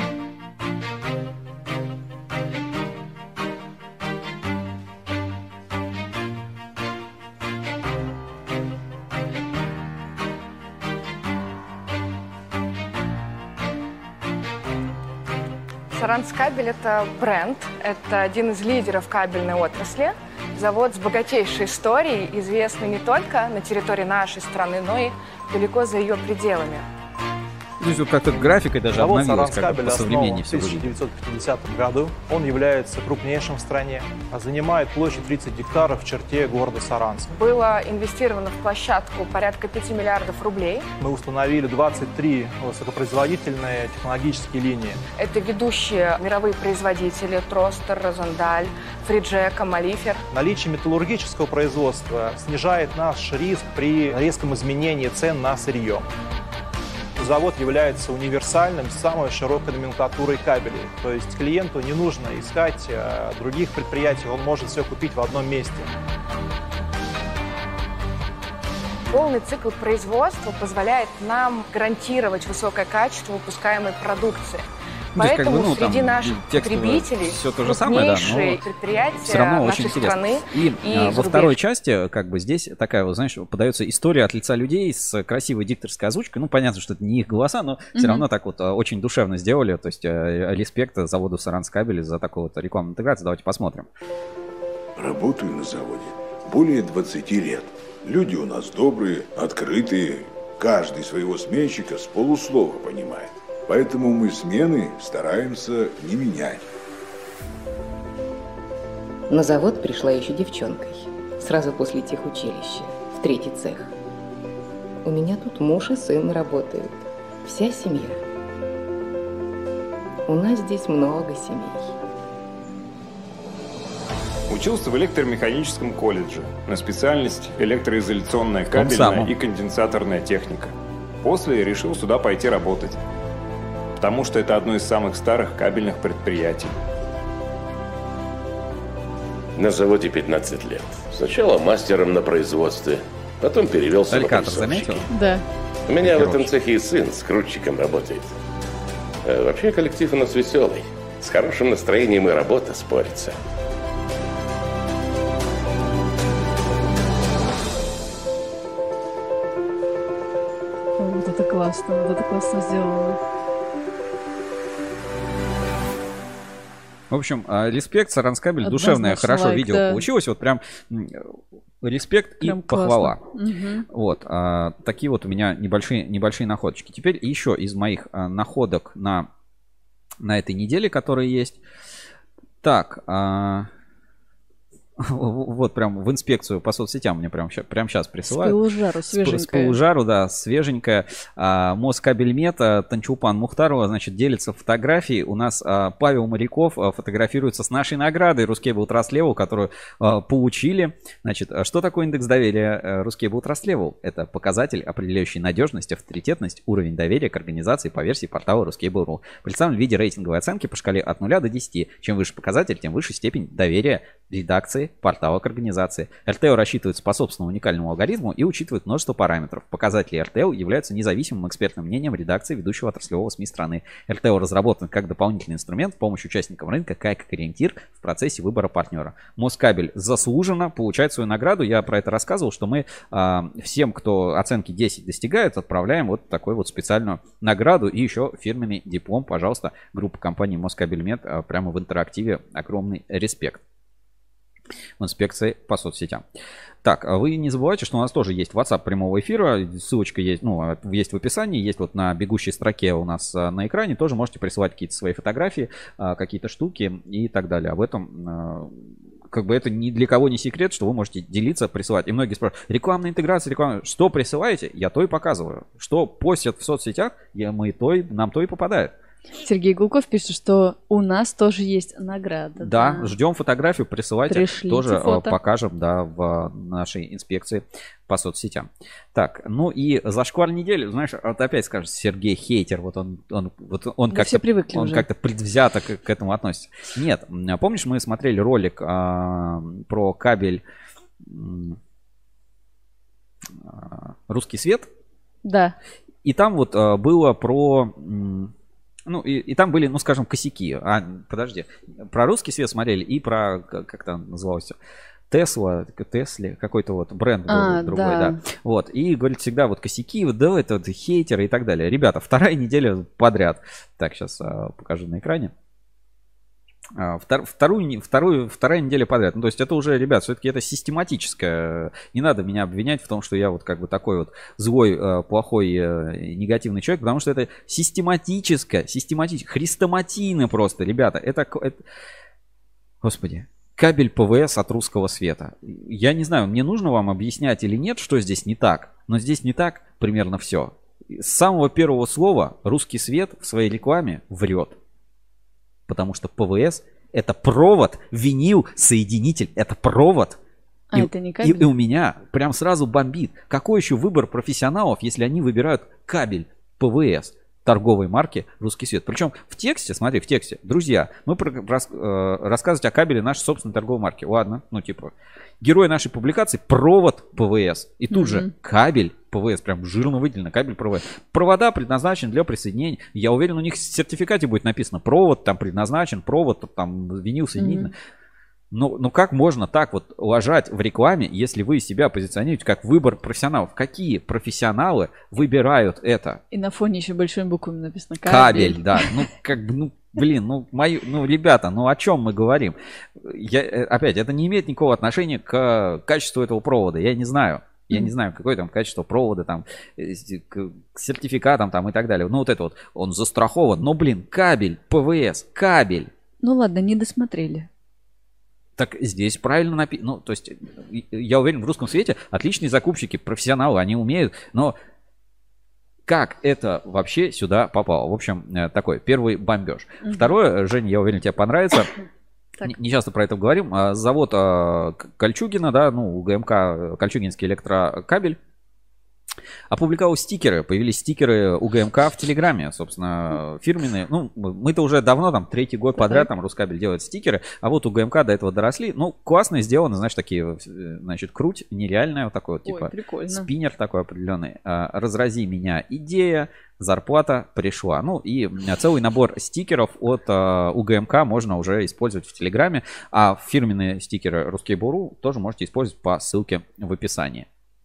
Саранскабель – это бренд, это один из лидеров кабельной отрасли. Завод с богатейшей историей, известный не только на территории нашей страны, но и далеко за ее пределами. Здесь вот как-то графикой даже завод обновилась, Саранскабель как-то по современнее основан в все выглядит. 1950 году. Он является крупнейшим в стране, а занимает площадь 30 гектаров в черте города Саранск. Было инвестировано в площадку порядка 5 миллиардов рублей. Мы установили 23 высокопроизводительные технологические линии. Это ведущие мировые производители Тростер, Розендаль, Фриджека, Малифер. Наличие металлургического производства снижает наш риск при резком изменении цен на сырье. Завод является универсальным с самой широкой номенклатурой кабелей. То есть клиенту не нужно искать других предприятий, он может все купить в одном месте. Полный цикл производства позволяет нам гарантировать высокое качество выпускаемой продукции. Поэтому как бы, среди наших потребителей все то же самое, да, но предприятия все равно нашей очень страны и во второй части, как бы здесь такая, вот, знаешь, подается история от лица людей с красивой дикторской озвучкой. Ну, понятно, что это не их голоса, но все равно так вот очень душевно сделали. То есть респект заводу Саранскабель за такую вот рекламную интеграцию. Давайте посмотрим. Работаю на заводе более 20 лет. Люди у нас добрые, открытые. Каждый своего сменщика с полуслова понимает. Поэтому мы смены стараемся не менять. На завод пришла еще девчонкой, сразу после техучилища, в 3-й цех. У меня тут муж и сын работают, вся семья. У нас здесь много семей. Учился в электромеханическом колледже на специальность электроизоляционная кабельная и конденсаторная техника. После решил сюда пойти работать, потому что это одно из самых старых кабельных предприятий. На заводе 15 лет. Сначала мастером на производстве, потом перевелся на заметил? Да. У меня в этом цехе и сын с крутчиком работает. Вообще коллектив у нас веселый. С хорошим настроением и работа спорится. Вот это классно сделано. В общем, респект, Саранскабель, душевное, хорошо лайк, видео получилось. Вот прям респект прям и похвала. Вот, такие вот у меня небольшие находочки. Теперь еще из моих находок на этой неделе, которые есть. Так, вот прям в инспекцию по соцсетям мне прям сейчас присылают. С пылу жару, свеженькая. С пылу жару, да, свеженькая. Москабельмет, Танчупан Мухтарова, значит, делится фотографией. У нас Павел Моряков фотографируется с нашей наградой Ruscable Trust Level, которую получили. Значит, что такое индекс доверия Ruscable Trust Level? Это показатель, определяющий надежность, авторитетность, уровень доверия к организации по версии портала Ruscable.ru. Представлен в виде рейтинговой оценки по шкале от 0 до 10. Чем выше показатель, тем выше степень доверия редакции портала к организации. RTL рассчитывается по собственному уникальному алгоритму и учитывает множество параметров. Показатели RTL являются независимым экспертным мнением редакции ведущего отраслевого СМИ страны. RTL разработан как дополнительный инструмент в помощь участникам рынка, как ориентир в процессе выбора партнера. Москабель заслуженно получает свою награду. Я про это рассказывал, что мы всем, кто оценки 10 достигает, отправляем вот такую вот специальную награду и еще фирменный диплом. Пожалуйста, группа компании Москабельмет прямо в интерактиве. Огромный респект. в инспекции по соцсетям. Так, вы не забывайте, что у нас тоже есть WhatsApp прямого эфира, ссылочка есть, ну, есть в описании, есть вот на бегущей строке у нас на экране, тоже можете присылать какие-то свои фотографии, какие-то штуки и так далее. Об этом, как бы это ни для кого не секрет, что вы можете делиться, присылать. И многие спрашивают, рекламная интеграция, что присылаете, я то и показываю. Что постят в соцсетях, нам то и попадает. Сергей Гулков пишет, что у нас тоже есть награда. Да, ждем фотографию, присылайте. Пришлите тоже фото. Покажем, да, в нашей инспекции по соцсетям. Так, ну и зашквар недели, знаешь, вот опять скажешь, Сергей хейтер, вот он как-то предвзято к этому относится. Нет, помнишь, мы смотрели ролик про кабель «Русский свет»? Да. И там вот было про... Ну, и там были, ну, скажем, косяки. Подожди. Про «Русский свет» смотрели и про, как там называлось, Тесли, какой-то вот бренд был другой, да. Вот. И, говорит, всегда вот косяки, вот, да, это хейтеры и так далее. Ребята, вторая неделя подряд. Так, сейчас покажу на экране. Вторая неделя подряд. Ну, то есть это уже, ребят, все-таки это систематическое. Не надо меня обвинять в том, что я вот как бы такой вот злой, плохой, негативный человек, потому что это систематическое, хрестоматийно просто, ребята. Это... Господи. Кабель ПВС от «Русского света». Я не знаю, мне нужно вам объяснять или нет, что здесь не так, но здесь не так примерно все. С самого первого слова «Русский свет» в своей рекламе врет. Потому что ПВС — это провод, винил, соединитель, это провод. Это не кабель? И у меня прям сразу бомбит. Какой еще выбор профессионалов, если они выбирают кабель ПВС торговой марки «Русский свет»? Причем в тексте, смотри, в тексте, друзья, мы рассказывать о кабеле нашей собственной торговой марки. Ладно, ну типа, герой нашей публикации — провод ПВС. И тут же кабель ПВС, прям жирно выделено, кабель ПВС. Провода предназначены для присоединения. Я уверен, у них в сертификате будет написано провод там предназначен, провод там винил соединительно. Ну как можно так вот лажать в рекламе, если вы себя позиционируете как выбор профессионалов? Какие профессионалы выбирают это? И на фоне еще большими буквами написано кабель. Да, ну как бы, ну блин, ребята, ну о чем мы говорим? Опять, это не имеет никакого отношения к качеству этого провода, я не знаю. Я не знаю, какое там качество провода, там, к сертификатам там и так далее. Ну вот это вот, он застрахован. Но, блин, кабель, ПВС, кабель. Ну ладно, не досмотрели. Так здесь правильно написано. Ну, то есть, я уверен, в «Русском свете» отличные закупщики, профессионалы, они умеют. Но как это вообще сюда попало? В общем, такой первый бомбеж. Второе, Женя, я уверен, тебе понравится. Не часто про это говорим. Завод Кольчугина, да, ну, УГМК, Кольчугинский электрокабель, опубликовал стикеры. Появились стикеры УГМК в Телеграме, собственно, фирменные. Ну, мы-то уже давно, там, 3-й год подряд, там, Рускабель делает стикеры, а вот УГМК до этого доросли. Ну, классно сделано, знаешь, такие, значит, круть нереальная, вот такой вот, типа, спиннер такой определенный. Разрази меня идея, зарплата пришла. Ну, и целый набор стикеров от УГМК можно уже использовать в Телеграме, а фирменные стикеры Ruskable.ru тоже можете использовать по ссылке в описании.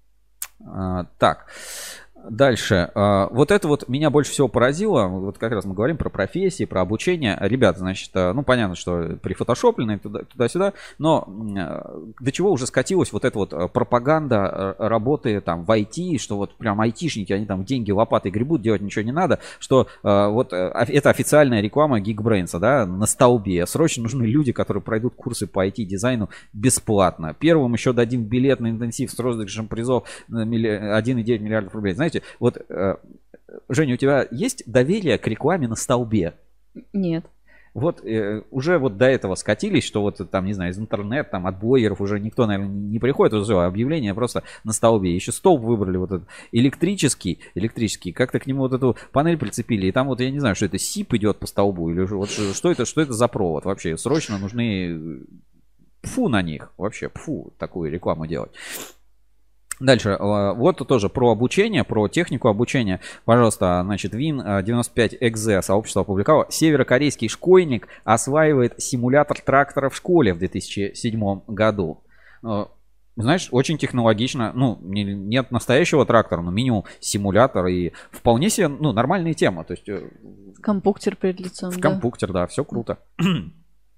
Так, дальше. Вот это вот меня больше всего поразило. Вот как раз мы говорим про профессии, про обучение. Ребята, значит, ну понятно, что прифотошопленные туда-сюда, но до чего уже скатилась вот эта вот пропаганда работы там в IT, что вот прям айтишники, они там деньги лопатой гребут, делать ничего не надо, что вот это официальная реклама Geekbrains, да, на столбе. Срочно нужны люди, которые пройдут курсы по IT-дизайну бесплатно. Первым еще дадим билет на интенсив с розыгрышем призов на 1,9 миллиардов рублей. Знаете, вот, Женя, у тебя есть доверие к рекламе на столбе? Нет. Вот уже вот до этого скатились, что вот там, не знаю, из интернета, там от блогеров уже никто, наверное, не приходит, уже объявление просто на столбе. Еще столб выбрали вот этот электрический, как-то к нему вот эту панель прицепили, и там вот я не знаю, что это СИП идет по столбу, или вот что это за провод вообще. Срочно нужны, пфу на них вообще, пфу, такую рекламу делать. Дальше, вот тоже про обучение, про технику обучения. Пожалуйста, значит, Win95XZ сообщество опубликовало. Северокорейский школьник осваивает симулятор трактора в школе в 2007 году. Знаешь, очень технологично. Ну, нет настоящего трактора, но минимум симулятор и вполне себе, ну, нормальная тема. То есть, компьютер перед лицом, компьютер, да, все круто.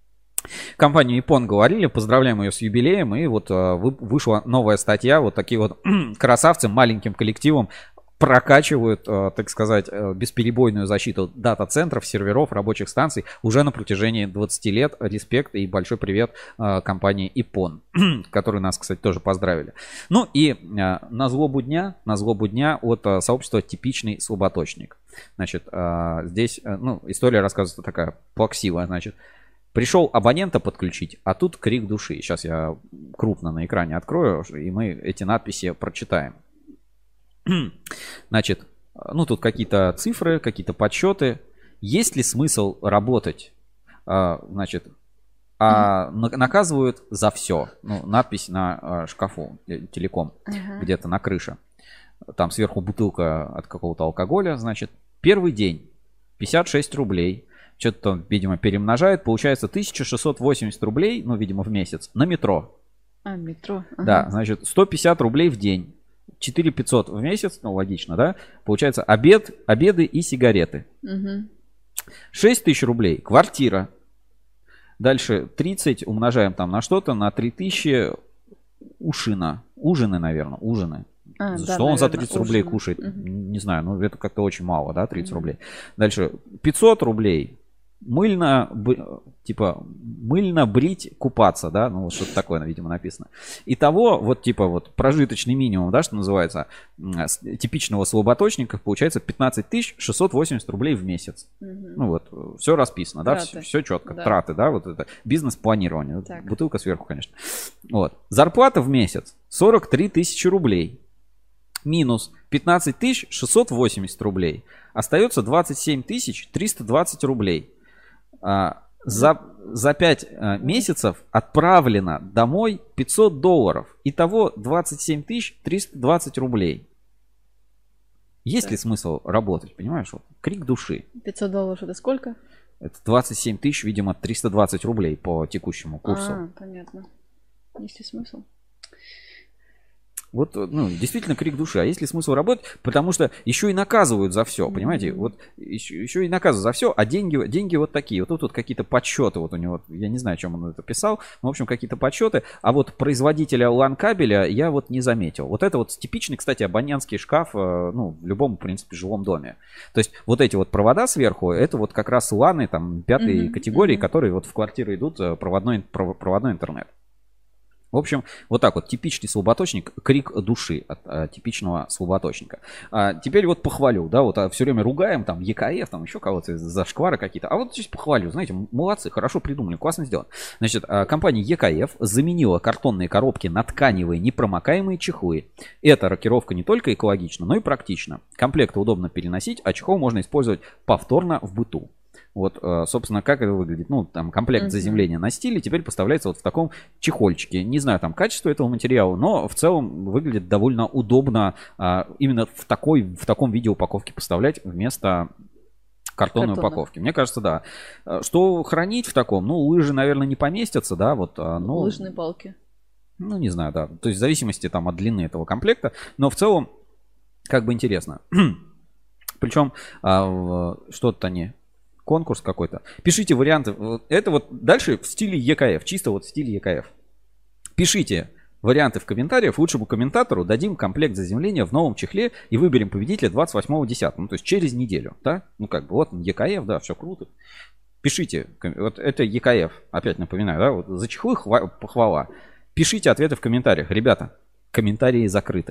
Компанию Ippon говорили, поздравляем ее с юбилеем, и вот вышла новая статья, вот такие вот красавцы маленьким коллективом прокачивают, так сказать, бесперебойную защиту дата-центров, серверов, рабочих станций уже на протяжении 20 лет. Респект и большой привет компании Ippon, которые нас, кстати, тоже поздравили. Ну и на злобу дня от сообщества «Типичный слаботочник». Значит, здесь, ну, история рассказывается такая плаксивая, значит. Пришел абонента подключить, а тут крик души. Сейчас я крупно на экране открою, и мы эти надписи прочитаем. Значит, ну тут какие-то цифры, какие-то подсчеты. Есть ли смысл работать? Значит, наказывают за все. Ну, надпись на шкафу телеком, где-то на крыше. Там сверху бутылка от какого-то алкоголя. Значит, первый день 56 рублей. Что-то там, видимо, перемножает. Получается 1680 рублей, ну, видимо, в месяц на метро. Метро. Да, значит, 150 рублей в день. 4500 в месяц, ну, логично, да? Получается обеды и сигареты. 6000 рублей квартира. Дальше 30 умножаем там на что-то, на 3000 ужины, наверное, ужины. Что он за 30 рублей кушает? Не знаю, ну это как-то очень мало, да, 30 рублей. Дальше 500 рублей. Мыльно брить, купаться, да, ну что-то такое, видимо, написано. Итого, вот типа вот прожиточный минимум, да, что называется, типичного слаботочника, получается 15 680 рублей в месяц. Ну вот, все расписано, да, все четко, траты, да, вот это бизнес-планирование. Бутылка сверху, конечно. Вот, зарплата в месяц 43 тысячи рублей. Минус 15 680 рублей. Остается 27 320 рублей. За 5 месяцев отправлено домой $500. Итого 27 320 рублей. Есть ли смысл работать, понимаешь? Вот, крик души. $500 это сколько? Это 27 тысяч, видимо, 320 рублей по текущему курсу. Понятно. Есть ли смысл? Вот, ну, действительно крик души. А есть ли смысл работать? Потому что еще и наказывают за все, понимаете? Вот еще и наказывают за все, а деньги вот такие. Вот тут какие-то подсчеты, вот у него, я не знаю, о чем он это писал, но, в общем, какие-то подсчеты. А вот производителя LAN-кабеля я вот не заметил. Вот это вот типичный, кстати, абонентский шкаф, ну, в любом, в принципе, жилом доме. То есть вот эти вот провода сверху, это вот как раз LAN, там, 5-й категории, которые вот в квартиры идут, проводной интернет. В общем, вот так вот, типичный слаботочник, крик души от типичного слаботочника. Теперь вот похвалю, да, вот все время ругаем, там, ЕКФ, там, еще кого-то, зашквары какие-то. А вот здесь похвалю, знаете, молодцы, хорошо придумали, классно сделано. Значит, компания ЕКФ заменила картонные коробки на тканевые непромокаемые чехлы. Эта рокировка не только экологична, но и практична. Комплекты удобно переносить, а чехол можно использовать повторно в быту. Вот, собственно, как это выглядит. Ну, там комплект заземления на стиле теперь поставляется вот в таком чехольчике. Не знаю там качество этого материала, но в целом выглядит довольно удобно именно в таком виде упаковки поставлять вместо картонной упаковки. Мне кажется, да. Что хранить в таком? Ну, лыжи, наверное, не поместятся, да. Вот, ну, лыжные палки. Ну, не знаю, да. То есть в зависимости там от длины этого комплекта. Но в целом, как бы интересно. Причем, что-то они... Конкурс какой-то. Пишите варианты. Это вот дальше в стиле ЕКФ. Чисто вот в стиле ЕКФ. Пишите варианты в комментариях. Лучшему комментатору дадим комплект заземления в новом чехле и выберем победителя 28.10. Ну, то есть через неделю. Да? Ну, как бы вот ЕКФ, да, все круто. Пишите. Вот это ЕКФ. Опять напоминаю, да, вот за чехлы похвала. Пишите ответы в комментариях. Ребята, комментарии закрыты.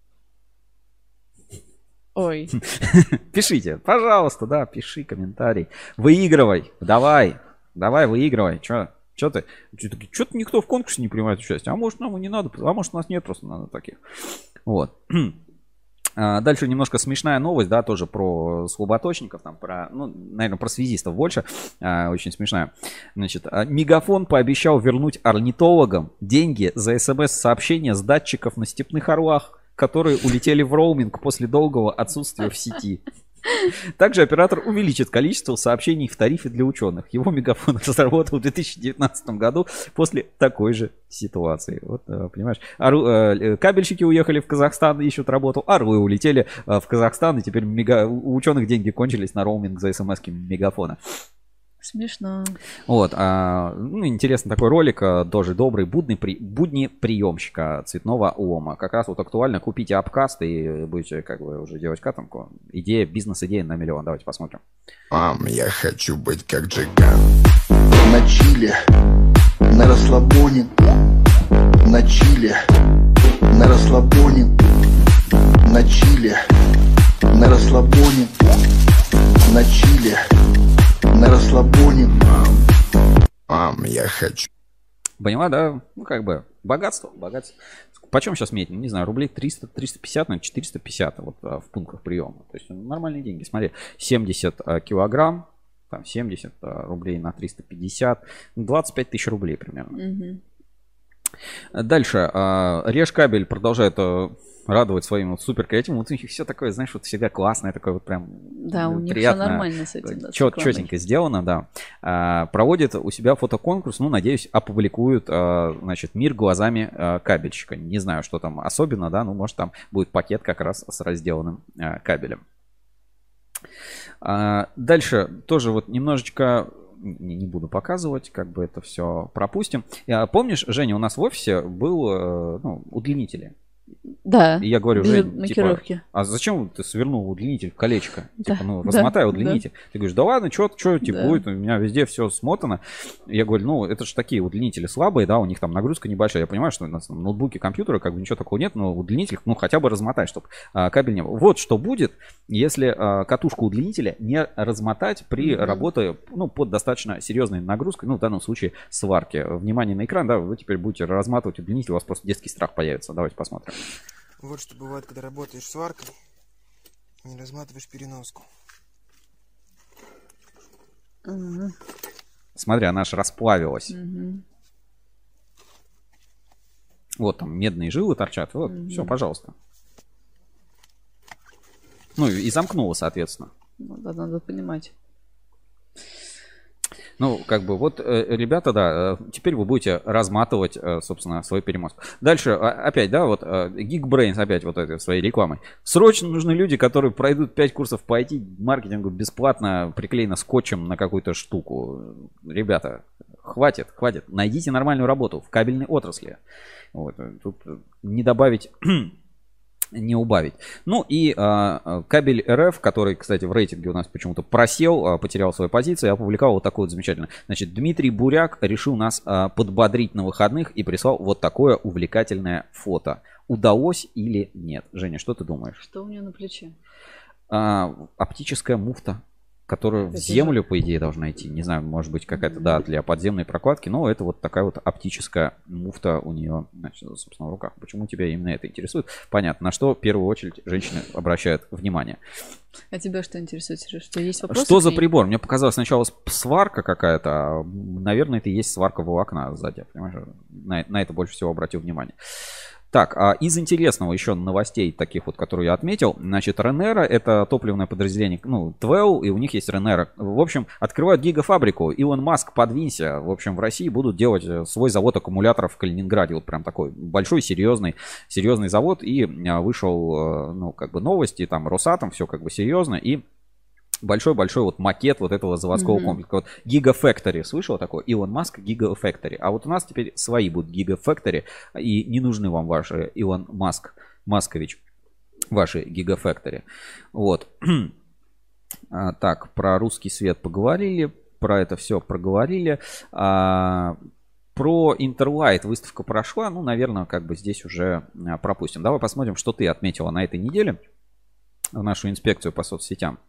Ой. Пишите, пожалуйста, да, пиши комментарий. Выигрывай, давай выигрывай. Что-то никто в конкурсе не принимает участие. А может, нам и не надо, а может, у нас нет просто таких. Вот. Дальше немножко смешная новость, да, тоже про слаботочников, там, про, ну, наверное, про связистов больше. Очень смешная. Значит, Мегафон пообещал вернуть орнитологам деньги за СМС-сообщения с датчиков на степных орлах, которые улетели в роуминг после долгого отсутствия в сети. Также оператор увеличит количество сообщений в тарифе для ученых. Его Мегафон разработал в 2019 году после такой же ситуации. Вот, понимаешь, кабельщики уехали в Казахстан, ищут работу, орлы улетели в Казахстан, и теперь у ученых деньги кончились на роуминг за смс-ки Мегафона. Смешно. Вот, интересный такой ролик, тоже добрый, будни приемщика цветного лома. Как раз вот актуально, купите апкаст и будете как бы уже делать катанку. Идея, бизнес-идея на миллион. Давайте посмотрим. Я хочу быть как Джиган. На чиле, на расслабоне, на чиле, на расслабоне, на чиле, на расслабоне, на чиле, на расслабоне. Я хочу. Поняла, да? Ну, как бы, богатство. Почем сейчас медь? Не знаю, рублей 300, 350, наверное, 450 вот в пунктах приема. То есть нормальные деньги. Смотри, 70 килограмм, там 70 рублей на 350, 25 тысяч рублей примерно. Дальше. Режкабель продолжает радовать своим вот супер креативом. Вот у них все такое, знаешь, вот всегда классное, такое вот прям да, у них приятно, все нормально с этим. Да, четенько сделано, да. Проводит у себя фотоконкурс, ну, надеюсь, опубликуют, значит, мир глазами кабельщика. Не знаю, что там особенно, да, ну, может, там будет пакет как раз с разделанным кабелем. Дальше тоже вот немножечко... Не буду показывать, как бы это все пропустим. Помнишь, Женя, у нас в офисе был удлинители. Да. И я говорю, Жень, типа, а зачем ты свернул удлинитель в колечко? Да, типа, размотай удлинитель. Да. Ты говоришь, да ладно, что типа будет, у меня везде все смотано. Я говорю, это же такие удлинители слабые, да, у них там нагрузка небольшая. Я понимаю, что у нас ноутбуки, компьютеры, как бы ничего такого нет, но удлинитель, хотя бы размотай, чтобы кабель не был. Вот что будет, если катушку удлинителя не размотать при работе, под достаточно серьезной нагрузкой, в данном случае сварки. Внимание на экран, да, вы теперь будете разматывать удлинитель, у вас просто детский страх появится. Давайте посмотрим. Вот что бывает, когда работаешь сваркой, не разматываешь переноску. Смотри, она аж расплавилась. Вот там медные жилы торчат. Вот, все, пожалуйста. И замкнула, соответственно. Надо понимать. Ребята, да, теперь вы будете разматывать, собственно, свою перемазку. Дальше, опять, да, вот Geekbrains опять вот этой своей рекламой. Срочно нужны люди, которые пройдут 5 курсов по IT-маркетингу бесплатно, приклеено скотчем на какую-то штуку. Ребята, хватит. Найдите нормальную работу в кабельной отрасли. Вот, тут не добавить... не убавить. Кабель РФ, который, кстати, в рейтинге у нас почему-то просел, потерял свою позицию, опубликовал вот такое вот замечательное. Значит, Дмитрий Буряк решил нас подбодрить на выходных и прислал вот такое увлекательное фото. Удалось или нет? Женя, что ты думаешь? Что у него на плече? Оптическая муфта, которую в землю, по идее, должна идти. Не знаю, может быть, какая-то, да, для подземной прокладки, но это вот такая вот оптическая муфта у нее, значит, собственно, в руках. Почему тебя именно это интересует? Понятно, на что в первую очередь женщины обращают внимание. А тебя что интересует, Сереж? Что есть вопросы? Что за прибор? Мне показалось сначала сварка какая-то, а, наверное, это и есть сварка волокна сзади. Понимаешь? На это больше всего обратил внимание. Так, из интересного еще новостей, таких вот, которые я отметил, значит, Ренера, это топливное подразделение, Твел, и у них есть Ренера. В общем, открывают гигафабрику, Илон Маск, подвинься. В общем, в России будут делать свой завод аккумуляторов в Калининграде. Вот прям такой большой, серьезный завод. И вышел, новости, там, Росатом, все как бы серьезно, и большой-большой вот макет вот этого заводского комплекса. Вот Gigafactory, слышал такое? Илон Маск Gigafactory. А вот у нас теперь свои будут Gigafactory, и не нужны вам ваши Илон Маскович, ваши Gigafactory. Вот. Так, про русский свет поговорили, про это все проговорили. Про Interlight выставка прошла, наверное, как бы здесь уже пропустим. Давай посмотрим, что ты отметила на этой неделе в нашу инспекцию по соцсетям.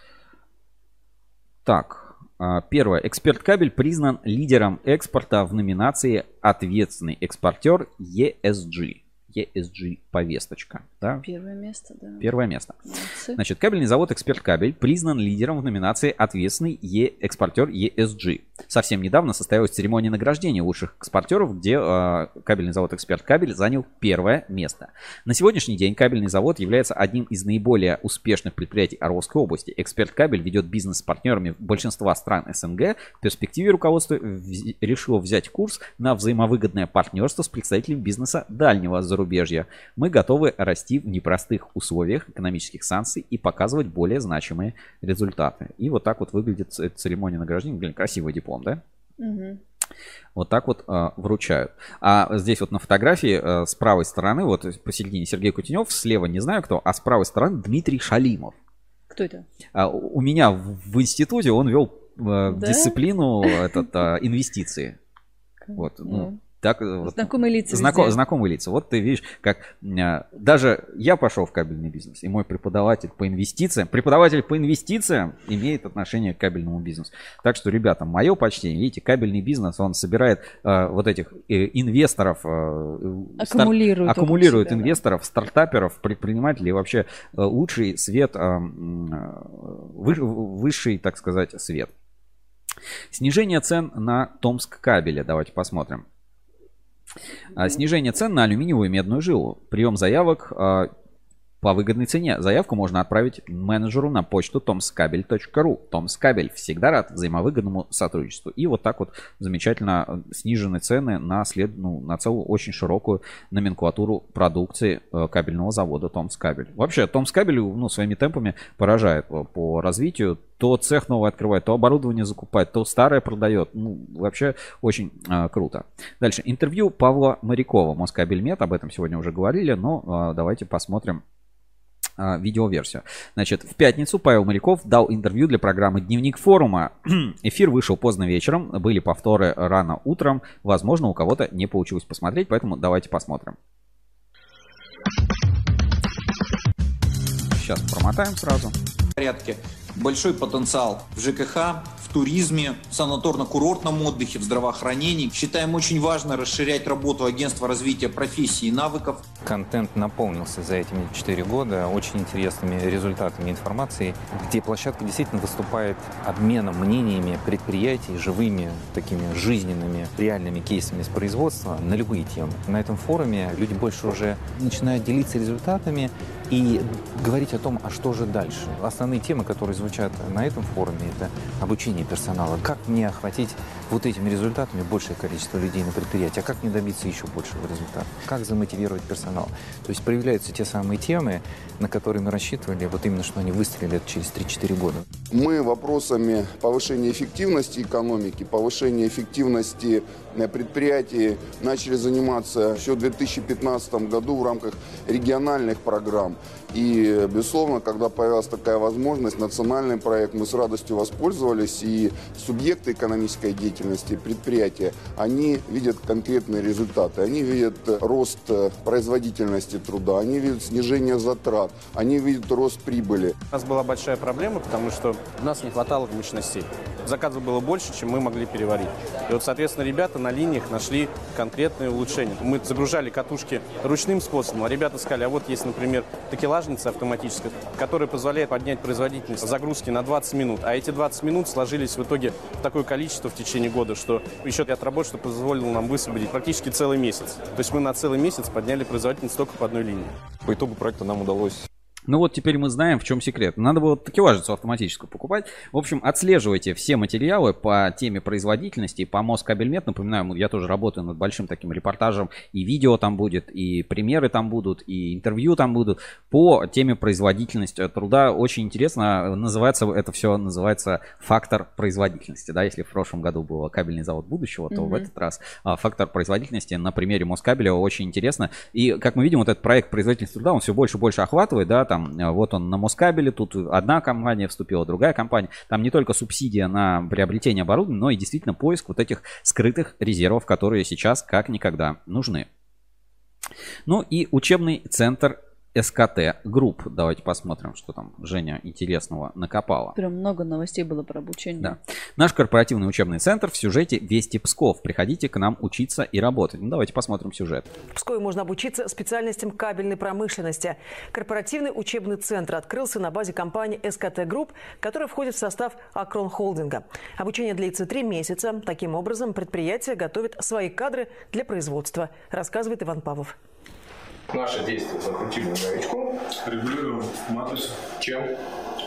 Так, первое. Эксперт Кабель признан лидером экспорта в номинации «Ответственный экспортер ESG». ESG повесточка. Да? Первое место, да. Первое место. Молодцы. Значит, кабельный завод «Эксперт Кабель» признан лидером в номинации «Ответственный экспортер ESG». Совсем недавно состоялась церемония награждения лучших экспортеров, где кабельный завод «Эксперт Кабель» занял первое место. На сегодняшний день кабельный завод является одним из наиболее успешных предприятий Орловской области. «Эксперт Кабель» ведет бизнес с партнерами большинства стран СНГ. В перспективе руководство решило взять курс на взаимовыгодное партнерство с представителями бизнеса дальнего зарубежья. Мы готовы расти расти в непростых условиях экономических санкций и показывать более значимые результаты. И вот так вот выглядит церемония награждения. Блин, красивый диплом, да? Угу. Вот так вот вручают. А здесь вот на фотографии с правой стороны, вот посередине Сергей Кутенев, слева не знаю кто, а с правой стороны Дмитрий Шалимов. Кто это? У меня в институте он вел дисциплину инвестиции. Вот, ну, так, знакомые лица. Знакомые лица. Вот ты видишь, как даже я пошел в кабельный бизнес, и мой преподаватель по инвестициям имеет отношение к кабельному бизнесу. Так что, ребята, мое почтение. Видите, кабельный бизнес, он собирает вот этих инвесторов, аккумулирует инвесторов, стартаперов, предпринимателей, вообще лучший свет, высший, так сказать, свет. Снижение цен на Томсккабеле. Давайте посмотрим. Снижение цен на алюминиевую и медную жилу. Прием заявок по выгодной цене. Заявку можно отправить менеджеру на почту tomskabel.ru. Томскабель всегда рад взаимовыгодному сотрудничеству. И вот так вот замечательно снижены цены на целую очень широкую номенклатуру продукции кабельного завода Томскабель. Вообще Томскабель своими темпами поражает по развитию. То цех новый открывает, то оборудование закупает, то старое продает. Вообще очень круто. Дальше. Интервью Павла Морякова. Москабельмет. Об этом сегодня уже говорили, но давайте посмотрим видеоверсию. Значит, в пятницу Павел Моряков дал интервью для программы «Дневник форума». Эфир вышел поздно вечером, были повторы рано утром. Возможно, у кого-то не получилось посмотреть, поэтому давайте посмотрим. Сейчас промотаем сразу. В порядке. Большой потенциал в ЖКХ, в туризме, в санаторно-курортном отдыхе, в здравоохранении. Считаем очень важно расширять работу агентства развития профессий и навыков. Контент наполнился за эти 4 года очень интересными результатами информации, где площадка действительно выступает обменом мнениями предприятий, живыми, такими жизненными, реальными кейсами с производства на любые темы. На этом форуме люди больше уже начинают делиться результатами и говорить о том, а что же дальше. Основные темы, которые звучат на этом форуме, это обучение персонала. Как мне охватить вот этими результатами большее количество людей на предприятии, а как мне добиться еще большего результата? Как замотивировать персонал? То есть проявляются те самые темы, на которые мы рассчитывали, вот именно что они выстрелят через 3-4 года. Мы вопросами повышения эффективности экономики, повышения эффективности предприятий начали заниматься еще в 2015 году в рамках региональных программ. И, безусловно, когда появилась такая возможность, национальный проект, мы с радостью воспользовались, и субъекты экономической деятельности, предприятия, они видят конкретные результаты, они видят рост производительности труда, они видят снижение затрат, они видят рост прибыли. У нас была большая проблема, потому что у нас не хватало мощностей. Заказов было больше, чем мы могли переварить. И вот, соответственно, ребята на линиях нашли конкретные улучшения. Мы загружали катушки ручным способом, а ребята сказали, а вот есть, например, такелажница автоматическая, которая позволяет поднять производительность загрузки на 20 минут. А эти 20 минут сложились в итоге в такое количество в течение года, что еще ряд работ, что позволило нам высвободить практически целый месяц. То есть мы на целый месяц подняли производительность только по одной линии. По итогу проекта нам удалось... Ну вот теперь мы знаем, в чем секрет. Надо было такелажницу автоматическую покупать. В общем, отслеживайте все материалы по теме производительности. По Москабельмет, напоминаю, я тоже работаю над большим таким репортажем. И видео там будет, и примеры там будут, и интервью там будут. По теме производительности труда очень интересно. Это все называется фактор производительности. Да, если в прошлом году был кабельный завод будущего, то в этот раз фактор производительности на примере Москабеля очень интересно. И как мы видим, вот этот проект производительности труда, он все больше и больше охватывает, да. Там, вот он на Москабеле, тут одна компания вступила, другая компания. Там не только субсидия на приобретение оборудования, но и действительно поиск вот этих скрытых резервов, которые сейчас как никогда нужны. Ну и учебный центр СКТ Групп. Давайте посмотрим, что там Женя интересного накопала. Прям много новостей было про обучение. Да. Наш корпоративный учебный центр в сюжете «Вести Псков». Приходите к нам учиться и работать. Ну, давайте посмотрим сюжет. В Пскове можно обучиться специальностям кабельной промышленности. Корпоративный учебный центр открылся на базе компании СКТ Групп, которая входит в состав Акрон Холдинга. Обучение длится 3 месяца. Таким образом, предприятие готовит свои кадры для производства, рассказывает Иван Павлов. Наше действие закрутили гаечку. Регулируем матрицу. Чем?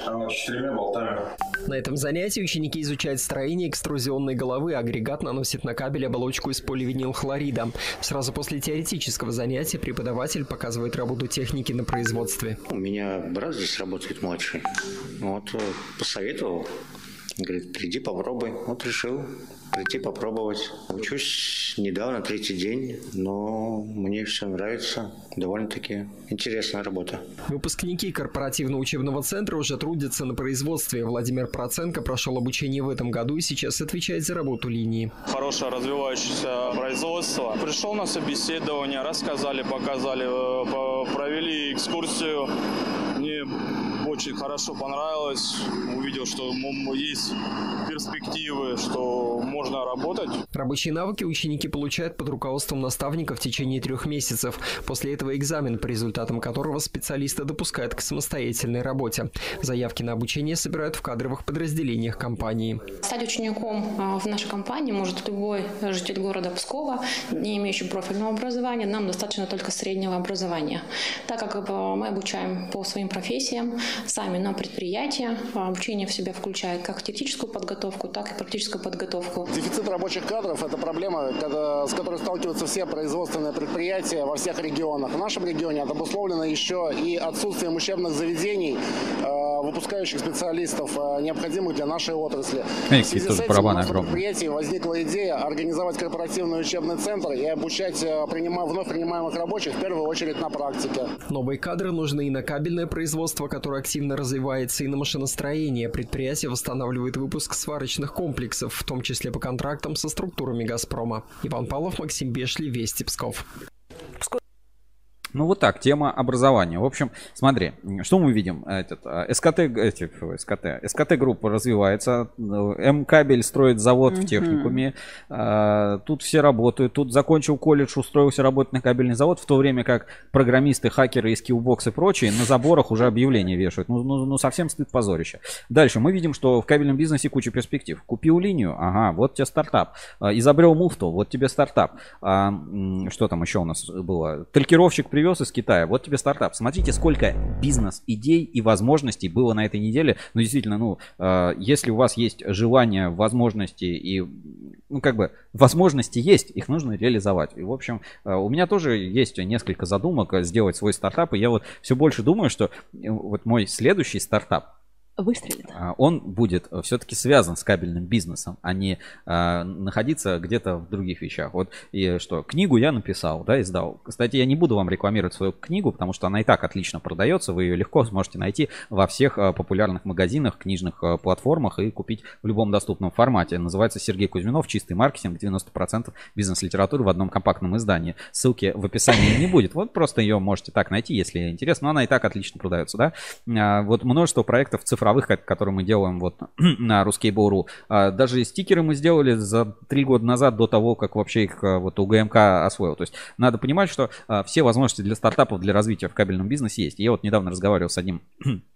4 болтами. На этом занятии ученики изучают строение экструзионной головы. Агрегат наносит на кабель оболочку из поливинилхлорида. Сразу после теоретического занятия преподаватель показывает работу техники на производстве. У меня брат здесь работает младший. Вот, посоветовал. Говорит, приди попробуй. Вот решил прийти попробовать. Учусь недавно, 3-й день, но мне все нравится. Довольно-таки интересная работа. Выпускники корпоративно-учебного центра уже трудятся на производстве. Владимир Проценко прошел обучение в этом году и сейчас отвечает за работу линии. Хорошее развивающееся производство. Пришел на собеседование, рассказали, показали, провели экскурсию. Мне очень хорошо понравилось. Увидел, что есть перспективы, что можно работать. Рабочие навыки ученики получают под руководством наставника в течение 3 месяцев. После этого экзамен, по результатам которого специалисты допускают к самостоятельной работе. Заявки на обучение собирают в кадровых подразделениях компании. Стать учеником в нашей компании может любой житель города Пскова, не имеющий профильного образования. Нам достаточно только среднего образования. Так как мы обучаем по своим профессиям, сами на предприятии, обучение в себя включает как теоретическую подготовку, так и практическую подготовку. Дефицит рабочих кадров – это проблема, с которой сталкиваются все производственные предприятия во всех регионах. В нашем регионе это обусловлено еще и отсутствием учебных заведений, выпускающих специалистов, необходимых для нашей отрасли. В связи с этим у нас на предприятии возникла идея организовать корпоративный учебный центр и обучать вновь принимаемых рабочих в первую очередь на практике. Новые кадры нужны и на кабельное производство, которое активно развивается, и на машиностроение. Предприятие восстанавливает выпуск сварочных комплексов, в том числе по контрактам со структурами «Газпрома». Иван Павлов, Максим Бешли, Вести, Псков. Ну вот так, тема образования. В общем, смотри, что мы видим? СКТ группа развивается, М-кабель строит завод в техникуме, тут все работают, тут закончил колледж, устроился работать на кабельный завод, в то время как программисты, хакеры и скиллбокс и прочие на заборах уже объявления вешают. Ну совсем стыд, позорище. Дальше мы видим, что в кабельном бизнесе куча перспектив. Купил линию, ага, вот тебе стартап. Изобрел муфту, вот тебе стартап. Что там еще у нас было? Талькировщик привез из Китая, вот тебе стартап. Смотрите, сколько бизнес-идей и возможностей было на этой неделе. Ну, действительно, если у вас есть желание, возможности и, возможности есть, их нужно реализовать. И, в общем, у меня тоже есть несколько задумок сделать свой стартап, и я вот все больше думаю, что вот мой следующий стартап, выстрелит. Он будет все-таки связан с кабельным бизнесом, а не находиться где-то в других вещах. Вот и что, книгу я написал, да, издал. Кстати, я не буду вам рекламировать свою книгу, потому что она и так отлично продается. Вы ее легко сможете найти во всех популярных магазинах, книжных платформах и купить в любом доступном формате. Называется «Сергей Кузьминов. Чистый маркетинг. 90% бизнес-литературы в одном компактном издании». Ссылки в описании не будет. Вот просто ее можете так найти, если интересно. Но она и так отлично продается, да. Вот множество проектов цифровых, которые мы делаем вот на Ruskable.ru. Даже стикеры мы сделали за 3 года назад, до того, как вообще их вот УГМК освоил. То есть надо понимать, что все возможности для стартапов, для развития в кабельном бизнесе есть. Я вот недавно разговаривал с одним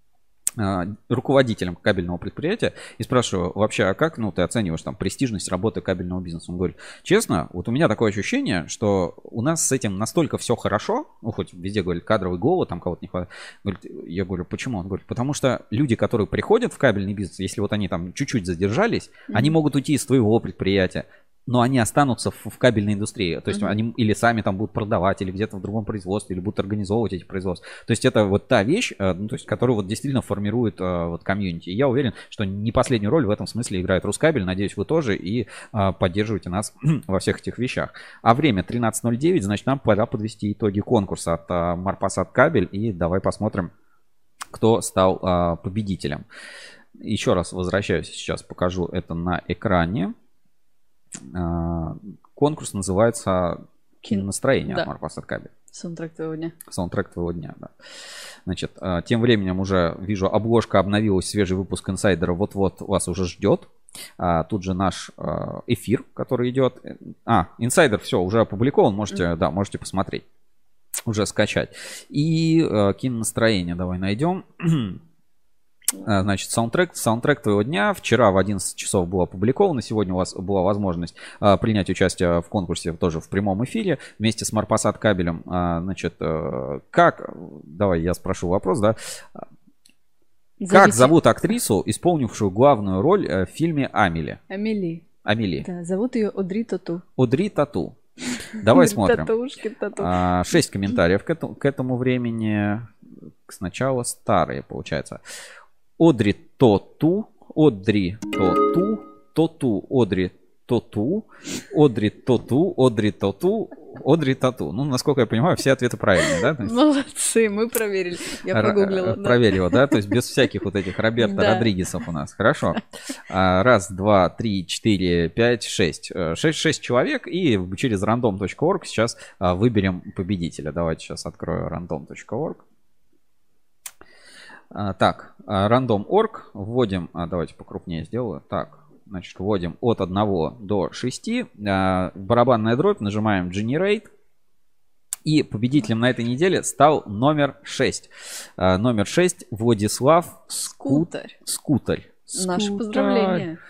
руководителем кабельного предприятия и спрашиваю, вообще, а как, ты оцениваешь там престижность работы кабельного бизнеса? Он говорит, честно, вот у меня такое ощущение, что у нас с этим настолько все хорошо, хоть везде говорят кадровый голод, там кого-то не хватает. Я говорю, почему? Он говорит, потому что люди, которые приходят в кабельный бизнес, если вот они там чуть-чуть задержались, они могут уйти из твоего предприятия, но они останутся в кабельной индустрии. То есть они или сами там будут продавать, или где-то в другом производстве, или будут организовывать эти производства. То есть это вот та вещь, то есть, которая вот действительно формирует вот комьюнити. И я уверен, что не последнюю роль в этом смысле играет Рускабель. Надеюсь, вы тоже и поддерживаете нас во всех этих вещах. А время 13:09, значит, нам пора подвести итоги конкурса от Марпасад Кабель. И давай посмотрим, кто стал победителем. Еще раз возвращаюсь, сейчас покажу это на экране. Конкурс называется «Кинонастроение» от Марпасад Кабель. Саундтрек твоего дня. Саундтрек твоего дня, да. Значит, тем временем уже вижу, обложка обновилась, свежий выпуск «Инсайдера» вот-вот вас уже ждет. Тут же наш эфир, который идет. «Инсайдер» все, уже опубликован, можете посмотреть, уже скачать. И «Кинонастроение» давай найдем. Значит, саундтрек твоего дня. Вчера в 11 часов было опубликовано. Сегодня у вас была возможность принять участие в конкурсе тоже в прямом эфире вместе с Марпасад Кабелем. Значит, давай я спрошу вопрос, да. Как зовут актрису, исполнившую главную роль в фильме «Амели»? Амели. Да, зовут ее Одри Тоту. Одри Тоту. Давай смотрим. 6 комментариев к этому времени. Сначала старые, получается. Одри Тоту, Одри Тоту, Тоту, Одри Тоту, Одри Тоту, Одри Тоту, Одри Тоту. Ну, насколько я понимаю, все ответы правильные, да? Молодцы, мы проверили. Я погуглила. Проверила, да? То есть без всяких вот этих Роберто Родригесов у нас. Хорошо. 1, 2, 3, 4, 5, 6. 6 человек. И через random.org сейчас выберем победителя. Давайте сейчас открою random.org. Так, random.org. Вводим, давайте покрупнее сделаю. Так. Значит, вводим от 1 до 6. Барабанная дробь. Нажимаем Generate. И победителем на этой неделе стал номер 6. Номер 6 Владислав Скутарь. Наше поздравление.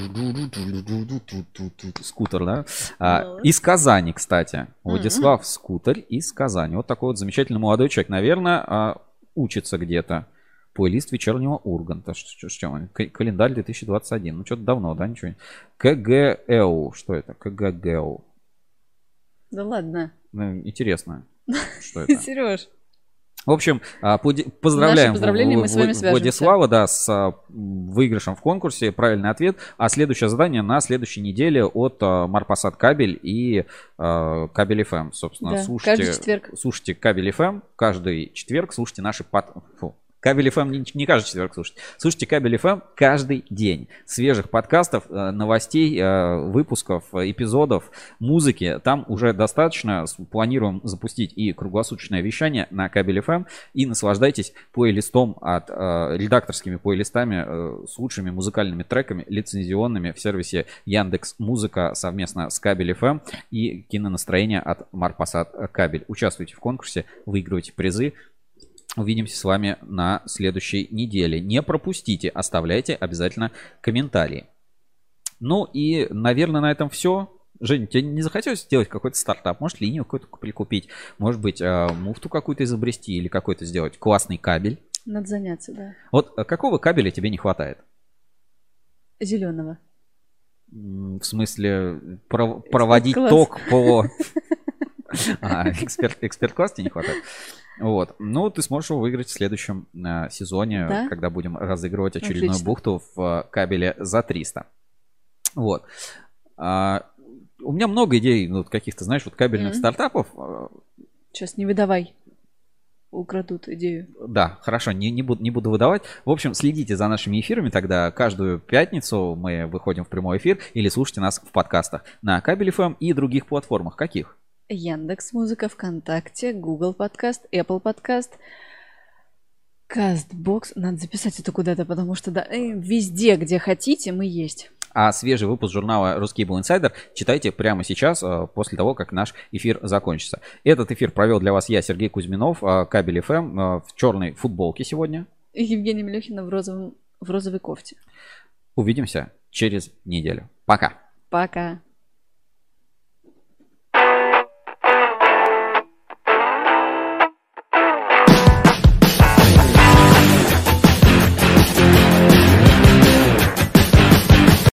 Скутер, да? Из Казани, кстати. Владислав Скутарь из Казани. Вот такой вот замечательный молодой человек. Наверное, учится где-то. Плейлист вечернего Урганта. Что? Календарь 2021. Ну, что-то давно, да? Ничего. КГЭУ. Что это? КГГЭУ. Да ладно. Ну, интересно. Что это? Сереж. В общем, поздравляем Владислава, да, с выигрышем в конкурсе. Правильный ответ. А следующее задание на следующей неделе от Марпасад Кабель и Кабель ФМ. Собственно, да, слушайте Кабель ФМ каждый четверг. Слушайте наши Кабель ФМ не каждый четверг слушайте. Слушайте Кабель ФМ каждый день. Свежих подкастов, новостей, выпусков, эпизодов, музыки. Там уже достаточно. Планируем запустить и круглосуточное вещание на Кабель ФМ. И наслаждайтесь плейлистом редакторскими плейлистами с лучшими музыкальными треками, лицензионными в сервисе Яндекс.Музыка совместно с Кабель ФМ и кинонастроение от Марпасад Кабель. Участвуйте в конкурсе, выигрывайте призы. Увидимся с вами на следующей неделе. Не пропустите, оставляйте обязательно комментарии. Ну и, наверное, на этом все. Женя, тебе не захотелось сделать какой-то стартап? Может, линию какую-то прикупить? Может быть, муфту какую-то изобрести или какой-то сделать классный кабель? Надо заняться, да. Вот какого кабеля тебе не хватает? Зеленого. В смысле, проводить ток по... Эксперт-класс тебе не хватает? Вот. Ну, ты сможешь его выиграть в следующем сезоне, да? Когда будем разыгрывать очередную бухту в кабеле за 300. Вот. У меня много идей, ну, каких-то, знаешь, вот кабельных стартапов. Сейчас не выдавай. Украдут идею. Да, хорошо, не буду выдавать. В общем, следите за нашими эфирами. Тогда каждую пятницу мы выходим в прямой эфир или слушайте нас в подкастах на Кабель ФМ и других платформах. Каких? Яндекс.Музыка, ВКонтакте, Google Подкаст, Apple Подкаст, Castbox. Надо записать это куда-то, потому что да, везде, где хотите, мы есть. А свежий выпуск журнала Ruskable Insider читайте прямо сейчас, после того, как наш эфир закончится. Этот эфир провел для вас я, Сергей Кузьминов, Кабель ФМ, в черной футболке сегодня. И Евгения Мелехина в розовой кофте. Увидимся через неделю. Пока. Пока.